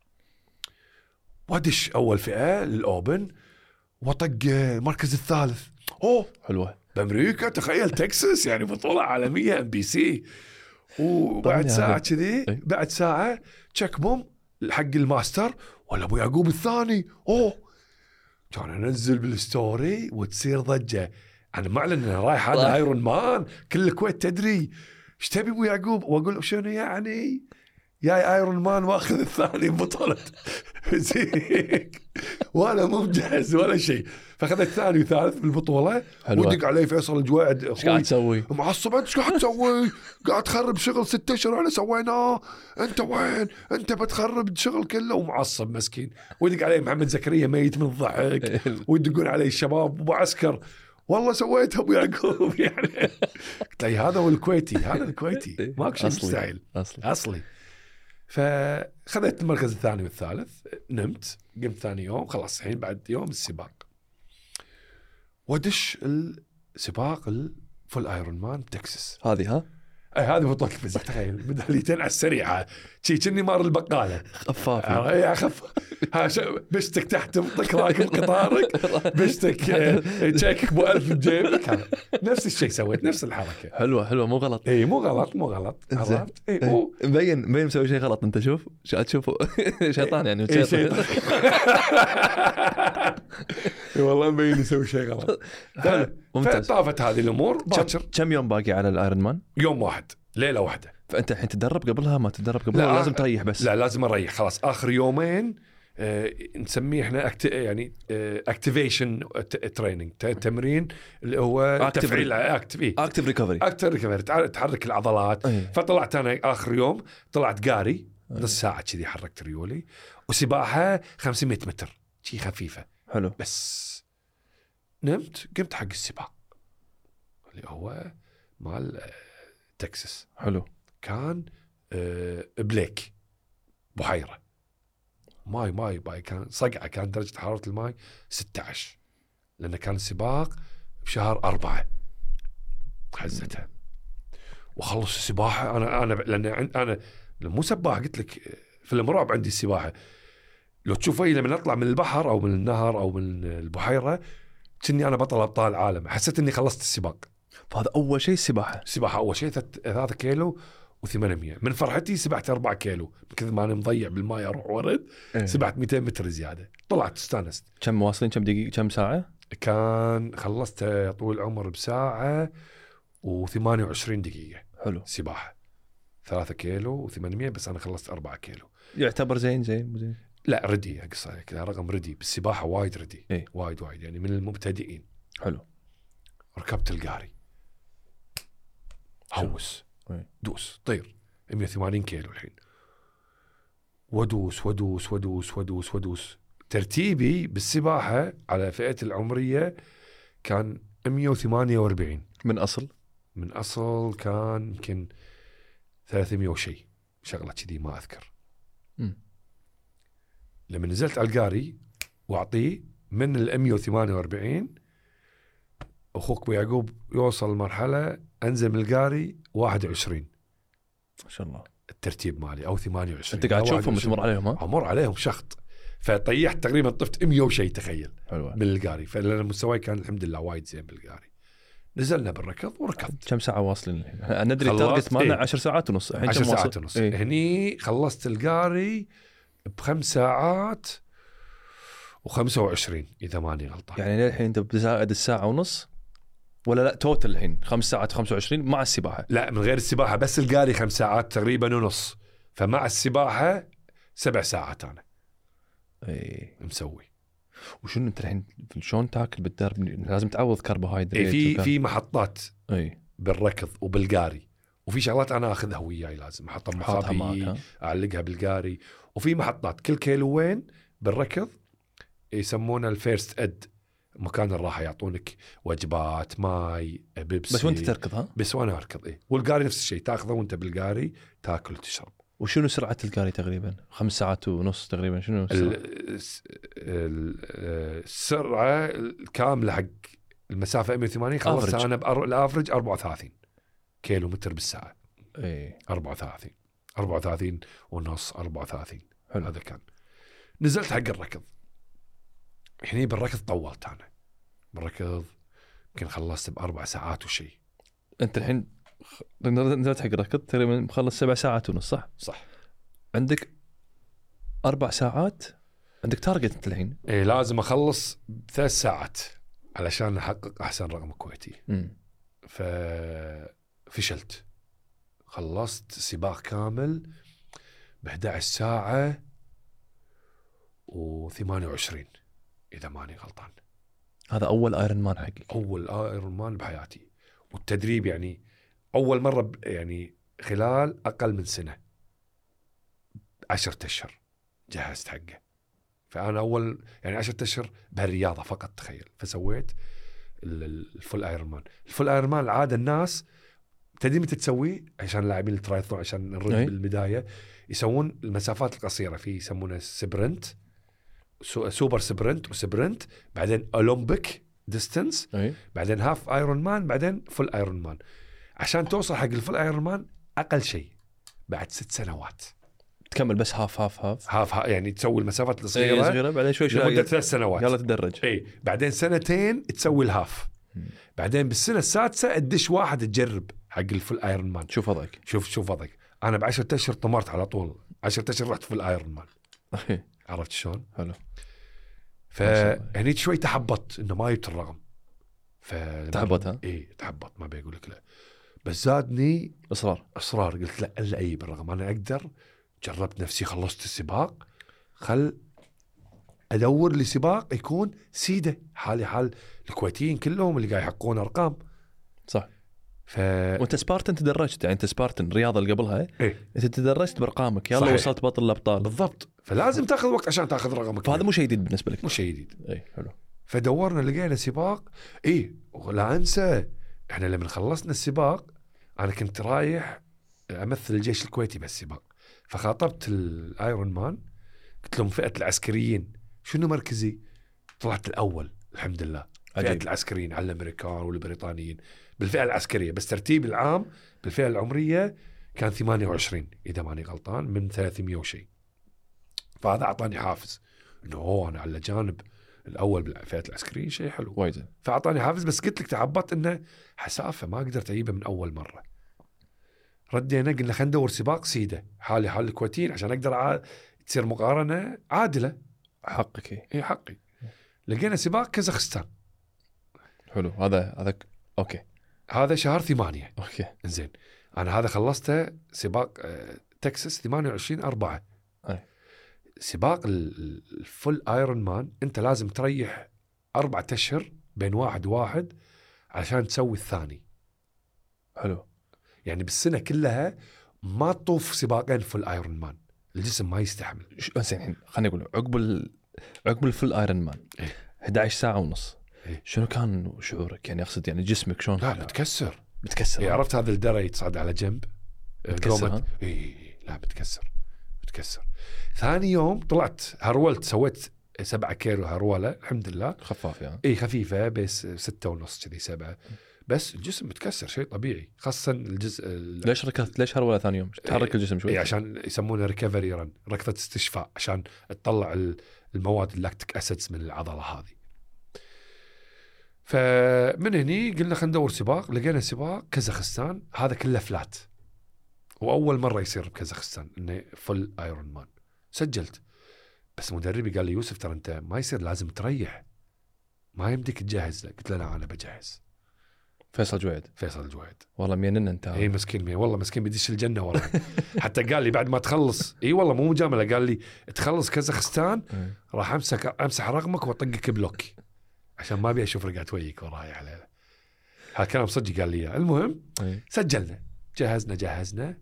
S2: ودش اول فئه الاوبن وطق المركز الثالث. اوه
S1: حلوه
S2: بامريكا، تخيل تكساس يعني بطوله عالميه MBC. وبعد ساعه كذي، بعد ساعه تشيك بوم حق الماستر ولا ابو يعقوب الثاني. كان انزل بالستوري وتصير ضجه. انا معلن انه رايح هذا ايرون مان، كل الكويت تدري ايش تبي ابو يعقوب. واقول شنو يعني يا ايرون مان واخذ الثاني بطوله فيزيك وانا مو مجهز ولا شيء. فاخذ الثاني وثالث بالبطوله. ودق علي فيصل الجويد،
S1: ايش قاعد تسوي؟
S2: معصب. ايش قاعد تسوي؟ قاعد تخرب شغل 6 اشهر انا سويناه، انت وين؟ انت بتخرب الشغل كله. ومعصب مسكين. ودق علي محمد زكريا ميت من الضحك. ويدقون علي الشباب ابو عسكر، والله سويتها ابو يعقوب يعني. قلت له هذا هو الكويتي، هذا الكويتي ماكو شيء مستحيل، اصلي. فخذت المركز الثاني والثالث. نمت، قمت ثاني يوم خلاص الحين بعد يوم السباق. ودش السباق الفول ايرون مان بتكساس.
S1: هذه
S2: هذه بطولة الفيزياء، تخيل ميداليتين على السريعة شي كني مار البقالة
S1: خفافي.
S2: يا خف بشتك تحت تمطك راكب قطارك بشتك تشيكك ب 1000 بجيبك، نفس الشيء سويت نفس الحركة.
S1: حلوة مو غلط.
S2: اي مو غلط عرفت؟ اي
S1: مبين مسوي شيء غلط. انت شوف تشوفه شيطان يعني.
S2: والله مبين يسوي شيء غلط. فطافت هذه الامور. باكر
S1: كم يوم باقي على الايرون مان؟
S2: يوم واحد، ليله واحده.
S1: فانت الحين تدرب قبلها؟ ما تدرب قبلها؟ لازم تريح بس؟
S2: لا لازم اريح خلاص. اخر يومين نسميه احنا يعني اكتيفيشن تريننج، تمرين اللي هو تفعيل اكتيف ريكفري تحرك العضلات. فطلعت انا اخر يوم طلعت قاري نص ساعه كذي، حركت ريولي، وسباحه 500 متر شي خفيفه.
S1: حلو.
S2: بس نمت قمت حق السباق اللي هو مال تكساس.
S1: حلو.
S2: كان بليك بحيرة ماي كان صقعة، كان درجة حرارة الماي 16 لأنه كان السباق بشهر 4 حزتها. وخلص السباحة أنا لأن أنا مو سباح، قلت لك فيلم رعب عندي السباحة. لو تشوفي لما نطلع من البحر أو من النهر أو من البحيرة كني أنا بطل أبطال العالم. حسيت إني خلصت السباق.
S1: فهذا أول شيء السباحة
S2: أول شيء 3 كيلو و800. من فرحتي سبحت 4 كيلو كذا ما أنا مضيع بالماء أروح ورد. سبحت 200 متر زيادة، طلعت استانست.
S1: كم واصلين؟ كم دقيقة؟ كم ساعة؟
S2: كان خلصت طول العمر بساعة و28 دقيقة.
S1: حلو.
S2: سباحة 3 كيلو و800، بس أنا خلصت 4 كيلو.
S1: يعتبر زين؟
S2: لا ردي أقصى كذا رقم ردي بالسباحة، وايد ردي. وايد يعني من المبتدئين.
S1: حلو.
S2: ركبت القاري، هوس دوس طير 180 كيلو الحين، ودوس. ترتيبي بالسباحة على فئة العمرية كان 148 من أصل كان يمكن 300 وشي شغلة كذي ما أذكر. لما نزلت على القاري وأعطيه من 148، أخوك أبو يعقوب يوصل مرحلة أنزل من القاري 21
S1: ما شاء الله
S2: الترتيب مالي، أو 28.
S1: أنت قاعد تشوفهم تمر عليهم؟
S2: أمر عليهم شخط. فطيحت تقريبا طفت 100 وشي تخيل.
S1: حلوة.
S2: من القاري. فلأن مستواي كان الحمد لله وايد زين بالقاري. نزلنا بالركض وركضت.
S1: كم ساعة واصلين الحين؟ ندري التارجت مالنا 10 ساعات ونص.
S2: 10 ساعات ونص. هني خلصت القاري ب5 ساعات و25 إذا ماني غلطان.
S1: يعني الحين أنت بزائد الساعة ونص ولا لا توتل الحين 5 ساعات 25 مع السباحة؟
S2: لا من غير السباحة، بس القاري 5 ساعات تقريبا ونص، فمع السباحة 7 ساعات أنا مسوي.
S1: وشنو انت الحين شلون تاكل بالدرب؟ لازم تعوض كربوهيدرات.
S2: في محطات بالركض وبالقاري، وفي شغلات انا اخذها وياي لازم احطها مخابي اعلقها بالقاري. وفي محطات كل كيلوين بالركض يسمونه الفيرست اد، مكان الراحه، يعطونك وجبات ماي بيبسي.
S1: بس وانت تركض؟ ها
S2: بس وانا اركض. والقاري نفس الشيء، تاخذه وانت بالقاري تاكل وتشرب.
S1: وشنو سرعة القاري تقريبا؟ 5 ساعات ونص تقريبا. شنو
S2: السرعة الكاملة حق المسافة 180 خلصت أنا بالأفرج 34 كيلو متر بالساعة. 34 ونص 34.
S1: حلو.
S2: هذا كان. نزلت حق الركض. هني بالركض طولت أنا بالركض، يمكن خلصت ب4 ساعات وشي.
S1: أنت الحين نزلت حق الركض تقريبا مخلص 7 ساعات ونص صح؟ عندك 4 ساعات عندك تارجت انت الحين.
S2: لازم اخلص ب3 ساعات علشان احقق احسن رقم كويتي. ففشلت. خلصت سباق كامل ب11 ساعة و28 اذا ماني غلطان.
S1: هذا اول ايرون مان حقي.
S2: اول ايرون مان بحياتي. والتدريب يعني اول مرة يعني خلال اقل من سنة 10 أشهر جهزت حقه. فأنا أول يعني 10 أشهر بهالرياضة فقط تخيل. فسويت الفول ايرون مان. الفول ايرون مان العادة الناس تدري متى تسويه عشان لاعبين الترايثلون عشان نرد بالبداية يسوون المسافات القصيرة، في يسمونه سبرنت، سوبر سبرنت وسبرنت، بعدين أولمبيك ديستنس، بعدين هاف ايرون مان، بعدين فول ايرون مان. عشان توصل حق الفول ايرون مان اقل شيء بعد 6 سنوات
S1: تكمل بس هاف
S2: يعني تسوي المسافات الصغيره
S1: صغيره بعدين شوي
S2: لمده 3 سنوات
S1: يلا تدرج.
S2: اي بعدين 2 سنين تسوي الهاف، بعدين بالسنه السادسه تدش واحد تجرب حق الفول ايرون مان.
S1: شوف وضعك.
S2: شوف وضعك. انا ب10 اشهر طمرت على طول، 10 اشهر رحت فول ايرون مان. عرفت شلون؟
S1: حلو.
S2: فهني شوي تحبط انه ما جبت الرقم.
S1: تحبط ها؟
S2: اي تحبط، ما بيقول لك لا، بس زادني اصرار. قلت لا الا اي بالرقم، انا اقدر. جربت نفسي، خلصت السباق، خل ادور لي سباق يكون سيده حالي حال الكويتيين كلهم اللي قاعد يحققون ارقام.
S1: صح. وانت سبارتن تدرجت، يعني انت سبارتن الرياضه اللي قبلها
S2: إيه؟
S1: انت تدرجت بارقامك، يلا
S2: صحيح.
S1: وصلت بطل الابطال
S2: بالضبط، فلازم تاخذ وقت عشان تاخذ رقمك.
S1: فهذا مو شيء جديد بالنسبه لك.
S2: مو شيء جديد.
S1: اي حلو.
S2: فدورنا لقينا سباق. ولا انسى احنا لما خلصنا السباق انا كنت رايح امثل الجيش الكويتي بالسباق، فخاطبت الايرون مان قلت لهم فئه العسكريين شنو مركزي؟ طلعت الاول الحمد لله.
S1: عجيب.
S2: فئه العسكريين على الامريكان والبريطانيين بالفئه العسكريه، بس ترتيب العام بالفئه العمريه كان 28 اذا ماني غلطان من 300 وشيء. فهذا اعطاني حافز انه انا على جانب الاول بالفئه العسكريين، شيء حلو
S1: وايد.
S2: فاعطاني حافز. بس قلت لك تعبط انه حسافه ما قدرت اجيبه من اول مره. ردينا قلنا خلينا ندور سباق سيده حالي حال الكويتيين عشان اقدر تصير مقارنه عادله.
S1: حقك.
S2: اي حقي. لقينا سباق كازاخستان.
S1: حلو. هذا اوكي.
S2: هذا شهر 8.
S1: اوكي
S2: انزين انا هذا خلصته سباق تكساس 28/4. سباق الفول ايرون مان انت لازم تريح 4 أشهر بين واحد عشان تسوي الثاني.
S1: حلو.
S2: يعني بالسنه كلها ما تطوف سباقين فول ايرون مان، الجسم ما يستحمل.
S1: بس يعني خلينا نقول عقب الفول ايرون مان 11 ساعه ونص. شنو كان شعورك؟ يعني اقصد يعني جسمك شلون؟
S2: لا بتكسر. عرفت هذا الدرة يتصعد على جنب
S1: بتكسر.
S2: لا بتكسر. ثاني يوم طلعت هرولت، سويت 7 كيلو هرولة الحمد لله.
S1: خفاف يعني.
S2: اي خفيفة بس 6.5 كذي 7. بس الجسم متكسر شيء طبيعي، خاصة الجزء.
S1: ليش ركضت؟ ليش هرولة ثاني يوم؟ تحرك الجسم شوي.
S2: عشان يسمونه ريكفري رن، ركضة استشفاء، عشان تطلع المواد اللاكتيك اسيدز من العضلة هذه. فمن هني قلنا خلينا ندور سباق. لقينا سباق كازاخستان، هذا كله فلات، واول مره يصير بكازاخستان انه فل ايرون مان. سجلت، بس مدربي قال لي يوسف ترى انت ما يصير، لازم تريح، ما يمديك تجهز له. قلت له لا انا بجهز.
S1: فيصل جويد والله مينن انت.
S2: اي مسكين، والله مسكين بيدش الجنه والله. حتى قال لي بعد ما تخلص، اي والله مو مجامله، قال لي تخلص كازاخستان راح امسح رقمك واطقك بلوك عشان ما ابي اشوف رقعت وجهك وراي عليه. هذا كلام صدق قال لي. المهم سجلنا، جهزنا.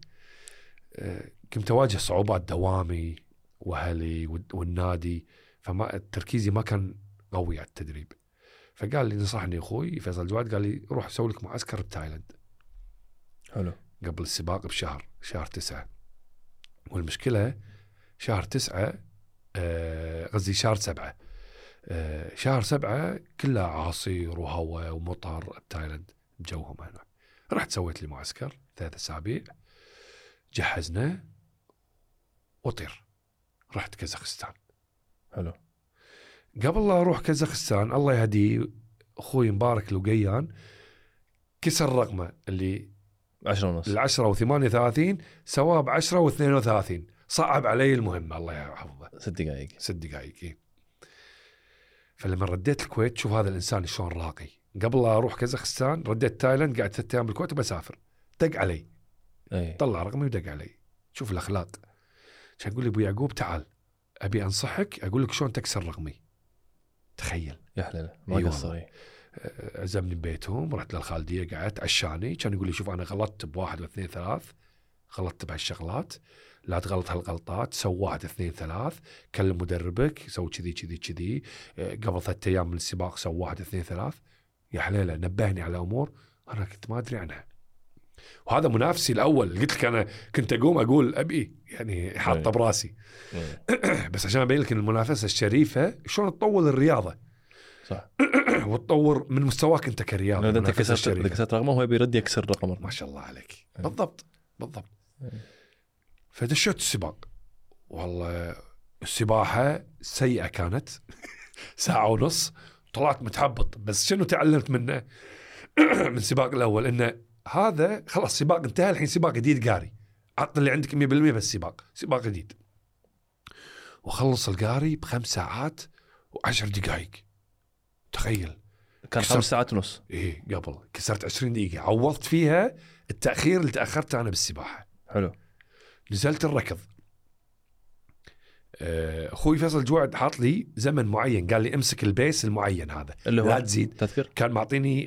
S2: كنت اواجه صعوبات دوامي واهلي والنادي، فما تركيزي ما كان قوي على التدريب. فقال لي نصحني اخوي فيصل جواد، قال لي روح سوي لك معسكر بتايلاند.
S1: حلو. قبل
S2: السباق بشهر 9. والمشكله شهر 9 قصدي شهر 7. شهر 7 كله عاصير وهواء ومطر بتايلاند بجوهم هنا. رحت سويت لي معسكر 3 أسابيع، جهزنا وطير. رحت كازاخستان.
S1: حلو.
S2: قبل لا اروح كازاخستان الله يهديه اخوي مبارك لقيان، كسر رقمه اللي
S1: 10:30
S2: 10 و38 سواه ب10 و32. صعب علي المهمة الله يحفظه.
S1: 6
S2: دقائق. فلما رديت الكويت، شوف هذا الإنسان شلون راقي. قبل لا أروح كازاخستان رديت تايلاند، قاعد 3 أيام بالكويت وبسافر. دق علي. طلع رقمي ودق علي. شوف الأخلاق. كان يقول لي أبو يعقوب تعال أبي أنصحك، أقول لك شلون تكسر رقمي. تخيل
S1: يا حلال ما قصر.
S2: عزمني ببيتهم، رحت للخالدية، قعدت عشاني. كان يقول لي شوف أنا غلطت ب1 و2 3، غلطت بهالشغلات، لا تغلط هالغلطات، سو 1 2 3، كلم مدربك، سوي كذي قبل 3 أيام من السباق سو 1 2 3. يا حليلة نبهني على أمور أنا كنت ما أدري عنها. وهذا منافسي الأول، قلت لك أنا كنت أقول أبي يعني حاطة براسي. بس عشان أبين لك إن المنافسة الشريفة شلون تطول الرياضة.
S1: صح.
S2: وتطور من مستواك انت كرياضي.
S1: اذا انت كسرت رقمه هو بيرد يكسر رقمه.
S2: ما شاء الله عليك. بالضبط. فدشيت السباق. والله السباحة سيئة كانت. 1.5 ساعة طلعت متحبط. بس شنو تعلمت منه من السباق الأول؟ إنه هذا خلاص سباق انتهى، الحين سباق جديد قاري، عط اللي عندك 100% بس سباق جديد. وخلص القاري ب5 ساعات و10 دقائق. تخيل
S1: كان 5 ساعات ونص.
S2: إيه قبل كسرت 20 دقيقة، عوضت فيها التأخير اللي تأخرت أنا بالسباحة.
S1: حلو.
S2: نزلت الركض. أخوي فيصل جوعد حاط لي زمن معين، قال لي امسك البيس المعين هذا
S1: اللي هو
S2: لا تزيد.
S1: تذكر
S2: كان معطيني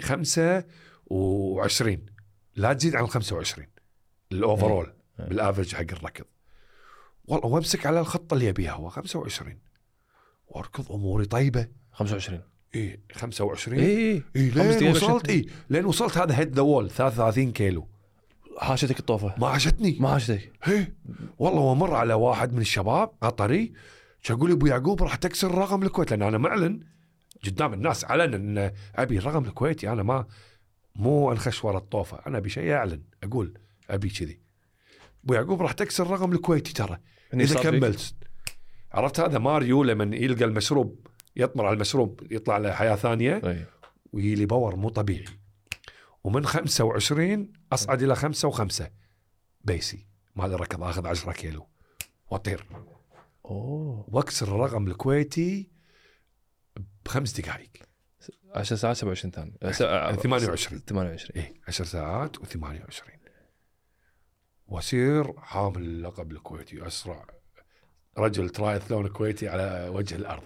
S2: 25، لا تزيد عن 25 الأوفرول بالآفرج حق الركض. والله وامسك على الخطة اللي يبيها هو 25 واركض أموري طيبة.
S1: 25
S2: إيه 25
S1: إيه
S2: لين وصلت لين وصلت هذا هيد ذا وول 33 كيلو.
S1: حاشتك الطوفة؟
S2: ما عاشتني.
S1: ما حاشتك؟
S2: والله ومر على واحد من الشباب قطري يقول ابو يعقوب راح تكسر رقم الكويت، لان انا معلن قدام الناس علن ان ابي الرقم الكويتي. انا مو انخش ورا الطوفه، انا ابي شيء اعلن اقول ابي كذي. ابو يعقوب راح تكسر الرقم الكويتي ترى اذا كملت. عرفت هذا ماريو لما يلقى المشروب يطمر على المشروب يطلع له حياه ثانيه ويلي باور مو طبيعي. ومن 25 أصعد إلى 5 و5 بيسي مال الركض، أخذ 10 كيلو وأطير واكسر الرقم الكويتي ب5 دقائق.
S1: 10 ساعات 27 ثانية
S2: 28 إيه 10 ساعات و28 وأصير حامل اللقب الكويتي أسرع رجل ترايثلون كويتي على وجه الأرض.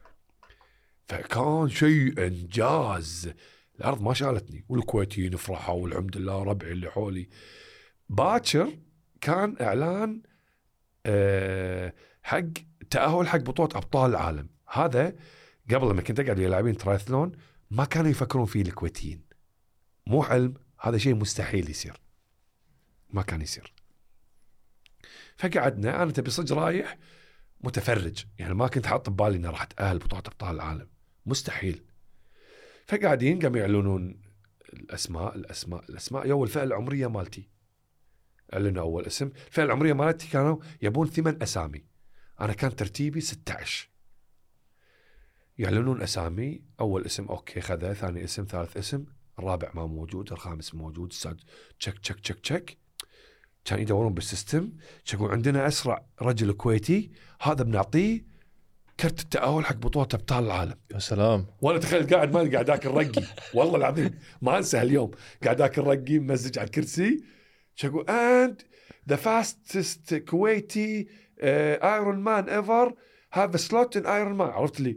S2: فكان شيء إنجاز. الأرض ما شالتني والكويتيين فرحوا والحمد لله ربعي اللي حولي. باكر كان إعلان حق تأهل حق بطولة أبطال العالم. هذا قبل لما كنت أقعد لاعبين ترايثلون ما كانوا يفكرون فيه الكويتيين. مو حلم، هذا شيء مستحيل يصير، ما كان يصير. فقعدنا أنا تبي صج رايح متفرج، يعني ما كنت حاط ببالي إنه راح أتأهل بطولة أبطال العالم، مستحيل. فقاعدين قاموا يعلنون الأسماء يو الفئة العمرية مالتي. أعلنوا أول اسم. الفئة العمرية مالتي كانوا يبون 8 أسامي، أنا كان ترتيبي 16. يعلنون أسامي، أول اسم أوكي خذه، ثاني اسم، ثالث اسم، الرابع ما موجود، الخامس موجود، السادس تشك. كان يدورون بالسيستم، يقول عندنا أسرع رجل كويتي هذا بنعطيه كرت التأهل حق بطولة أبطال العالم.
S1: يا سلام.
S2: وأنا تخيل قاعد أكل رقي والله العظيم ما أنسى اليوم، قاعد أكل رقي ممزج على الكرسي، يقول and the fastest Kuwaiti Iron Man ever have a slot in Iron Man. عرفت لي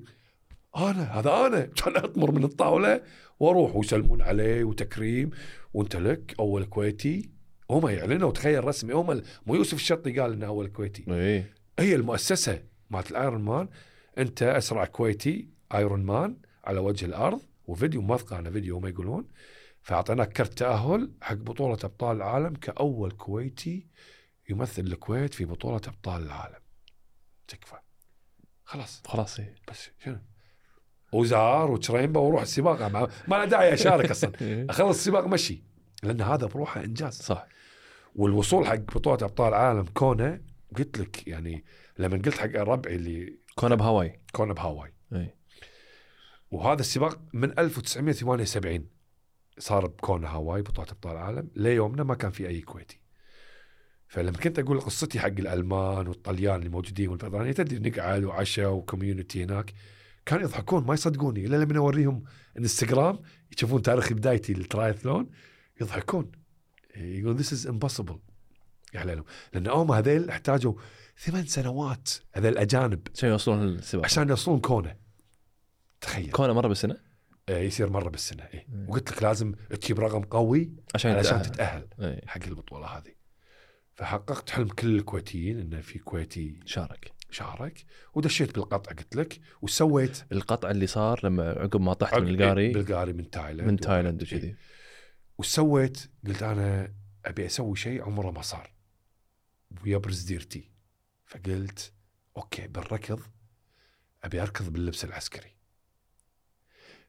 S2: أنا كان أطمر من الطاولة وأروح ويسلمون عليه وتكريم وأنت لك أول كويتي. هم يعلنوا تخيل رسمي، هم مو يوسف الشطي قال إنه أول كويتي. هي المؤسسة مالت الأيرون مان، أنت أسرع كويتي ايرون مان على وجه الأرض، وفيديو موثق أنا فيديو ما يقولون. فأعطيناك كرت تأهل حق بطولة أبطال العالم كأول كويتي يمثل الكويت في بطولة أبطال العالم. تكفى خلاص بس شنو وزار وتريمبا وروح السباق، ما له داعي أشارك أصلا. أخلص السباق مشي، لأن هذا بروحه إنجاز
S1: صح.
S2: والوصول حق بطولة أبطال العالم كونه، قلت لك يعني لما قلت حق ربعي اللي كونه بهاواي وهذا السباق من 1978 صار بكونه هاواي بطولة أبطال العالم، ليومنا ما كان في أي كويتي. فلما كنت أقول قصتي حق الألمان والطليان اللي موجودين والبريطانيين، تدري نقعد وعشاء وكوميونتي هناك، كانوا يضحكون ما يصدقوني إلا لما أوريهم انستغرام يشوفون تاريخ بدايتي للترايثلون يضحكون، يقولون this is impossible يحللوا، لأن هذيل احتاجوا 8 سنوات هذا الأجانب
S1: عشان يوصلون السباق،
S2: عشان يوصلون كونه. تخيل
S1: كونه مرة بالسنة
S2: يصير مرة بالسنة وقلت لك لازم تجيب رقم قوي عشان تتأهل حق البطولة هذه. فحققت حلم كل الكويتيين إنه في كويتي شارك ودشيت بالقطع قلت لك، وسويت
S1: القطع اللي صار لما عقب ما طحت من القاري
S2: بالقاري من تايلاند
S1: وكذي.
S2: وسويت قلت أنا أبي أسوي شيء عمره ما صار ويبرز ديرتي. فقلت أوكي بالركض أبي أركض باللبس العسكري.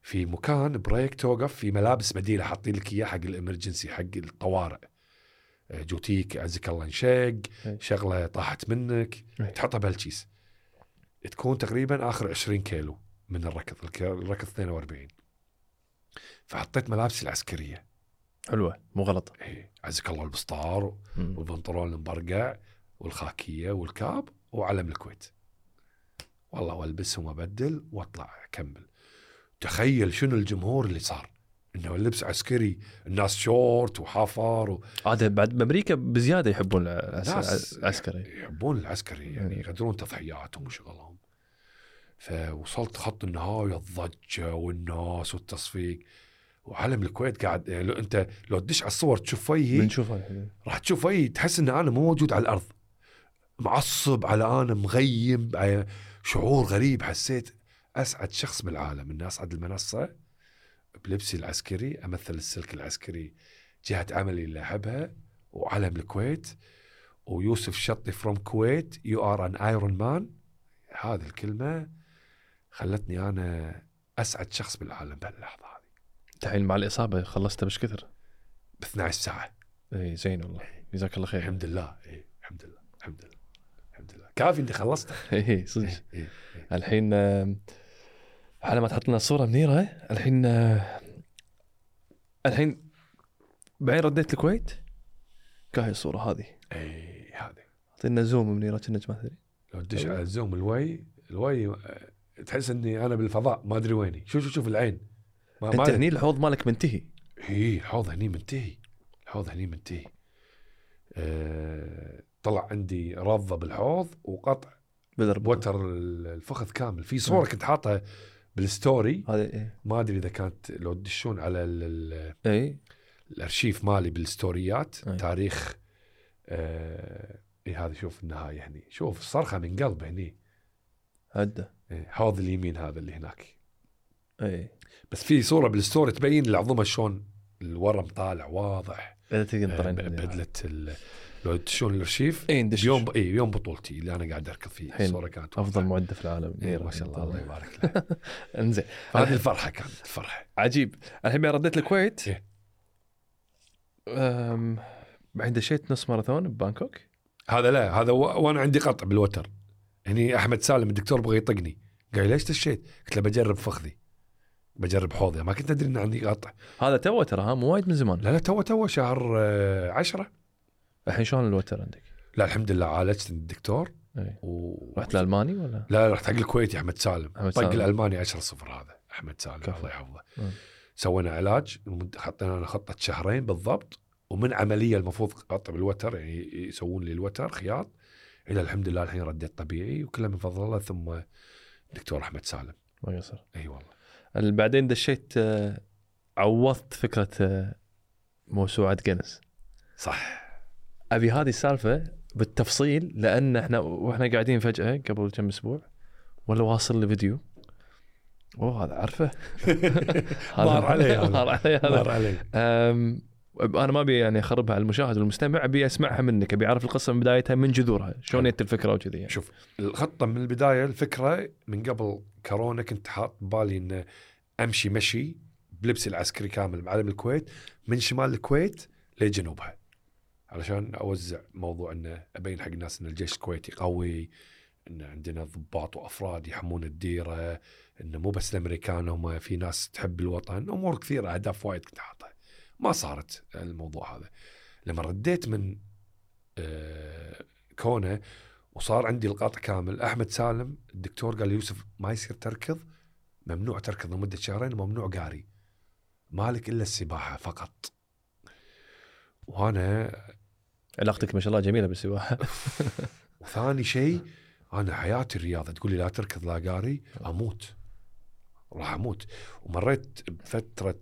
S2: في مكان بريك توقف في ملابس بديله حاطين لك اياه حق الامرجنسي حق الطوارئ، جوتيك عزك الله انشق، شغله طاحت منك تحطها بهالكيس، تكون تقريبا اخر 20 كيلو من الركض 42. فحطيت ملابسي العسكريه
S1: حلوه مو غلط.
S2: ايه عزك الله البسطار والبنطلون المبرقع والخاكيه والكاب وعلم الكويت، والله والبسهم وابدل واطلع اكمل. تخيل شنو الجمهور اللي صار، انه اللبس عسكري، الناس شورت وحافر
S1: هذا بعد بامريكا بزياده يحبون العسكري،
S2: يحبون العسكري يعني يقدرون تضحياتهم وشغلهم. فوصلت خط النهايه، الضجه والناس والتصفيق، وعلم الكويت قاعد يعني لو تدش على الصور تشوف فيي،
S1: بنشوفها
S2: راح تشوف فيي تحس ان انا مو موجود على الارض، معصب على انا مغيم، شعور غريب. حسيت اسعد شخص بالعالم، اني اصعد المنصه بلبسي العسكري، امثل السلك العسكري جهه عملي اللي احبها، وعلم الكويت، ويوسف شطي فروم كويت يو ار ان ايرون مان. هذه الكلمه خلتني انا اسعد شخص بالعالم بهاللحظه هذه.
S1: الحين مع الاصابه خلصت بش كثر
S2: ب 12 ساعه.
S1: اي زين والله، جزاك الله خير.
S2: الحمد لله. اي الحمد لله الحمد لله الحمد لله، كافي اني خلصت.
S1: اي صدق. الحين على ما تحط لنا الصوره منيره. الحين بعدين رديت الكويت كاهي الصوره هذه.
S2: اي هذه
S1: اعطينا زوم منيره كنا ما ادري.
S2: لو تدش على الزوم الوي تحس اني انا بالفضاء ما ادري ويني. شوف العين
S1: انت هني الحوض مالك منتهي.
S2: اي الحوض هني منتهي. طلع عندي رضة بالحوض وقطع وتر الفخذ كامل. في صورة كنت حاطها بالستوري ما ادري اذا كانت، لو تدشون على الارشيف مالي بالستوريات تاريخ هذا. شوف النهاية هني، شوف الصرخة من قلب هني
S1: هده.
S2: حوض اليمين هذا اللي هناك. بس في صورة بالستوري تبين العظمة شلون الورم طالع واضح. بدلة لو تشون الارشيف يوم بطولتي اللي انا قاعد اركض فيه، الصورة كانت
S1: افضل معدة في العالم.
S2: ما شاء الله يبارك له.
S1: انزين،
S2: هذه الفرحة كانت فرحة
S1: عجيب. الحين رديت الكويت. بعدين دشيت نص ماراثون ببانكوك.
S2: هذا وانا عندي قطع بالوتر هني. احمد سالم الدكتور بغى يطقني، قال ليش دشيت؟ قلت له بجرب فخذي، بجرب حوضي، ما كنت ادري ان عندي قطع.
S1: هذا تو ترى مو وايد من زمان.
S2: لا تو شهر 10.
S1: الحين شلون الوتر عندك؟
S2: لا الحمد لله عالجت الدكتور.
S1: رحت الالماني ولا؟
S2: لا رحت حق الكويتي. احمد سالم طق الالماني 10-0. هذا احمد سالم الله يحفظه. سوينا علاج، حطينا لنا خطه شهرين بالضبط، ومن عمليه المفروض قطع بالوتر، يعني يسوون لي الوتر خياط، الى الحمد لله الحين رديت طبيعي وكله من فضل الله ثم دكتور احمد سالم.
S1: ما يقصر.
S2: اي والله.
S1: بعدين دشيت عوضت فكره موسوعه جينيس.
S2: صح.
S1: ابي هذه السالفه بالتفصيل، لان واحنا قاعدين فجاه قبل كم اسبوع ولا واصل لي فيديو هذا عارفه.
S2: مار علي.
S1: انا ما ابي يعني اخربها على المشاهد والمستمع، ابي اسمعها منك، ابي اعرف القصه من بدايتها من جذورها، شلون جت الفكره وكذي يعني.
S2: شوف الخطه من البدايه، الفكره من قبل كورونا كنت حاط بالي ان امشي مشي بلبس العسكري كامل معلم الكويت من شمال الكويت لجنوبها، علشان اوزع موضوع انه ابين حق الناس ان الجيش الكويتي قوي، ان عندنا ضباط وافراد يحمون الديره، انه مو بس الامريكان، هم في ناس تحب الوطن، امور كثيره، اهداف وايد كنت حاطها. ما صارت الموضوع هذا. لما رديت من كونه وصار عندي القطع كامل، احمد سالم الدكتور قال لي يوسف ما يصير تركض، ممنوع تركض لمده شهرين، وممنوع قاري، مالك الا السباحه فقط. وانا
S1: علاقتك ما شاء الله جميله بالسباحه.
S2: وثاني شيء انا حياتي الرياضه، تقول لي لا تركض لا قاري، راح اموت. ومريت بفتره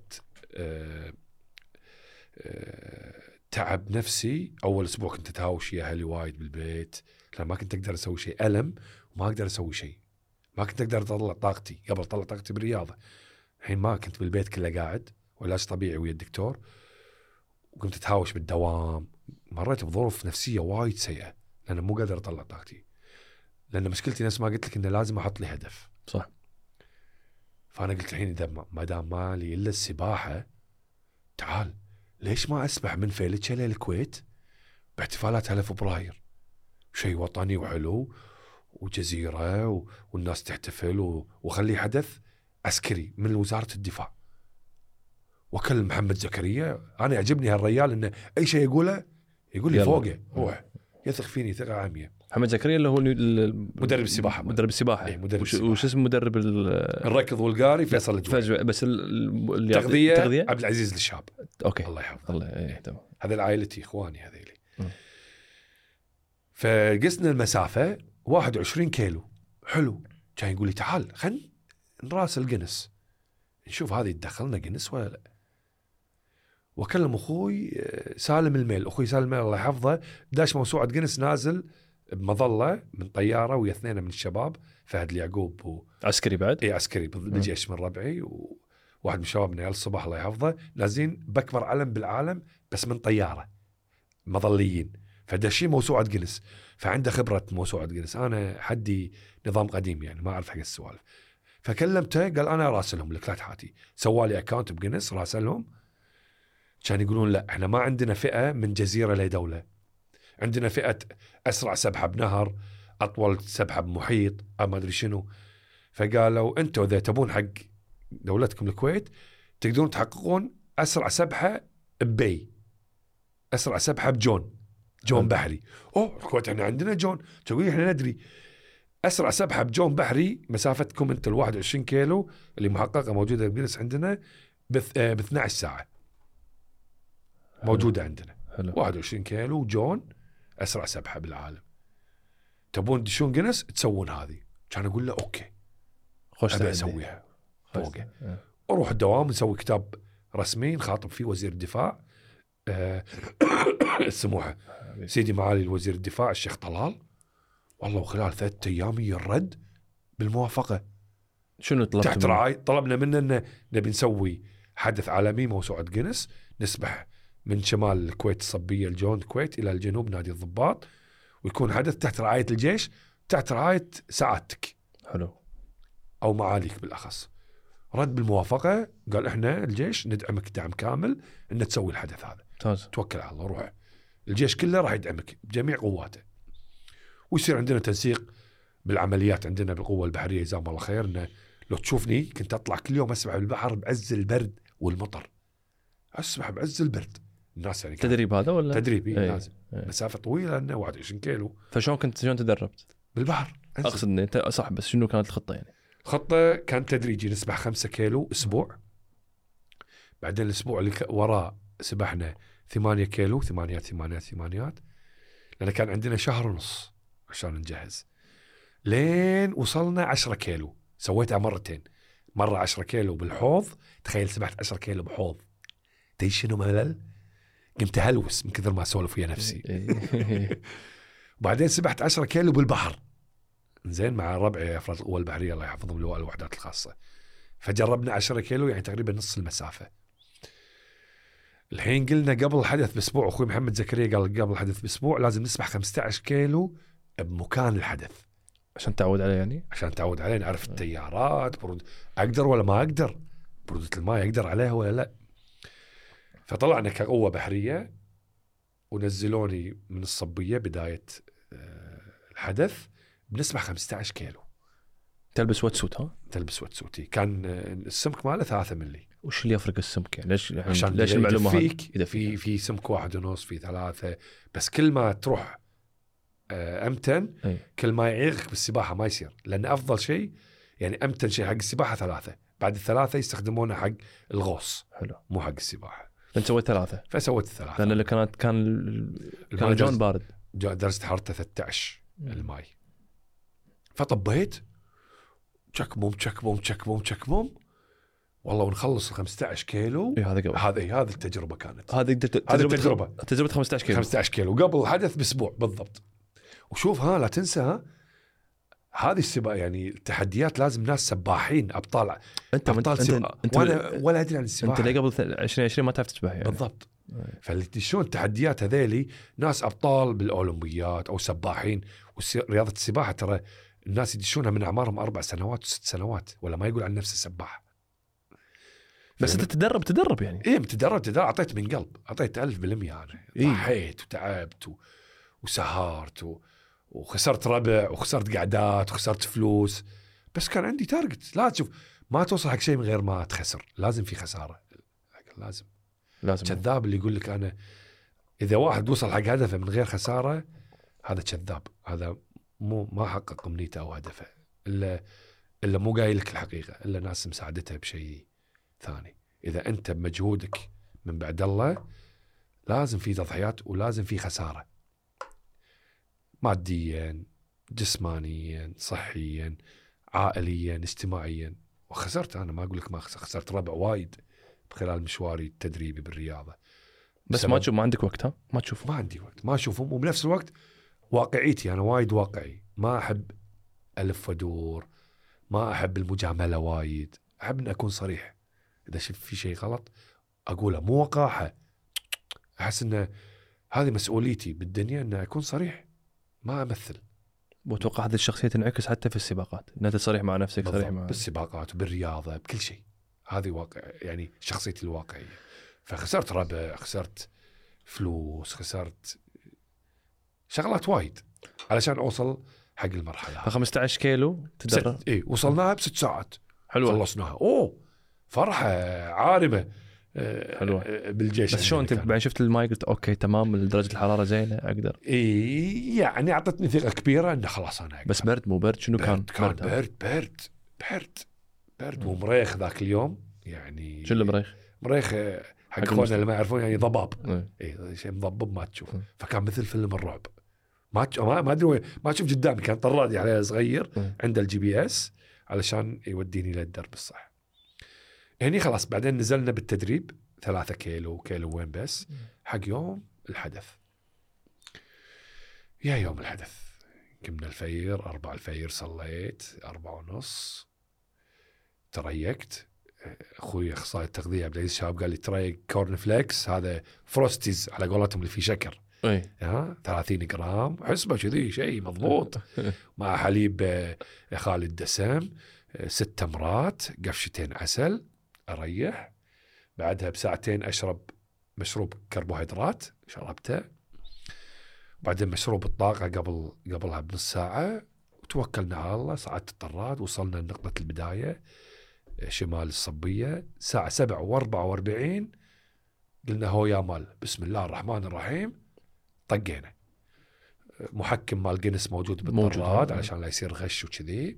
S2: تعب نفسي. اول اسبوع كنت اتهاوش يا اهلي وايد بالبيت، لأن ما كنت اقدر اسوي شيء، الم وما اقدر اسوي شيء، ما كنت اقدر اطلع طاقتي. قبل اطلع طاقتي بالرياضه، الحين ما كنت بالبيت كله قاعد وعلاج طبيعي ويا الدكتور، وكنت اتهاوش بالدوام. مريت بظروف نفسيه وايد سيئه لأن مو قادر اطلع طاقتي، لان مشكلتي نفس ما قلت لك انه لازم احط لي هدف.
S1: صح.
S2: فانا قلت الحين اذا ما دام مالي الا السباحه، تعال ليش ما اسبح من فيلتشة للكويت باحتفالات هلا فبراير، شيء وطني وحلو وجزيره والناس تحتفل وخلي حدث عسكري من وزاره الدفاع. وكلم محمد زكريا، انا يعجبني هالرجال انه اي شيء يقوله يقول لي فوقه، روح يثق فيني ثقه عاميه.
S1: محمد زكريا اللي هو
S2: مدرب السباحه.
S1: مدرب السباحه.
S2: اي مدرب السباحه.
S1: وش اسم مدرب
S2: الركض والقاري؟ فيصل الجويني.
S1: بس
S2: التغذيه عبد العزيز الشاب.
S1: اوكي
S2: الله يحفظه.
S1: الله تمام.
S2: هذه عائلتي اخواني هذيلي. فقسنا المسافه 21 كيلو. حلو. كان يقول لي تعال خلينا نراسل جنس نشوف هذه تدخلنا جنس ولا لا. وكلم اخوي سالم الميل. اخوي سالم الميل الله يحفظه داش موسوعه جنس، نازل بمظله من طياره ويا اثنين من الشباب، فهد اليعقوب
S1: عسكري بعد.
S2: اي عسكري بالجيش من ربعي، وواحد من شبابنا يا الصباح الله يحفظه، نازلين باكبر علم بالعالم بس من طياره مظليين، فداشين موسوعه جنس. فعنده خبره موسوعه جنس. انا حدي نظام قديم يعني ما اعرف حق السوالف. فكلمته قال انا راسلهم لك لا تحاتي. سوالي اكاونت بجنس راسلهم. كان يقولون لا احنا ما عندنا فئه من جزيره لدوله، عندنا فئه اسرع سبحه بنهر، اطول سبحه بمحيط، ما ادري شنو. فقالوا انتم اذا تبون حق دولتكم الكويت تقدرون تحققون اسرع سبحه ببي، اسرع سبحه بجون بحري. الكويت احنا عندنا جون. تقول احنا ندري اسرع سبحه بجون بحري مسافتكم انت 21 كيلو اللي محققه موجوده بجنس عندنا ب 12 ساعه موجوده عندنا.
S1: حلو.
S2: 21 كيلو جون اسرع سبحه بالعالم. تبون تدشون جنس تسوون هذه. كان اقول له اوكي ابي اسويها فوقه. اروح الدوام نسوي كتاب رسمي نخاطب فيه وزير الدفاع السموحه سيدي معالي الوزير الدفاع الشيخ طلال. والله وخلال 3 أيام يرد بالموافقه.
S1: شنو طلبت
S2: تحت رعاية طلبنا منه انه نبي نسوي حدث عالمي موسوعه جنس، نسبح من شمال الكويت الصبيه الجون الكويت الى الجنوب نادي الضباط، ويكون حدث تحت رعايه الجيش، تحت رعايه سعادتك.
S1: حلو.
S2: او معاليك بالاخص. رد بالموافقه، قال احنا الجيش ندعمك دعم كامل ان تسوي الحدث هذا.
S1: ممتاز.
S2: توكل على الله روح. الجيش كله راح يدعمك بجميع قواته. ويصير عندنا تنسيق بالعمليات عندنا بالقوه البحريه جزاهم الله خير. انه لو تشوفني كنت اطلع كل يوم اسبح بالبحر بعز البرد والمطر. اسبح بعز البرد. الناس يعني
S1: تدريب هذا ولا
S2: تدريب لازم مسافه طويله لانه 21 كيلو.
S1: فشلون شلون تدربت
S2: بالبحر؟
S1: اقصد ان انت صح، بس شنو كانت الخطه يعني؟
S2: الخطه كانت تدريجي. نسبح 5 كيلو اسبوع، بعدين الاسبوع اللي وراه سبحنا 8 كيلو، ثمانيات، لان كان عندنا شهر ونص عشان نجهز، لين وصلنا 10 كيلو. سويتها مرتين، مره 10 كيلو بالحوض. تخيل سبحت 10 كيلو بحوض، تدري شنو ملل؟ قمت هلوس من كثر ما اسولف ويا نفسي. وبعدين سبحت 10 كيلو بالبحر زين مع ربعي افراد القوه البحريه الله يحفظهم لواء الوحدات الخاصه. فجربنا 10 كيلو يعني تقريبا نص المسافه. الحين قلنا قبل الحدث باسبوع، اخوي محمد زكريا قال قبل الحدث باسبوع لازم نسبح 15 كيلو بمكان الحدث
S1: عشان تعود عليه يعني.
S2: عشان تعود عليه، نعرف التيارات اقدر ولا ما اقدر، برودة الماء اقدر عليها ولا لا. فطلعنا كقوه بحريه ونزلوني من الصبيه بدايه الحدث بنسبح 15 كيلو.
S1: تلبس واتسوت؟ ها
S2: تلبس واتسوتي. كان السمك ماله 3 ملي.
S1: وش اللي يفرق السمك يعني؟
S2: عشان
S1: ليش المعلومه
S2: فيك إذا في سمك 1.5 في 3، بس كل ما تروح امتن كل ما يعيقك بالسباحه ما يصير. لان افضل شيء يعني امتن شيء حق السباحه 3، بعد ال3 يستخدمونه حق الغوص.
S1: حلو.
S2: مو حق السباحه.
S1: انت سويت 3؟
S2: فسويت 3
S1: لان اللي كان جون بارد،
S2: درجه حرارته 13 الماي. فطبيت تشكبوم والله ونخلص 15 كيلو. هذه التجربه كانت.
S1: هذه تجربه 15 كيلو
S2: قبل الحدث باسبوع بالضبط. وشوف لا تنسى هذه السباحه يعني التحديات لازم ناس سباحين ابطال. انت وانا ولا ادري عن السباحه.
S1: انت اللي قبل 2020 ما تعرف تسبح يعني.
S2: بالضبط. فاللي تشوفون التحديات هذيلي ناس ابطال بالاولمبيات او سباحين. ورياضه السباحه ترى الناس يدشونها من اعمارهم 4 سنوات و6 سنوات ولا ما يقول عن نفسه سباح.
S1: بس انت تدرب يعني.
S2: ايه تدرب اعطيت من قلب، اعطيت 1000% انا. ضحيت وتعبت وسهرت وخسرت ربع وخسرت قعدات وخسرت فلوس، بس كان عندي تارجت. لا تشوف ما توصل حق شيء من غير ما تخسر، لازم في خسارة، لازم. كذاب اللي يقول لك أنا إذا واحد وصل حق هدفه من غير خسارة، هذا كذاب، هذا ما حقق أمنيته أو هدفه، إلا مو قايل لك الحقيقة، إلا ناس مساعدته بشيء ثاني. إذا أنت بمجهودك من بعد الله لازم في تضحيات ولازم في خسارة، ماديا جسمانيا صحيا عائليا اجتماعيا. وخسرت أنا، ما أقول لك ما خسرت ربع وايد خلال مشواري التدريبي بالرياضة.
S1: بس ما تشوف، ما عندك وقت، ها ما تشوف.
S2: ما عندي وقت، ما أشوفهم. وبنفس الوقت واقعيتي أنا وايد واقعي، ما أحب ألف ودور، ما أحب المجاملة وايد، أحب أن أكون صريح. إذا شفت في شيء غلط أقوله، مو وقاحة. أحس أن هذه مسؤوليتي بالدنيا، أن أكون صريح ما أمثل.
S1: وأتوقع هذه الشخصية تنعكس حتى في السباقات، أنت تصريح مع نفسك، صريح مع
S2: بالسباقات وبالرياضة بكل شيء. هذه واقع يعني شخصيتي الواقعية. فخسرت ربع، خسرت فلوس، خسرت شغلات وايد علشان أوصل حق المرحلة.
S1: 15 كيلو تدرب.
S2: إيه وصلناها ب6 ساعات.
S1: حلوة.
S2: خلصناها. فرحة عارمة.
S1: حلوة.
S2: بالجيش.
S1: بس شو أنت بعد شفت الماي قلت أوكي تمام، درجة الحرارة زينة أقدر؟
S2: إيه يعني أعطتني ثقة كبيرة إنه خلاص أنا أقدر.
S1: بس برد مو برد؟ شنو كان
S2: برد ومريخ ذاك اليوم يعني.
S1: شو المريخ؟
S2: مريخ حق اخواننا اللي ما يعرفون يعني ضباب.
S1: ايه
S2: شيء مضبب ما تشوف. فكان مثل فيلم الرعب. ما ادري ما اشوف قدامي، كان طرادي عليه صغير عند الGPS علشان يوديني للدرب الصح. هني خلاص بعدين نزلنا بالتدريب 3 كيلو وين بس حق يوم الحدث. يا يوم الحدث قمنا الفير 4 الفير، صليت 4:30 تريكت. اخوي اخصائي التغذيه عبد العزيز الشاب قال لي ترى كورن فليكس هذا فروستيز على قولتهم اللي فيه شكر. 30 جرام حسبه كذي شيء مضبوط مع حليب خالي الدسم، 6 تمرات، قفشتين عسل، اريح. بعدها بساعتين اشرب مشروب كربوهيدرات شربته، وبعدين مشروب الطاقه قبلها بنص ساعه، وتوكلنا على الله. صعدت الطراد، وصلنا لنقطه البدايه شمال الصبية الساعة 7:44. قلنا هو يا مال بسم الله الرحمن الرحيم. طقينا. محكم مال جينيس موجود بالطراد علشان لا يصير غش وكذي.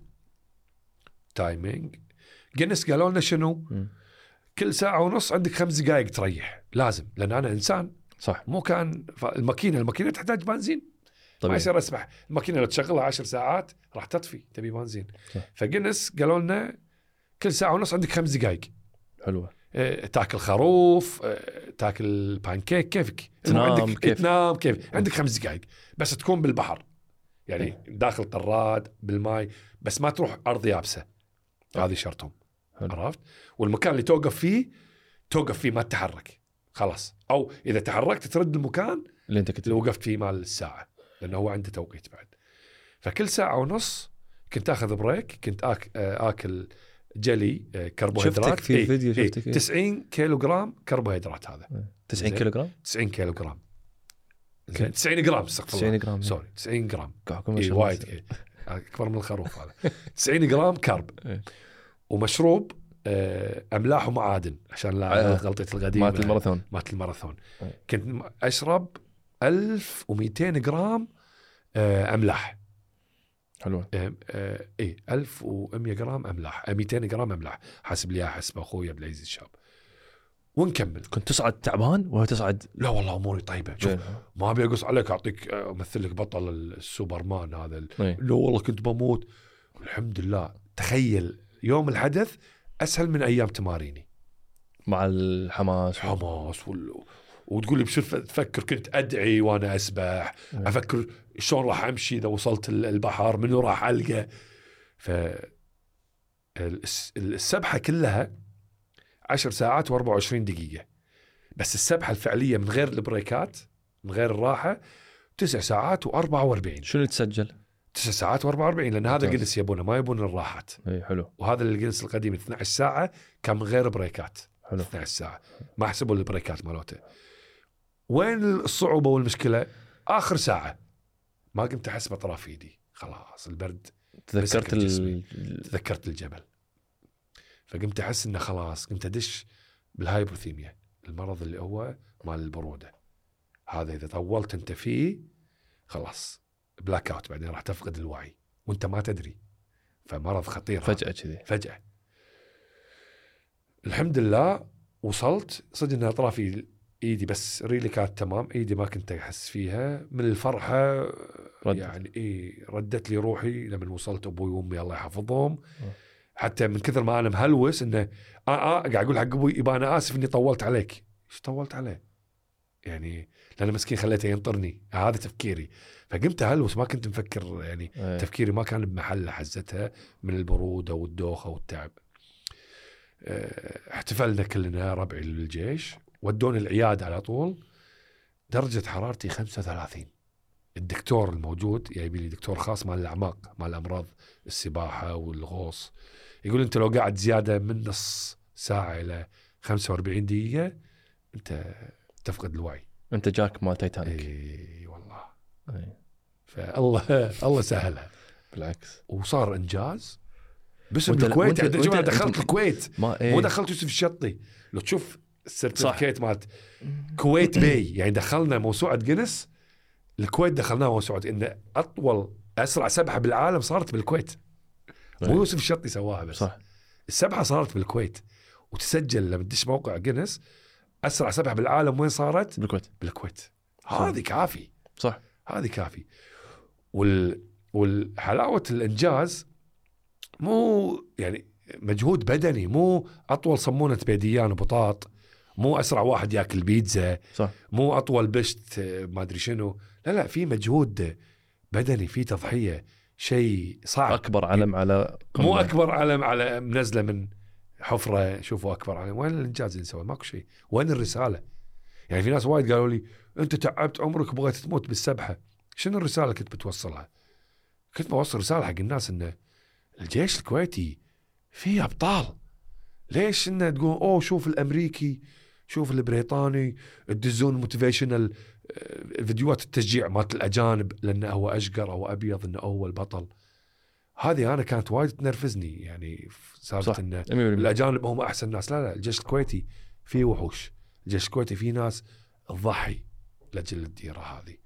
S2: تايمينج جينيس قالوا لنا شنو؟ كل 1.5 ساعة عندك 5 دقائق تريح، لازم، لأن أنا إنسان
S1: صح.
S2: مو كان الماكينة تحتاج بنزين طبيعي. ما يصير أسبح الماكينة لو تشغلها 10 ساعات راح تطفي، تبي بنزين. فجينيس قالوا لنا كل 1.5 ساعة عندك 5 دقائق.
S1: حلوة.
S2: تاكل خروف، تاكل بانكيك، كيفك تنام كيف. عندك 5 دقائق بس تكون بالبحر يعني داخل طراد بالماي، بس ما تروح أرض يابسة. هذه شرطهم. عرفت؟ والمكان اللي توقف فيه ما تتحرك خلاص، أو إذا تحركت ترد المكان اللي وقفت فيه مال الساعة، لأنه هو عنده توقيت بعد. فكل 1.5 ساعة كنت أخذ بريك، كنت أكل جلي كربوهيدرات.
S1: شفتك في الفيديو. شفتك
S2: 90 كيلو جرام كربوهيدرات. هذا
S1: 90 كيلو جرام
S2: 90 كيلو جرام 90 جرام استغفر الله
S1: 90 جرام
S2: سوري 90 جرام
S1: وايد
S2: أكبر من الخروف هذا. 90 جرام كرب ومشروب أملاح ومعادن عشان لا غلطة القديمة مات الماراثون. كنت أشرب 1200 جرام أملاح.
S1: حلوة.
S2: 1100 جرام أملاح، 200 جرام أملاح حسب لي حسب أخوي عبد العزيز الشاب. ونكمل.
S1: كنت تصعد تعبان وهو تصعد؟
S2: لا والله أموري طيبة. شوف ما أبي أقص عليك، أعطيك أمثل لك بطل السوبرمان هذا. لا والله كنت بموت الحمد لله. تخيل يوم الحدث أسهل من أيام تماريني
S1: مع الحماس
S2: وتقول لي بصير تفكر. كنت أدعي وأنا أسبح، أفكر شلون راح أمشي إذا وصلت البحر، منو راح ألقى. فالسبحة كلها 10 ساعات و24 دقيقة، بس السبحة الفعلية من غير البريكات من غير الراحة 9 ساعات و44.
S1: شنو تسجل؟
S2: 9 ساعات و44 لأن هذا جنس يبونه، ما يبون الراحات.
S1: حلو.
S2: وهذا الجنس القديم 12 ساعة كان من غير بريكات.
S1: حلو.
S2: 12 ساعه ما حسبوا البريكات مالته. وين الصعوبه والمشكله؟ اخر ساعه ما قمت احس باطراف ايدي، خلاص البرد
S1: تذكرت
S2: تذكرت الجبل، فقمت احس انه خلاص قمت ادش بالهايبوثيميا، المرض اللي هو مال البروده هذا، اذا طولت انت فيه خلاص بلاك اوت، بعدين راح تفقد الوعي وانت ما تدري، فمرض خطير
S1: فجأة كذي.
S2: فجأة. الحمد لله وصلت، صدق ان اطرافي ايدي بس ريلي كانت تمام، ايدي ما كنت احس فيها من الفرحة يعني ردت لي روحي لما وصلت. ابوي وامي الله يحفظهم حتى من كثر ما انا مهلوس انه قاعد اقول حق ابوي يبا انا اسف اني طولت عليك. ايش طولت عليه يعني؟ لأن مسكين خليته ينطرني، هذا تفكيري. فقمت أهلوس ما كنت مفكر يعني تفكيري ما كان بمحله، حزتها من البرودة والدوخة والتعب. احتفلنا كلنا ربعي للجيش، ودوني العيادة على طول، درجة حرارتي 35. الدكتور الموجود يبي لي دكتور خاص مال الأعماق مال أمراض السباحة والغوص، يقول أنت لو قاعد زيادة من نص ساعة إلى 45 دقيقة أنت تفقد الوعي.
S1: انت جاك مال تايتانيك.
S2: اي والله. فالله سهلها
S1: بالعكس،
S2: وصار انجاز باسم الكويت. يعني جماعه دخلت الكويت مو دخلت يوسف الشطي. لو تشوف السيرتيفيكيت مالت كويت باي، يعني دخلنا موسوعه جينيس الكويت، دخلناها موسوعه ان اسرع سبحه بالعالم صارت بالكويت. مو يوسف الشطي سواها بس
S1: صح.
S2: السبحه صارت بالكويت، وتسجل لما تدش موقع جينيس أسرع سبحة بالعالم وين صارت؟ بالكويت. هذه كافي.
S1: صح،
S2: هذه كافي. والحلاوة الإنجاز مو يعني مجهود بدني، مو أطول صمونة بيديان وبطاط، مو أسرع واحد يأكل بيتزا،
S1: صح.
S2: مو أطول بشت ما أدري شنو، لا في مجهود بدني، في تضحية، شيء صعب.
S1: أكبر علم على
S2: مو أكبر علم على منزلة من حفرة. شوفوا أكبر علم، وين الإنجاز اللي نسوي؟ ماكو شيء. وين الرسالة؟ يعني في ناس وايد قالوا لي أنت تعبت عمرك بغيت تموت بالسبحة، شنو الرسالة كنت بتوصلها؟ كنت بوصل رسالة حق الناس إنه الجيش الكويتي فيه أبطال. ليش إنه تقول شوف الأمريكي شوف البريطاني تدزون موتيفيشنال فيديوهات التشجيع مالت الأجانب لأنه هو أشقر أو أبيض إنه هو البطل. هذه أنا كانت وايد تنرفزني، يعني صارت إنه الأجانب هم أحسن ناس. لا الجيش الكويتي فيه وحوش، الجيش الكويتي فيه ناس تضحي لأجل الديرة هذه،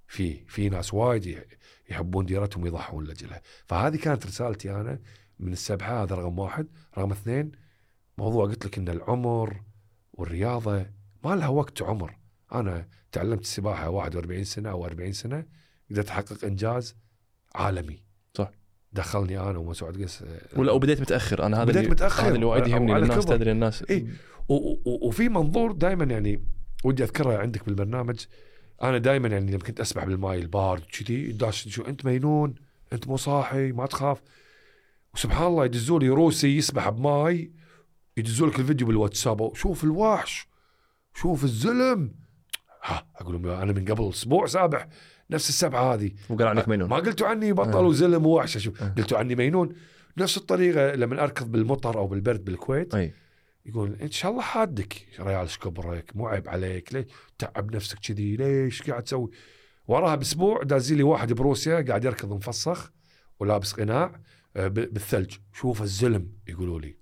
S2: في ناس وايد يحبون ديرتهم ويضحون لأجلها. فهذه كانت رسالتي أنا من السبحة. هذا رقم 1. رقم 2 موضوع قلت لك إن العمر والرياضة ما لها وقت عمر. أنا تعلمت السباحة 41 سنة أو 40 سنة، قدرت أحقق إنجاز عالمي.
S1: صح.
S2: دخلني أنا ومسعود قس.
S1: ولا بديت متأخر. أنا هذا
S2: بديت متأخر.
S1: هذا اللي وايد يهمني الناس تدري الناس.
S2: إيه. وفي منظور دائما يعني ودي أذكرها عندك بالبرنامج. أنا دائما يعني لما كنت أسبح بالماء البارد كذي داش شو أنت مينون، أنت مو صاحي، ما تخاف. وسبحان الله يدزولي روسي يسبح بماي، يدزولك الفيديو بالواتساب، شوف الوحش، شوف الزلم. أقول لهم أنا من قبل أسبوع سابح نفس السبعة هذه،
S1: وقال عنك مينون.
S2: ما قلتوا عني بطل وزلم ووحش، شوف قلتوا عني مينون. نفس الطريقة لما أركض بالمطر أو بالبرد بالكويت يقول إن شاء الله حادك ريال شكبرك، مو عيب عليك، ليش تعب نفسك كذي، ليش قاعد تسوي؟ وراها بأسبوع دازيلي واحد بروسيا قاعد يركض مفسخ ولابس قناع بالثلج، شوف الزلم. يقولوا لي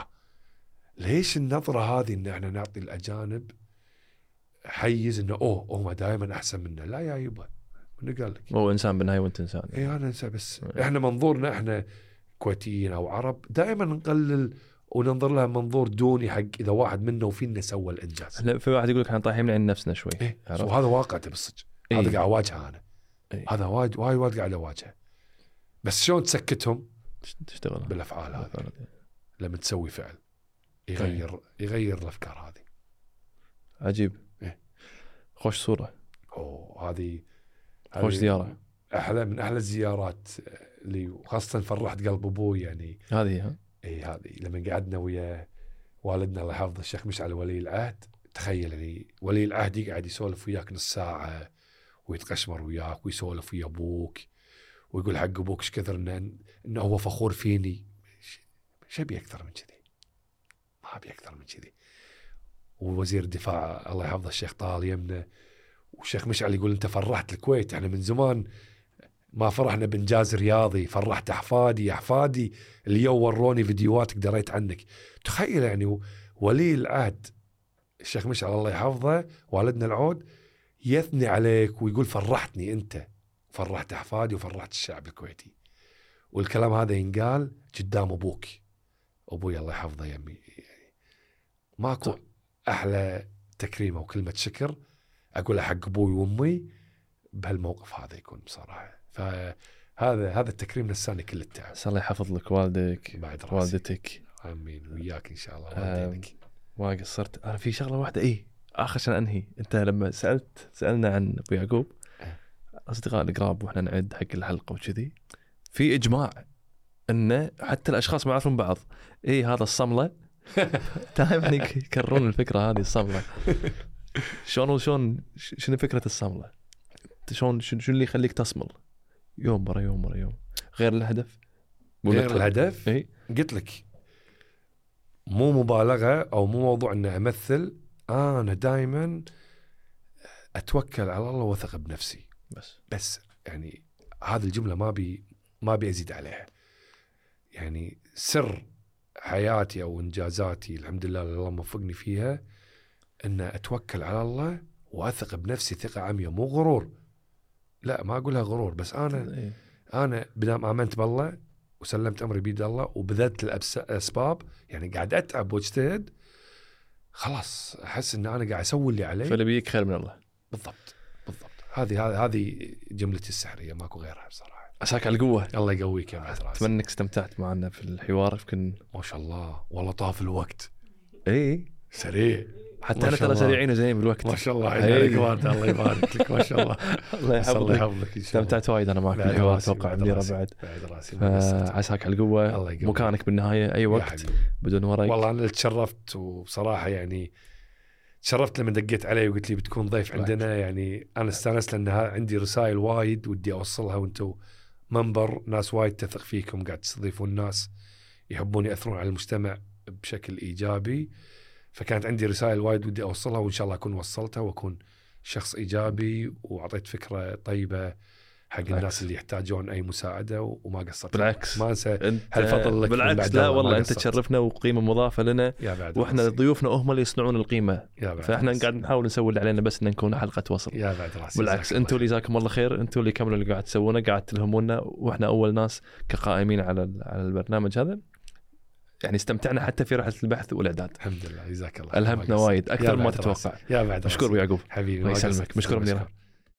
S2: ليش النظرة هذه إن احنا نعطي الأجانب حيز إنه هم دائما أحسن منا؟ لا يا يبا، من قال لك
S1: هو إنسان بالنهاية وأنت إنسان.
S2: إيه أنا إنسان، بس إحنا منظورنا إحنا كويتيين أو عرب دائما نقلل وننظر لها منظور دوني حق إذا واحد منا وفينا سوى الإنجاز.
S1: لا، في واحد يقول لك احنا طايحين من عند نفسنا شوي.
S2: إيه؟ وهذا واقعته بالصدق. هذا قاعد أواجهه أنا. هذا وايد قاعد أواجهه. بس شلون تسكتهم؟
S1: تشتغل
S2: بالأفعال هذه. لما تسوي فعل يغير الأفكار هذه.
S1: عجيب.
S2: إيه؟
S1: خوش صورة.
S2: هذه
S1: خوش زيارة.
S2: من أحلى الزيارات اللي خاصة فرحت قلب أبوي يعني.
S1: هذه
S2: هذه لما قعدنا ويا والدنا الله يحفظه الشيخ مشعل ولي العهد. تخيل يعني ولي العهد يقعد يسولف وياك نص ساعة ويتقشمر وياك ويسولف ويا أبوك ويقول حق أبوك ايش كثر إنه هو فخور فيني. شو بي أكثر من كذي؟ ما بي أكثر من كذي. ووزير الدفاع الله يحفظه الشيخ طال يمنه، والشيخ مشعل يقول أنت فرحت الكويت، يعني من زمان ما فرحنا بإنجاز رياضي، فرحت أحفادي اليوم وروني فيديوهات قريت عنك. تخيل يعني ولي العهد الشيخ مشعل الله يحفظه والدنا العود يثني عليك ويقول فرحتني أنت، فرحت أحفادي وفرحت الشعب الكويتي، والكلام هذا ينقال قدام أبوك. أبوي الله يحفظه يمي، يعني ماكو أحلى تكريمة وكلمة شكر أقولها حق أبوي وأمي بهالموقف هذا يكون بصراحة. فهذا التكريم نساني كل التعب.
S1: الله يحفظ لك والدك
S2: بعد راسي.
S1: والدتك.
S2: آمين وياك إن شاء الله والدينك.
S1: ما قصرت. أنا في شغلة واحدة آخر عشان أنهي. أنت لما سألنا عن أبو يعقوب أصدقاء القراب وإحنا نعد حق الحلقة وكذي، في إجماع إنه حتى الأشخاص ما يعرفون بعض هذا الصملة دائما يكررون الفكرة هذه الصملة. شلون شنو فكرة الصملة؟ شلون شنو اللي يخليك تصمل يوم ورا يوم ورا يوم غير الهدف؟
S2: غير الهدف قلت لك مو مبالغة أو مو موضوع أن أمثل. أنا دائما أتوكل على الله وأثق بنفسي بس يعني هذه الجملة ما بي أزيد عليها. يعني سر حياتي أو إنجازاتي الحمد لله الله موفقني فيها أن أتوكل على الله وأثق بنفسي ثقة عمياء، مو غرور. لا ما أقولها غرور، بس أنا بدام آمنت بالله وسلمت أمري بيد الله وبذلت الأسباب، يعني قاعد أتعب واجتهد، خلاص أحس إن أنا قاعد أسوي اللي علي،
S1: فاللي بيك خير من الله.
S2: بالضبط. هذه جملتي السحرية، ماكو غيرها بصراحة.
S1: عساك على القوة.
S2: الله يقويك يا بعد راسي.
S1: أتمنى إنك استمتعت معنا في الحوار. يمكن
S2: ما شاء الله والله طاف الوقت
S1: سريع،
S2: حتى
S1: أنا ترى سريعين وزين بالوقت
S2: ما شاء الله. عليك وارد الله يبارك لك ما شاء الله.
S1: الله يحفظك. استمتعت وايد أنا معك بالحوار، أتوقع منيرة بعد
S2: راسي.
S1: عساك على القوة. مكانك بالنهاية أي وقت بدون ورق.
S2: والله أنا تشرفت، وبصراحة يعني تشرفت لما دقيت علي وقلت لي بتكون ضيف عندنا. يعني أنا استانست لأن عندي رسائل وايد ودي أوصلها، وأنتم منبر ناس وايد تثق فيكم، قاعد تستضيفون ناس يحبون يأثرون على المجتمع بشكل إيجابي، فكانت عندي رسائل وايد ودي أوصلها، وإن شاء الله أكون وصلتها وأكون شخص إيجابي وأعطيت فكرة طيبة حق الناس اللي يحتاجون أي مساعدة، وما قصرت.
S1: بالعكس
S2: ما أنسى هالفضل لك.
S1: بالعكس لا والله أنت تشرفنا وقيمة مضافة لنا، وإحنا ضيوفنا هم اللي يصنعون القيمة، فإحنا قاعد نحاول نسوي اللي علينا بس إن نكون حلقة وصل. بالعكس أنتوا اللي جزاكم الله خير، أنتوا اللي كملوا اللي قاعد تسوونه، قاعد تلهمونا، وإحنا أول ناس كقائمين على البرنامج هذا. يعني استمتعنا حتى في رحلة البحث والإعداد.
S2: الحمد لله جزاك الله.
S1: ألهمتنا وايد أكثر ما تتوقع.
S2: يا بعد
S1: مشكور يا يعقوب.
S2: حبيبي
S1: الله يسلمك. مشكور منيرة.